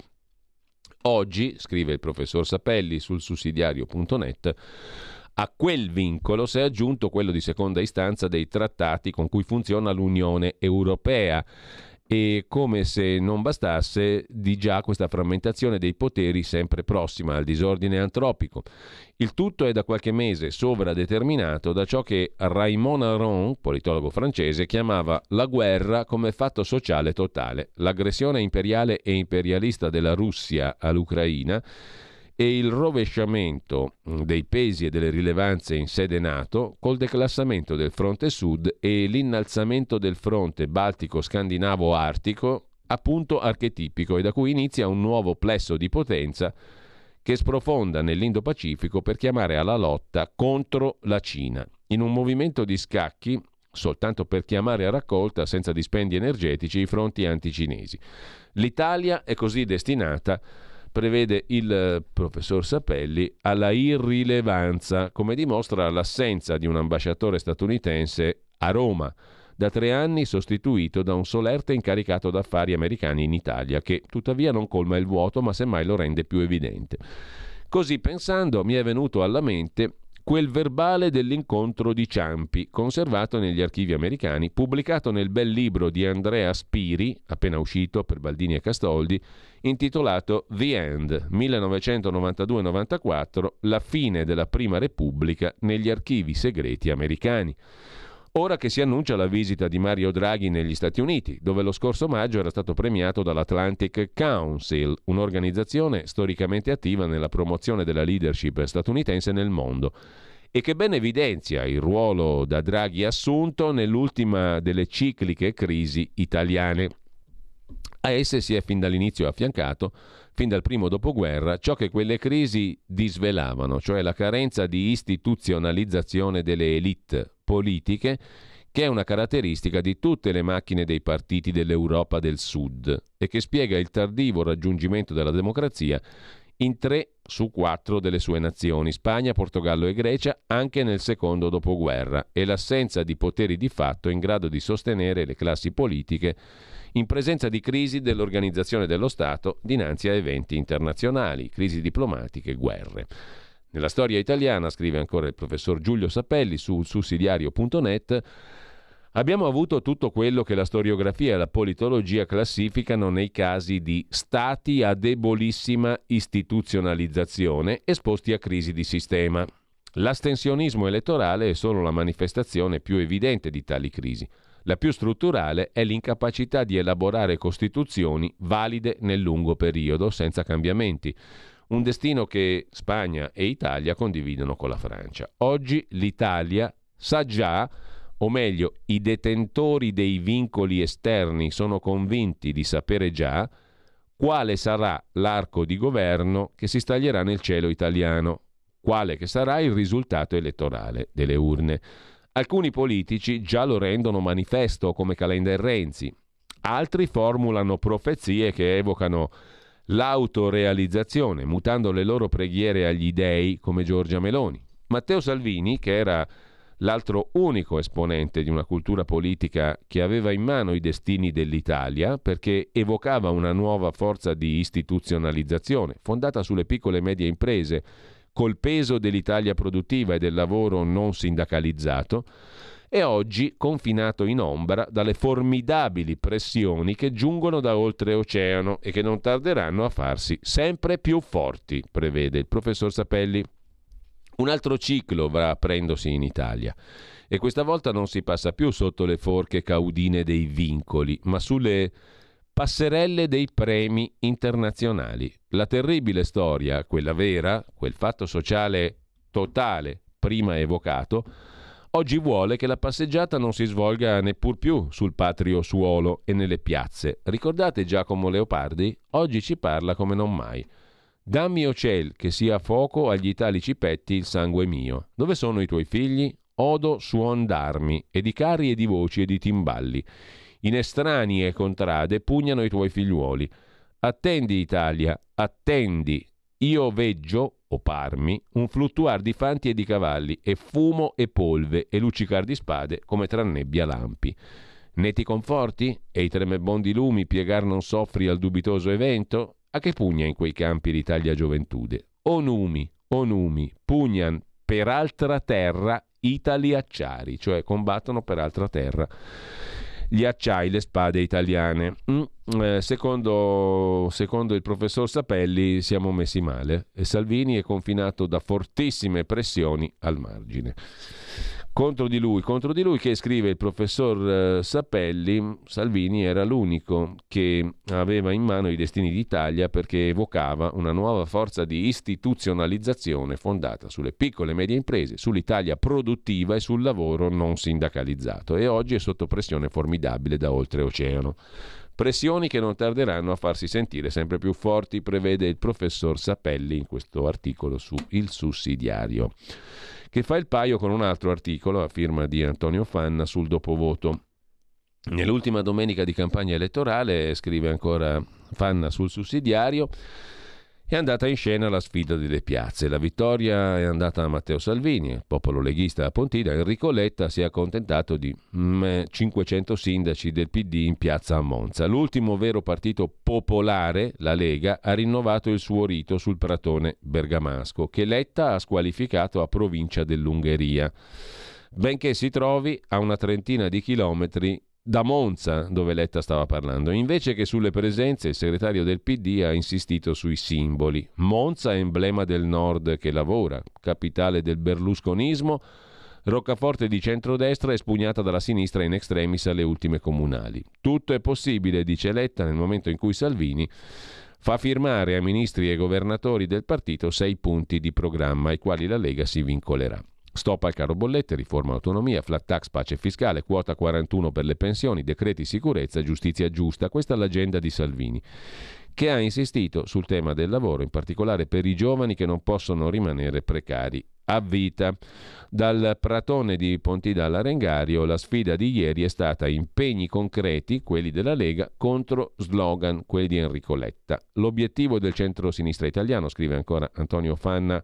Oggi, scrive il professor Sapelli sul sussidiario punto net, a quel vincolo si è aggiunto quello di seconda istanza dei trattati con cui funziona l'Unione Europea. E come se non bastasse, di già questa frammentazione dei poteri sempre prossima al disordine antropico. Il tutto è da qualche mese sovradeterminato da ciò che Raymond Aron, politologo francese, chiamava la guerra come fatto sociale totale, l'aggressione imperiale e imperialista della Russia all'Ucraina e il rovesciamento dei pesi e delle rilevanze in sede NATO col declassamento del fronte sud e l'innalzamento del fronte baltico-scandinavo-artico a punto archetipico e da cui inizia un nuovo plesso di potenza che sprofonda nell'Indo-Pacifico per chiamare alla lotta contro la Cina, in un movimento di scacchi soltanto per chiamare a raccolta senza dispendi energetici i fronti anticinesi. L'Italia è così destinata, prevede il professor Sapelli, alla irrilevanza, come dimostra l'assenza di un ambasciatore statunitense a Roma, da tre anni sostituito da un solerte incaricato d'affari americani in Italia, che tuttavia non colma il vuoto, ma semmai lo rende più evidente. Così pensando, mi è venuto alla mente quel verbale dell'incontro di Ciampi, conservato negli archivi americani, pubblicato nel bel libro di Andrea Spiri, appena uscito per Baldini e Castoldi, intitolato The End, millenovecentonovantadue novantaquattro, la fine della Prima Repubblica negli archivi segreti americani. Ora che si annuncia la visita di Mario Draghi negli Stati Uniti, dove lo scorso maggio era stato premiato dall'Atlantic Council, un'organizzazione storicamente attiva nella promozione della leadership statunitense nel mondo, e che ben evidenzia il ruolo da Draghi assunto nell'ultima delle cicliche crisi italiane. A esse si è fin dall'inizio affiancato, fin dal primo dopoguerra, ciò che quelle crisi disvelavano, cioè la carenza di istituzionalizzazione delle élite politiche, che è una caratteristica di tutte le macchine dei partiti dell'Europa del Sud e che spiega il tardivo raggiungimento della democrazia in tre su quattro delle sue nazioni, Spagna, Portogallo e Grecia, anche nel secondo dopoguerra, e l'assenza di poteri di fatto in grado di sostenere le classi politiche in presenza di crisi dell'organizzazione dello Stato dinanzi a eventi internazionali, crisi diplomatiche, guerre. Nella storia italiana, scrive ancora il professor Giulio Sapelli sul sussidiario punto net, Abbiamo avuto tutto quello che la storiografia e la politologia classificano nei casi di stati a debolissima istituzionalizzazione esposti a crisi di sistema. L'astensionismo elettorale è solo la manifestazione più evidente di tali crisi. La più strutturale è l'incapacità di elaborare costituzioni valide nel lungo periodo, senza cambiamenti. Un destino che Spagna e Italia condividono con la Francia. Oggi l'Italia sa già, o meglio, i detentori dei vincoli esterni sono convinti di sapere già quale sarà l'arco di governo che si staglierà nel cielo italiano, quale che sarà il risultato elettorale delle urne. Alcuni politici già lo rendono manifesto, come Calenda e Renzi. Altri formulano profezie che evocano l'autorealizzazione, mutando le loro preghiere agli dei, come Giorgia Meloni. Matteo Salvini, che era l'altro unico esponente di una cultura politica che aveva in mano i destini dell'Italia, perché evocava una nuova forza di istituzionalizzazione, fondata sulle piccole e medie imprese, col peso dell'Italia produttiva e del lavoro non sindacalizzato, è oggi confinato in ombra dalle formidabili pressioni che giungono da oltreoceano e che non tarderanno a farsi sempre più forti, prevede il professor Sapelli. Un altro ciclo va aprendosi in Italia e questa volta non si passa più sotto le forche caudine dei vincoli, ma sulle passerelle dei premi internazionali. La terribile storia, quella vera, quel fatto sociale totale prima evocato, oggi vuole che la passeggiata non si svolga neppur più sul patrio suolo e nelle piazze. Ricordate Giacomo Leopardi? Oggi ci parla come non mai. Dammi, o ciel, che sia a fuoco agli italici petti il sangue mio. Dove sono i tuoi figli? Odo suon d'armi, e di carri e di voci e di timballi. In estranee contrade pugnano i tuoi figliuoli. Attendi, Italia, attendi. Io veggio, o parmi, un fluttuar di fanti e di cavalli, e fumo e polve, e luccicar di spade come tra nebbia lampi. Ne ti conforti? E i tremebondi lumi piegar non soffri al dubitoso evento? A che pugna in quei campi l'Italia gioventude? O numi, o numi, pugnan per altra terra Itali acciari, cioè combattono per altra terra gli acciai, le spade italiane. Mm, eh, secondo, secondo il professor Sapelli siamo messi male e Salvini è confinato da fortissime pressioni al margine. Contro di lui, contro di lui che scrive il professor Sapelli, Salvini era l'unico che aveva in mano i destini d'Italia perché evocava una nuova forza di istituzionalizzazione fondata sulle piccole e medie imprese, sull'Italia produttiva e sul lavoro non sindacalizzato, e oggi è sotto pressione formidabile da oltreoceano. Pressioni che non tarderanno a farsi sentire sempre più forti, prevede il professor Sapelli in questo articolo su Il Sussidiario, che fa il paio con un altro articolo a firma di Antonio Fanna sul dopovoto. Nell'ultima domenica di campagna elettorale, scrive ancora Fanna sul Sussidiario, è andata in scena la sfida delle piazze. La vittoria è andata a Matteo Salvini, il popolo leghista a Pontida. Enrico Letta si è accontentato di mm, cinquecento sindaci del P D in piazza a Monza. L'ultimo vero partito popolare, la Lega, ha rinnovato il suo rito sul pratone bergamasco, che Letta ha squalificato a provincia dell'Ungheria, benché si trovi a una trentina di chilometri da Monza, dove Letta stava parlando. Invece che sulle presenze, il segretario del P D ha insistito sui simboli. Monza è emblema del nord che lavora, capitale del berlusconismo, roccaforte di centrodestra espugnata dalla sinistra in extremis alle ultime comunali. Tutto è possibile, dice Letta, nel momento in cui Salvini fa firmare a ministri e governatori del partito sei punti di programma ai quali la Lega si vincolerà. Stop al caro bollette, riforma autonomia, flat tax, pace fiscale, quota quarantuno per le pensioni, decreti sicurezza, giustizia giusta. Questa è l'agenda di Salvini, che ha insistito sul tema del lavoro, in particolare per i giovani che non possono rimanere precari a vita. Dal pratone di Pontida all'Arengario, la sfida di ieri è stata impegni concreti, quelli della Lega, contro slogan, quelli di Enrico Letta. L'obiettivo del centro-sinistra italiano, scrive ancora Antonio Fanna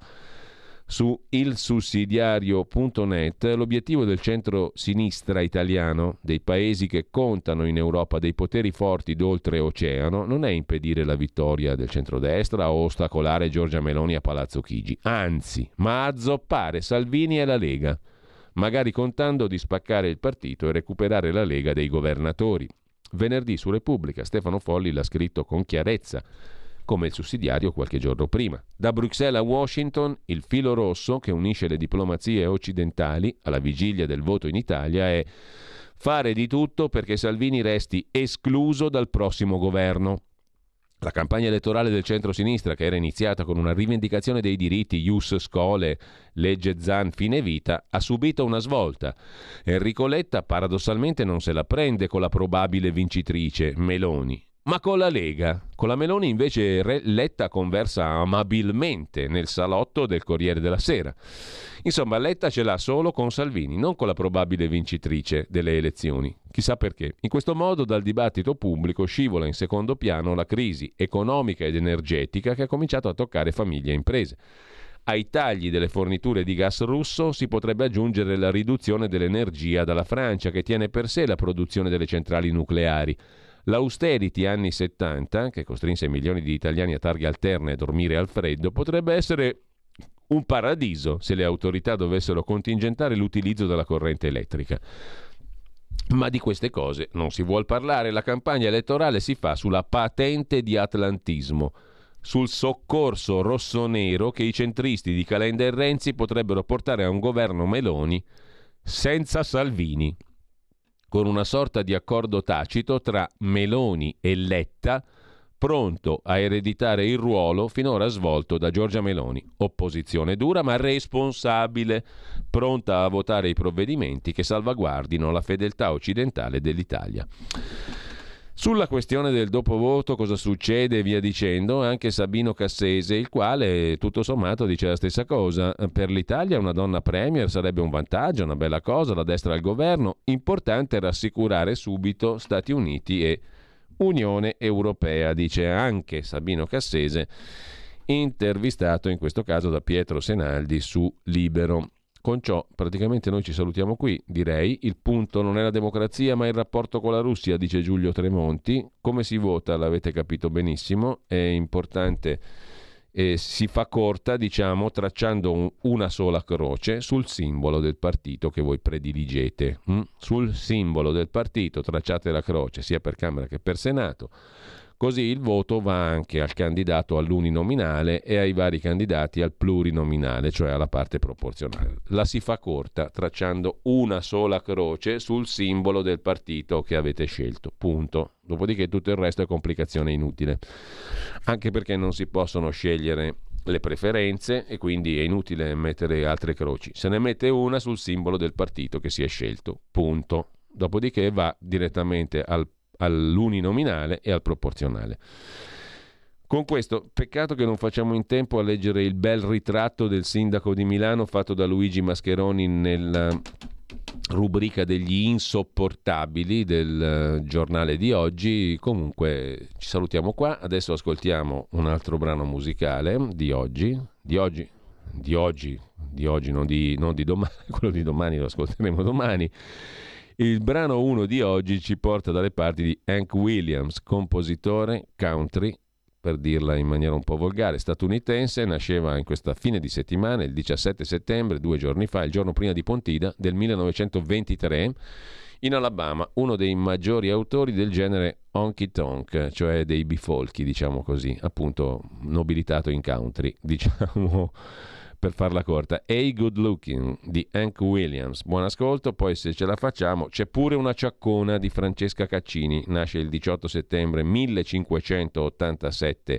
su il sussidiario punto net, l'obiettivo del centro-sinistra italiano, dei paesi che contano in Europa dei poteri forti d'oltreoceano, non è impedire la vittoria del centrodestra o ostacolare Giorgia Meloni a Palazzo Chigi, anzi, ma azzoppare Salvini e la Lega. magari contando di spaccare il partito e recuperare la Lega dei governatori. Venerdì su Repubblica Stefano Folli l'ha scritto con chiarezza, come il sussidiario qualche giorno prima. Da Bruxelles a Washington, il filo rosso che unisce le diplomazie occidentali alla vigilia del voto in Italia è fare di tutto perché Salvini resti escluso dal prossimo governo. La campagna elettorale del centro-sinistra, che era iniziata con una rivendicazione dei diritti ius scholae, legge Zan fine vita, ha subito una svolta. Enrico Letta paradossalmente non se la prende con la probabile vincitrice Meloni, ma con la Lega. Con la Meloni invece Letta conversa amabilmente nel salotto del Corriere della Sera. Insomma, Letta ce l'ha solo con Salvini, non con la probabile vincitrice delle elezioni. Chissà perché. In questo modo dal dibattito pubblico scivola in secondo piano la crisi economica ed energetica che ha cominciato a toccare famiglie e imprese. Ai tagli delle forniture di gas russo si potrebbe aggiungere la riduzione dell'energia dalla Francia, che tiene per sé la produzione delle centrali nucleari. L'austerity anni settanta, che costrinse milioni di italiani a targhe alterne e dormire al freddo, potrebbe essere un paradiso se le autorità dovessero contingentare l'utilizzo della corrente elettrica. Ma di queste cose non si vuol parlare. La campagna elettorale si fa sulla patente di atlantismo, sul soccorso rossonero che i centristi di Calenda e Renzi potrebbero portare a un governo Meloni senza Salvini, con una sorta di accordo tacito tra Meloni e Letta, pronto a ereditare il ruolo finora svolto da Giorgia Meloni. Opposizione dura ma responsabile, pronta a votare i provvedimenti che salvaguardino la fedeltà occidentale dell'Italia. Sulla questione del dopovoto, cosa succede e via dicendo, anche Sabino Cassese, il quale tutto sommato dice la stessa cosa. Per l'Italia una donna premier sarebbe un vantaggio, una bella cosa, la destra al governo. Importante rassicurare subito Stati Uniti e Unione Europea, dice anche Sabino Cassese, intervistato in questo caso da Pietro Senaldi su Libero. Con ciò praticamente noi ci salutiamo qui, direi. Il punto non è la democrazia ma il rapporto con la Russia, dice Giulio Tremonti. Come si vota l'avete capito benissimo, è importante, eh, si fa corta, diciamo, tracciando un, una sola croce sul simbolo del partito che voi prediligete. Mm? Sul simbolo del partito tracciate la croce sia per Camera che per Senato. Così il voto va anche al candidato all'uninominale e ai vari candidati al plurinominale, cioè alla parte proporzionale. La si fa corta tracciando una sola croce sul simbolo del partito che avete scelto, punto. Dopodiché tutto il resto è complicazione inutile, anche perché non si possono scegliere le preferenze e quindi è inutile mettere altre croci. Se ne mette una sul simbolo del partito che si è scelto, punto. Dopodiché va direttamente al all'uninominale e al proporzionale. Con questo, peccato che non facciamo in tempo a leggere il bel ritratto del sindaco di Milano fatto da Luigi Mascheroni nella rubrica degli insopportabili del giornale di oggi. Comunque ci salutiamo qua, adesso ascoltiamo un altro brano musicale di oggi, di oggi, di oggi, di oggi, non di, non di domani, quello di domani lo ascolteremo domani. Il brano uno di oggi ci porta dalle parti di Hank Williams, compositore country, per dirla in maniera un po' volgare, statunitense. Nasceva in questa fine di settimana, il diciassette settembre, due giorni fa, il giorno prima di Pontida, del millenovecentoventitré, in Alabama, uno dei maggiori autori del genere honky tonk, cioè dei bifolchi, diciamo così, appunto nobilitato in country, diciamo per farla corta. Hey Good Looking di Hank Williams. Buon ascolto, poi se ce la facciamo c'è pure una ciaccona di Francesca Caccini, nasce il diciotto settembre millecinquecentottantasette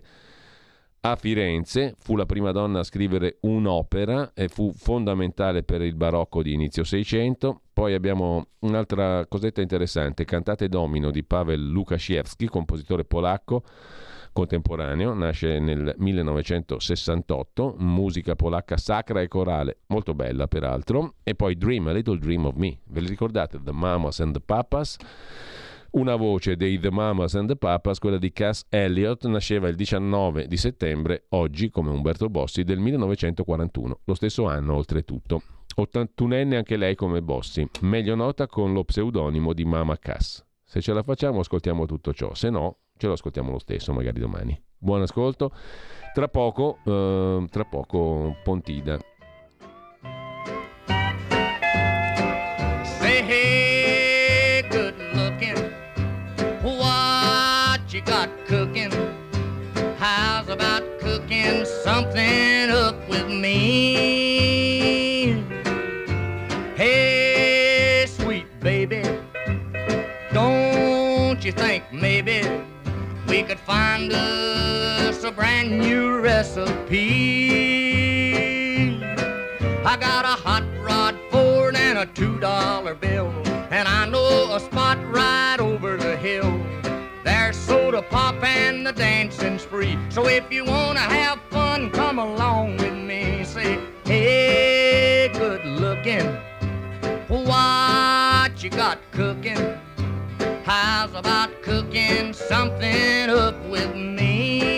a Firenze, fu la prima donna a scrivere un'opera e fu fondamentale per il barocco di inizio Seicento. Poi abbiamo un'altra cosetta interessante, Cantate Domino di Paweł Lukasiewski, compositore polacco contemporaneo, nasce nel millenovecentosessantotto, musica polacca sacra e corale, molto bella peraltro. E poi Dream, A Little Dream of Me, ve li ricordate? The Mamas and the Papas, una voce dei The Mamas and the Papas, quella di Cass Elliot, nasceva il diciannove di settembre, oggi come Umberto Bossi, del millenovecentoquarantuno, lo stesso anno oltretutto. ottantunenne anche lei come Bossi, meglio nota con lo pseudonimo di Mama Cass. Se ce la facciamo ascoltiamo tutto ciò, se no ce lo ascoltiamo lo stesso, magari domani. Buon ascolto. Tra poco, eh, tra poco Pontida. something up with me. Hey, sweet baby, don't you think maybe we could find us a brand new recipe? I got a hot rod Ford and a two dollar bill, and I know a spot right over the hill. There's soda pop and the dancing spree. So if you wanna have fun, come along with me. Say, hey, good looking, what you got cooking? How's about cooking something up with me?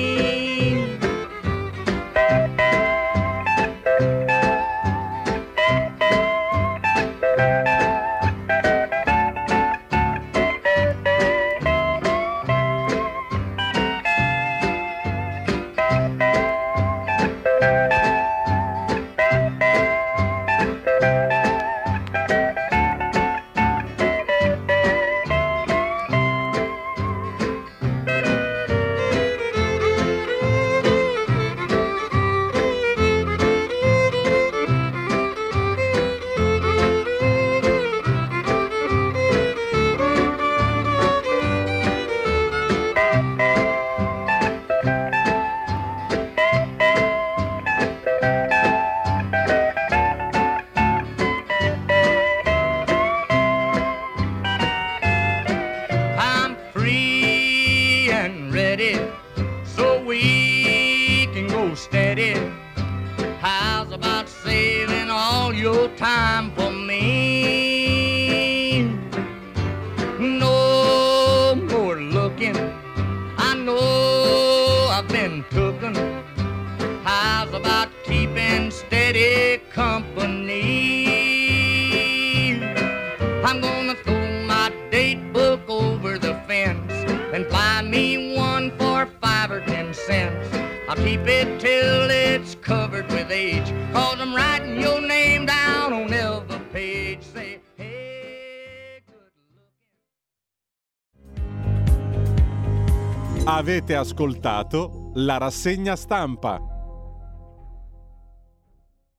Time for me. No more looking, I know I've been tooken. How's about keeping steady company? I'm gonna throw my date book over the fence and buy me one for five or ten cents. I'll keep it till it's covered with age, 'cause I'm writing your name down on every page. Say, hey, good looking. Avete ascoltato la rassegna stampa.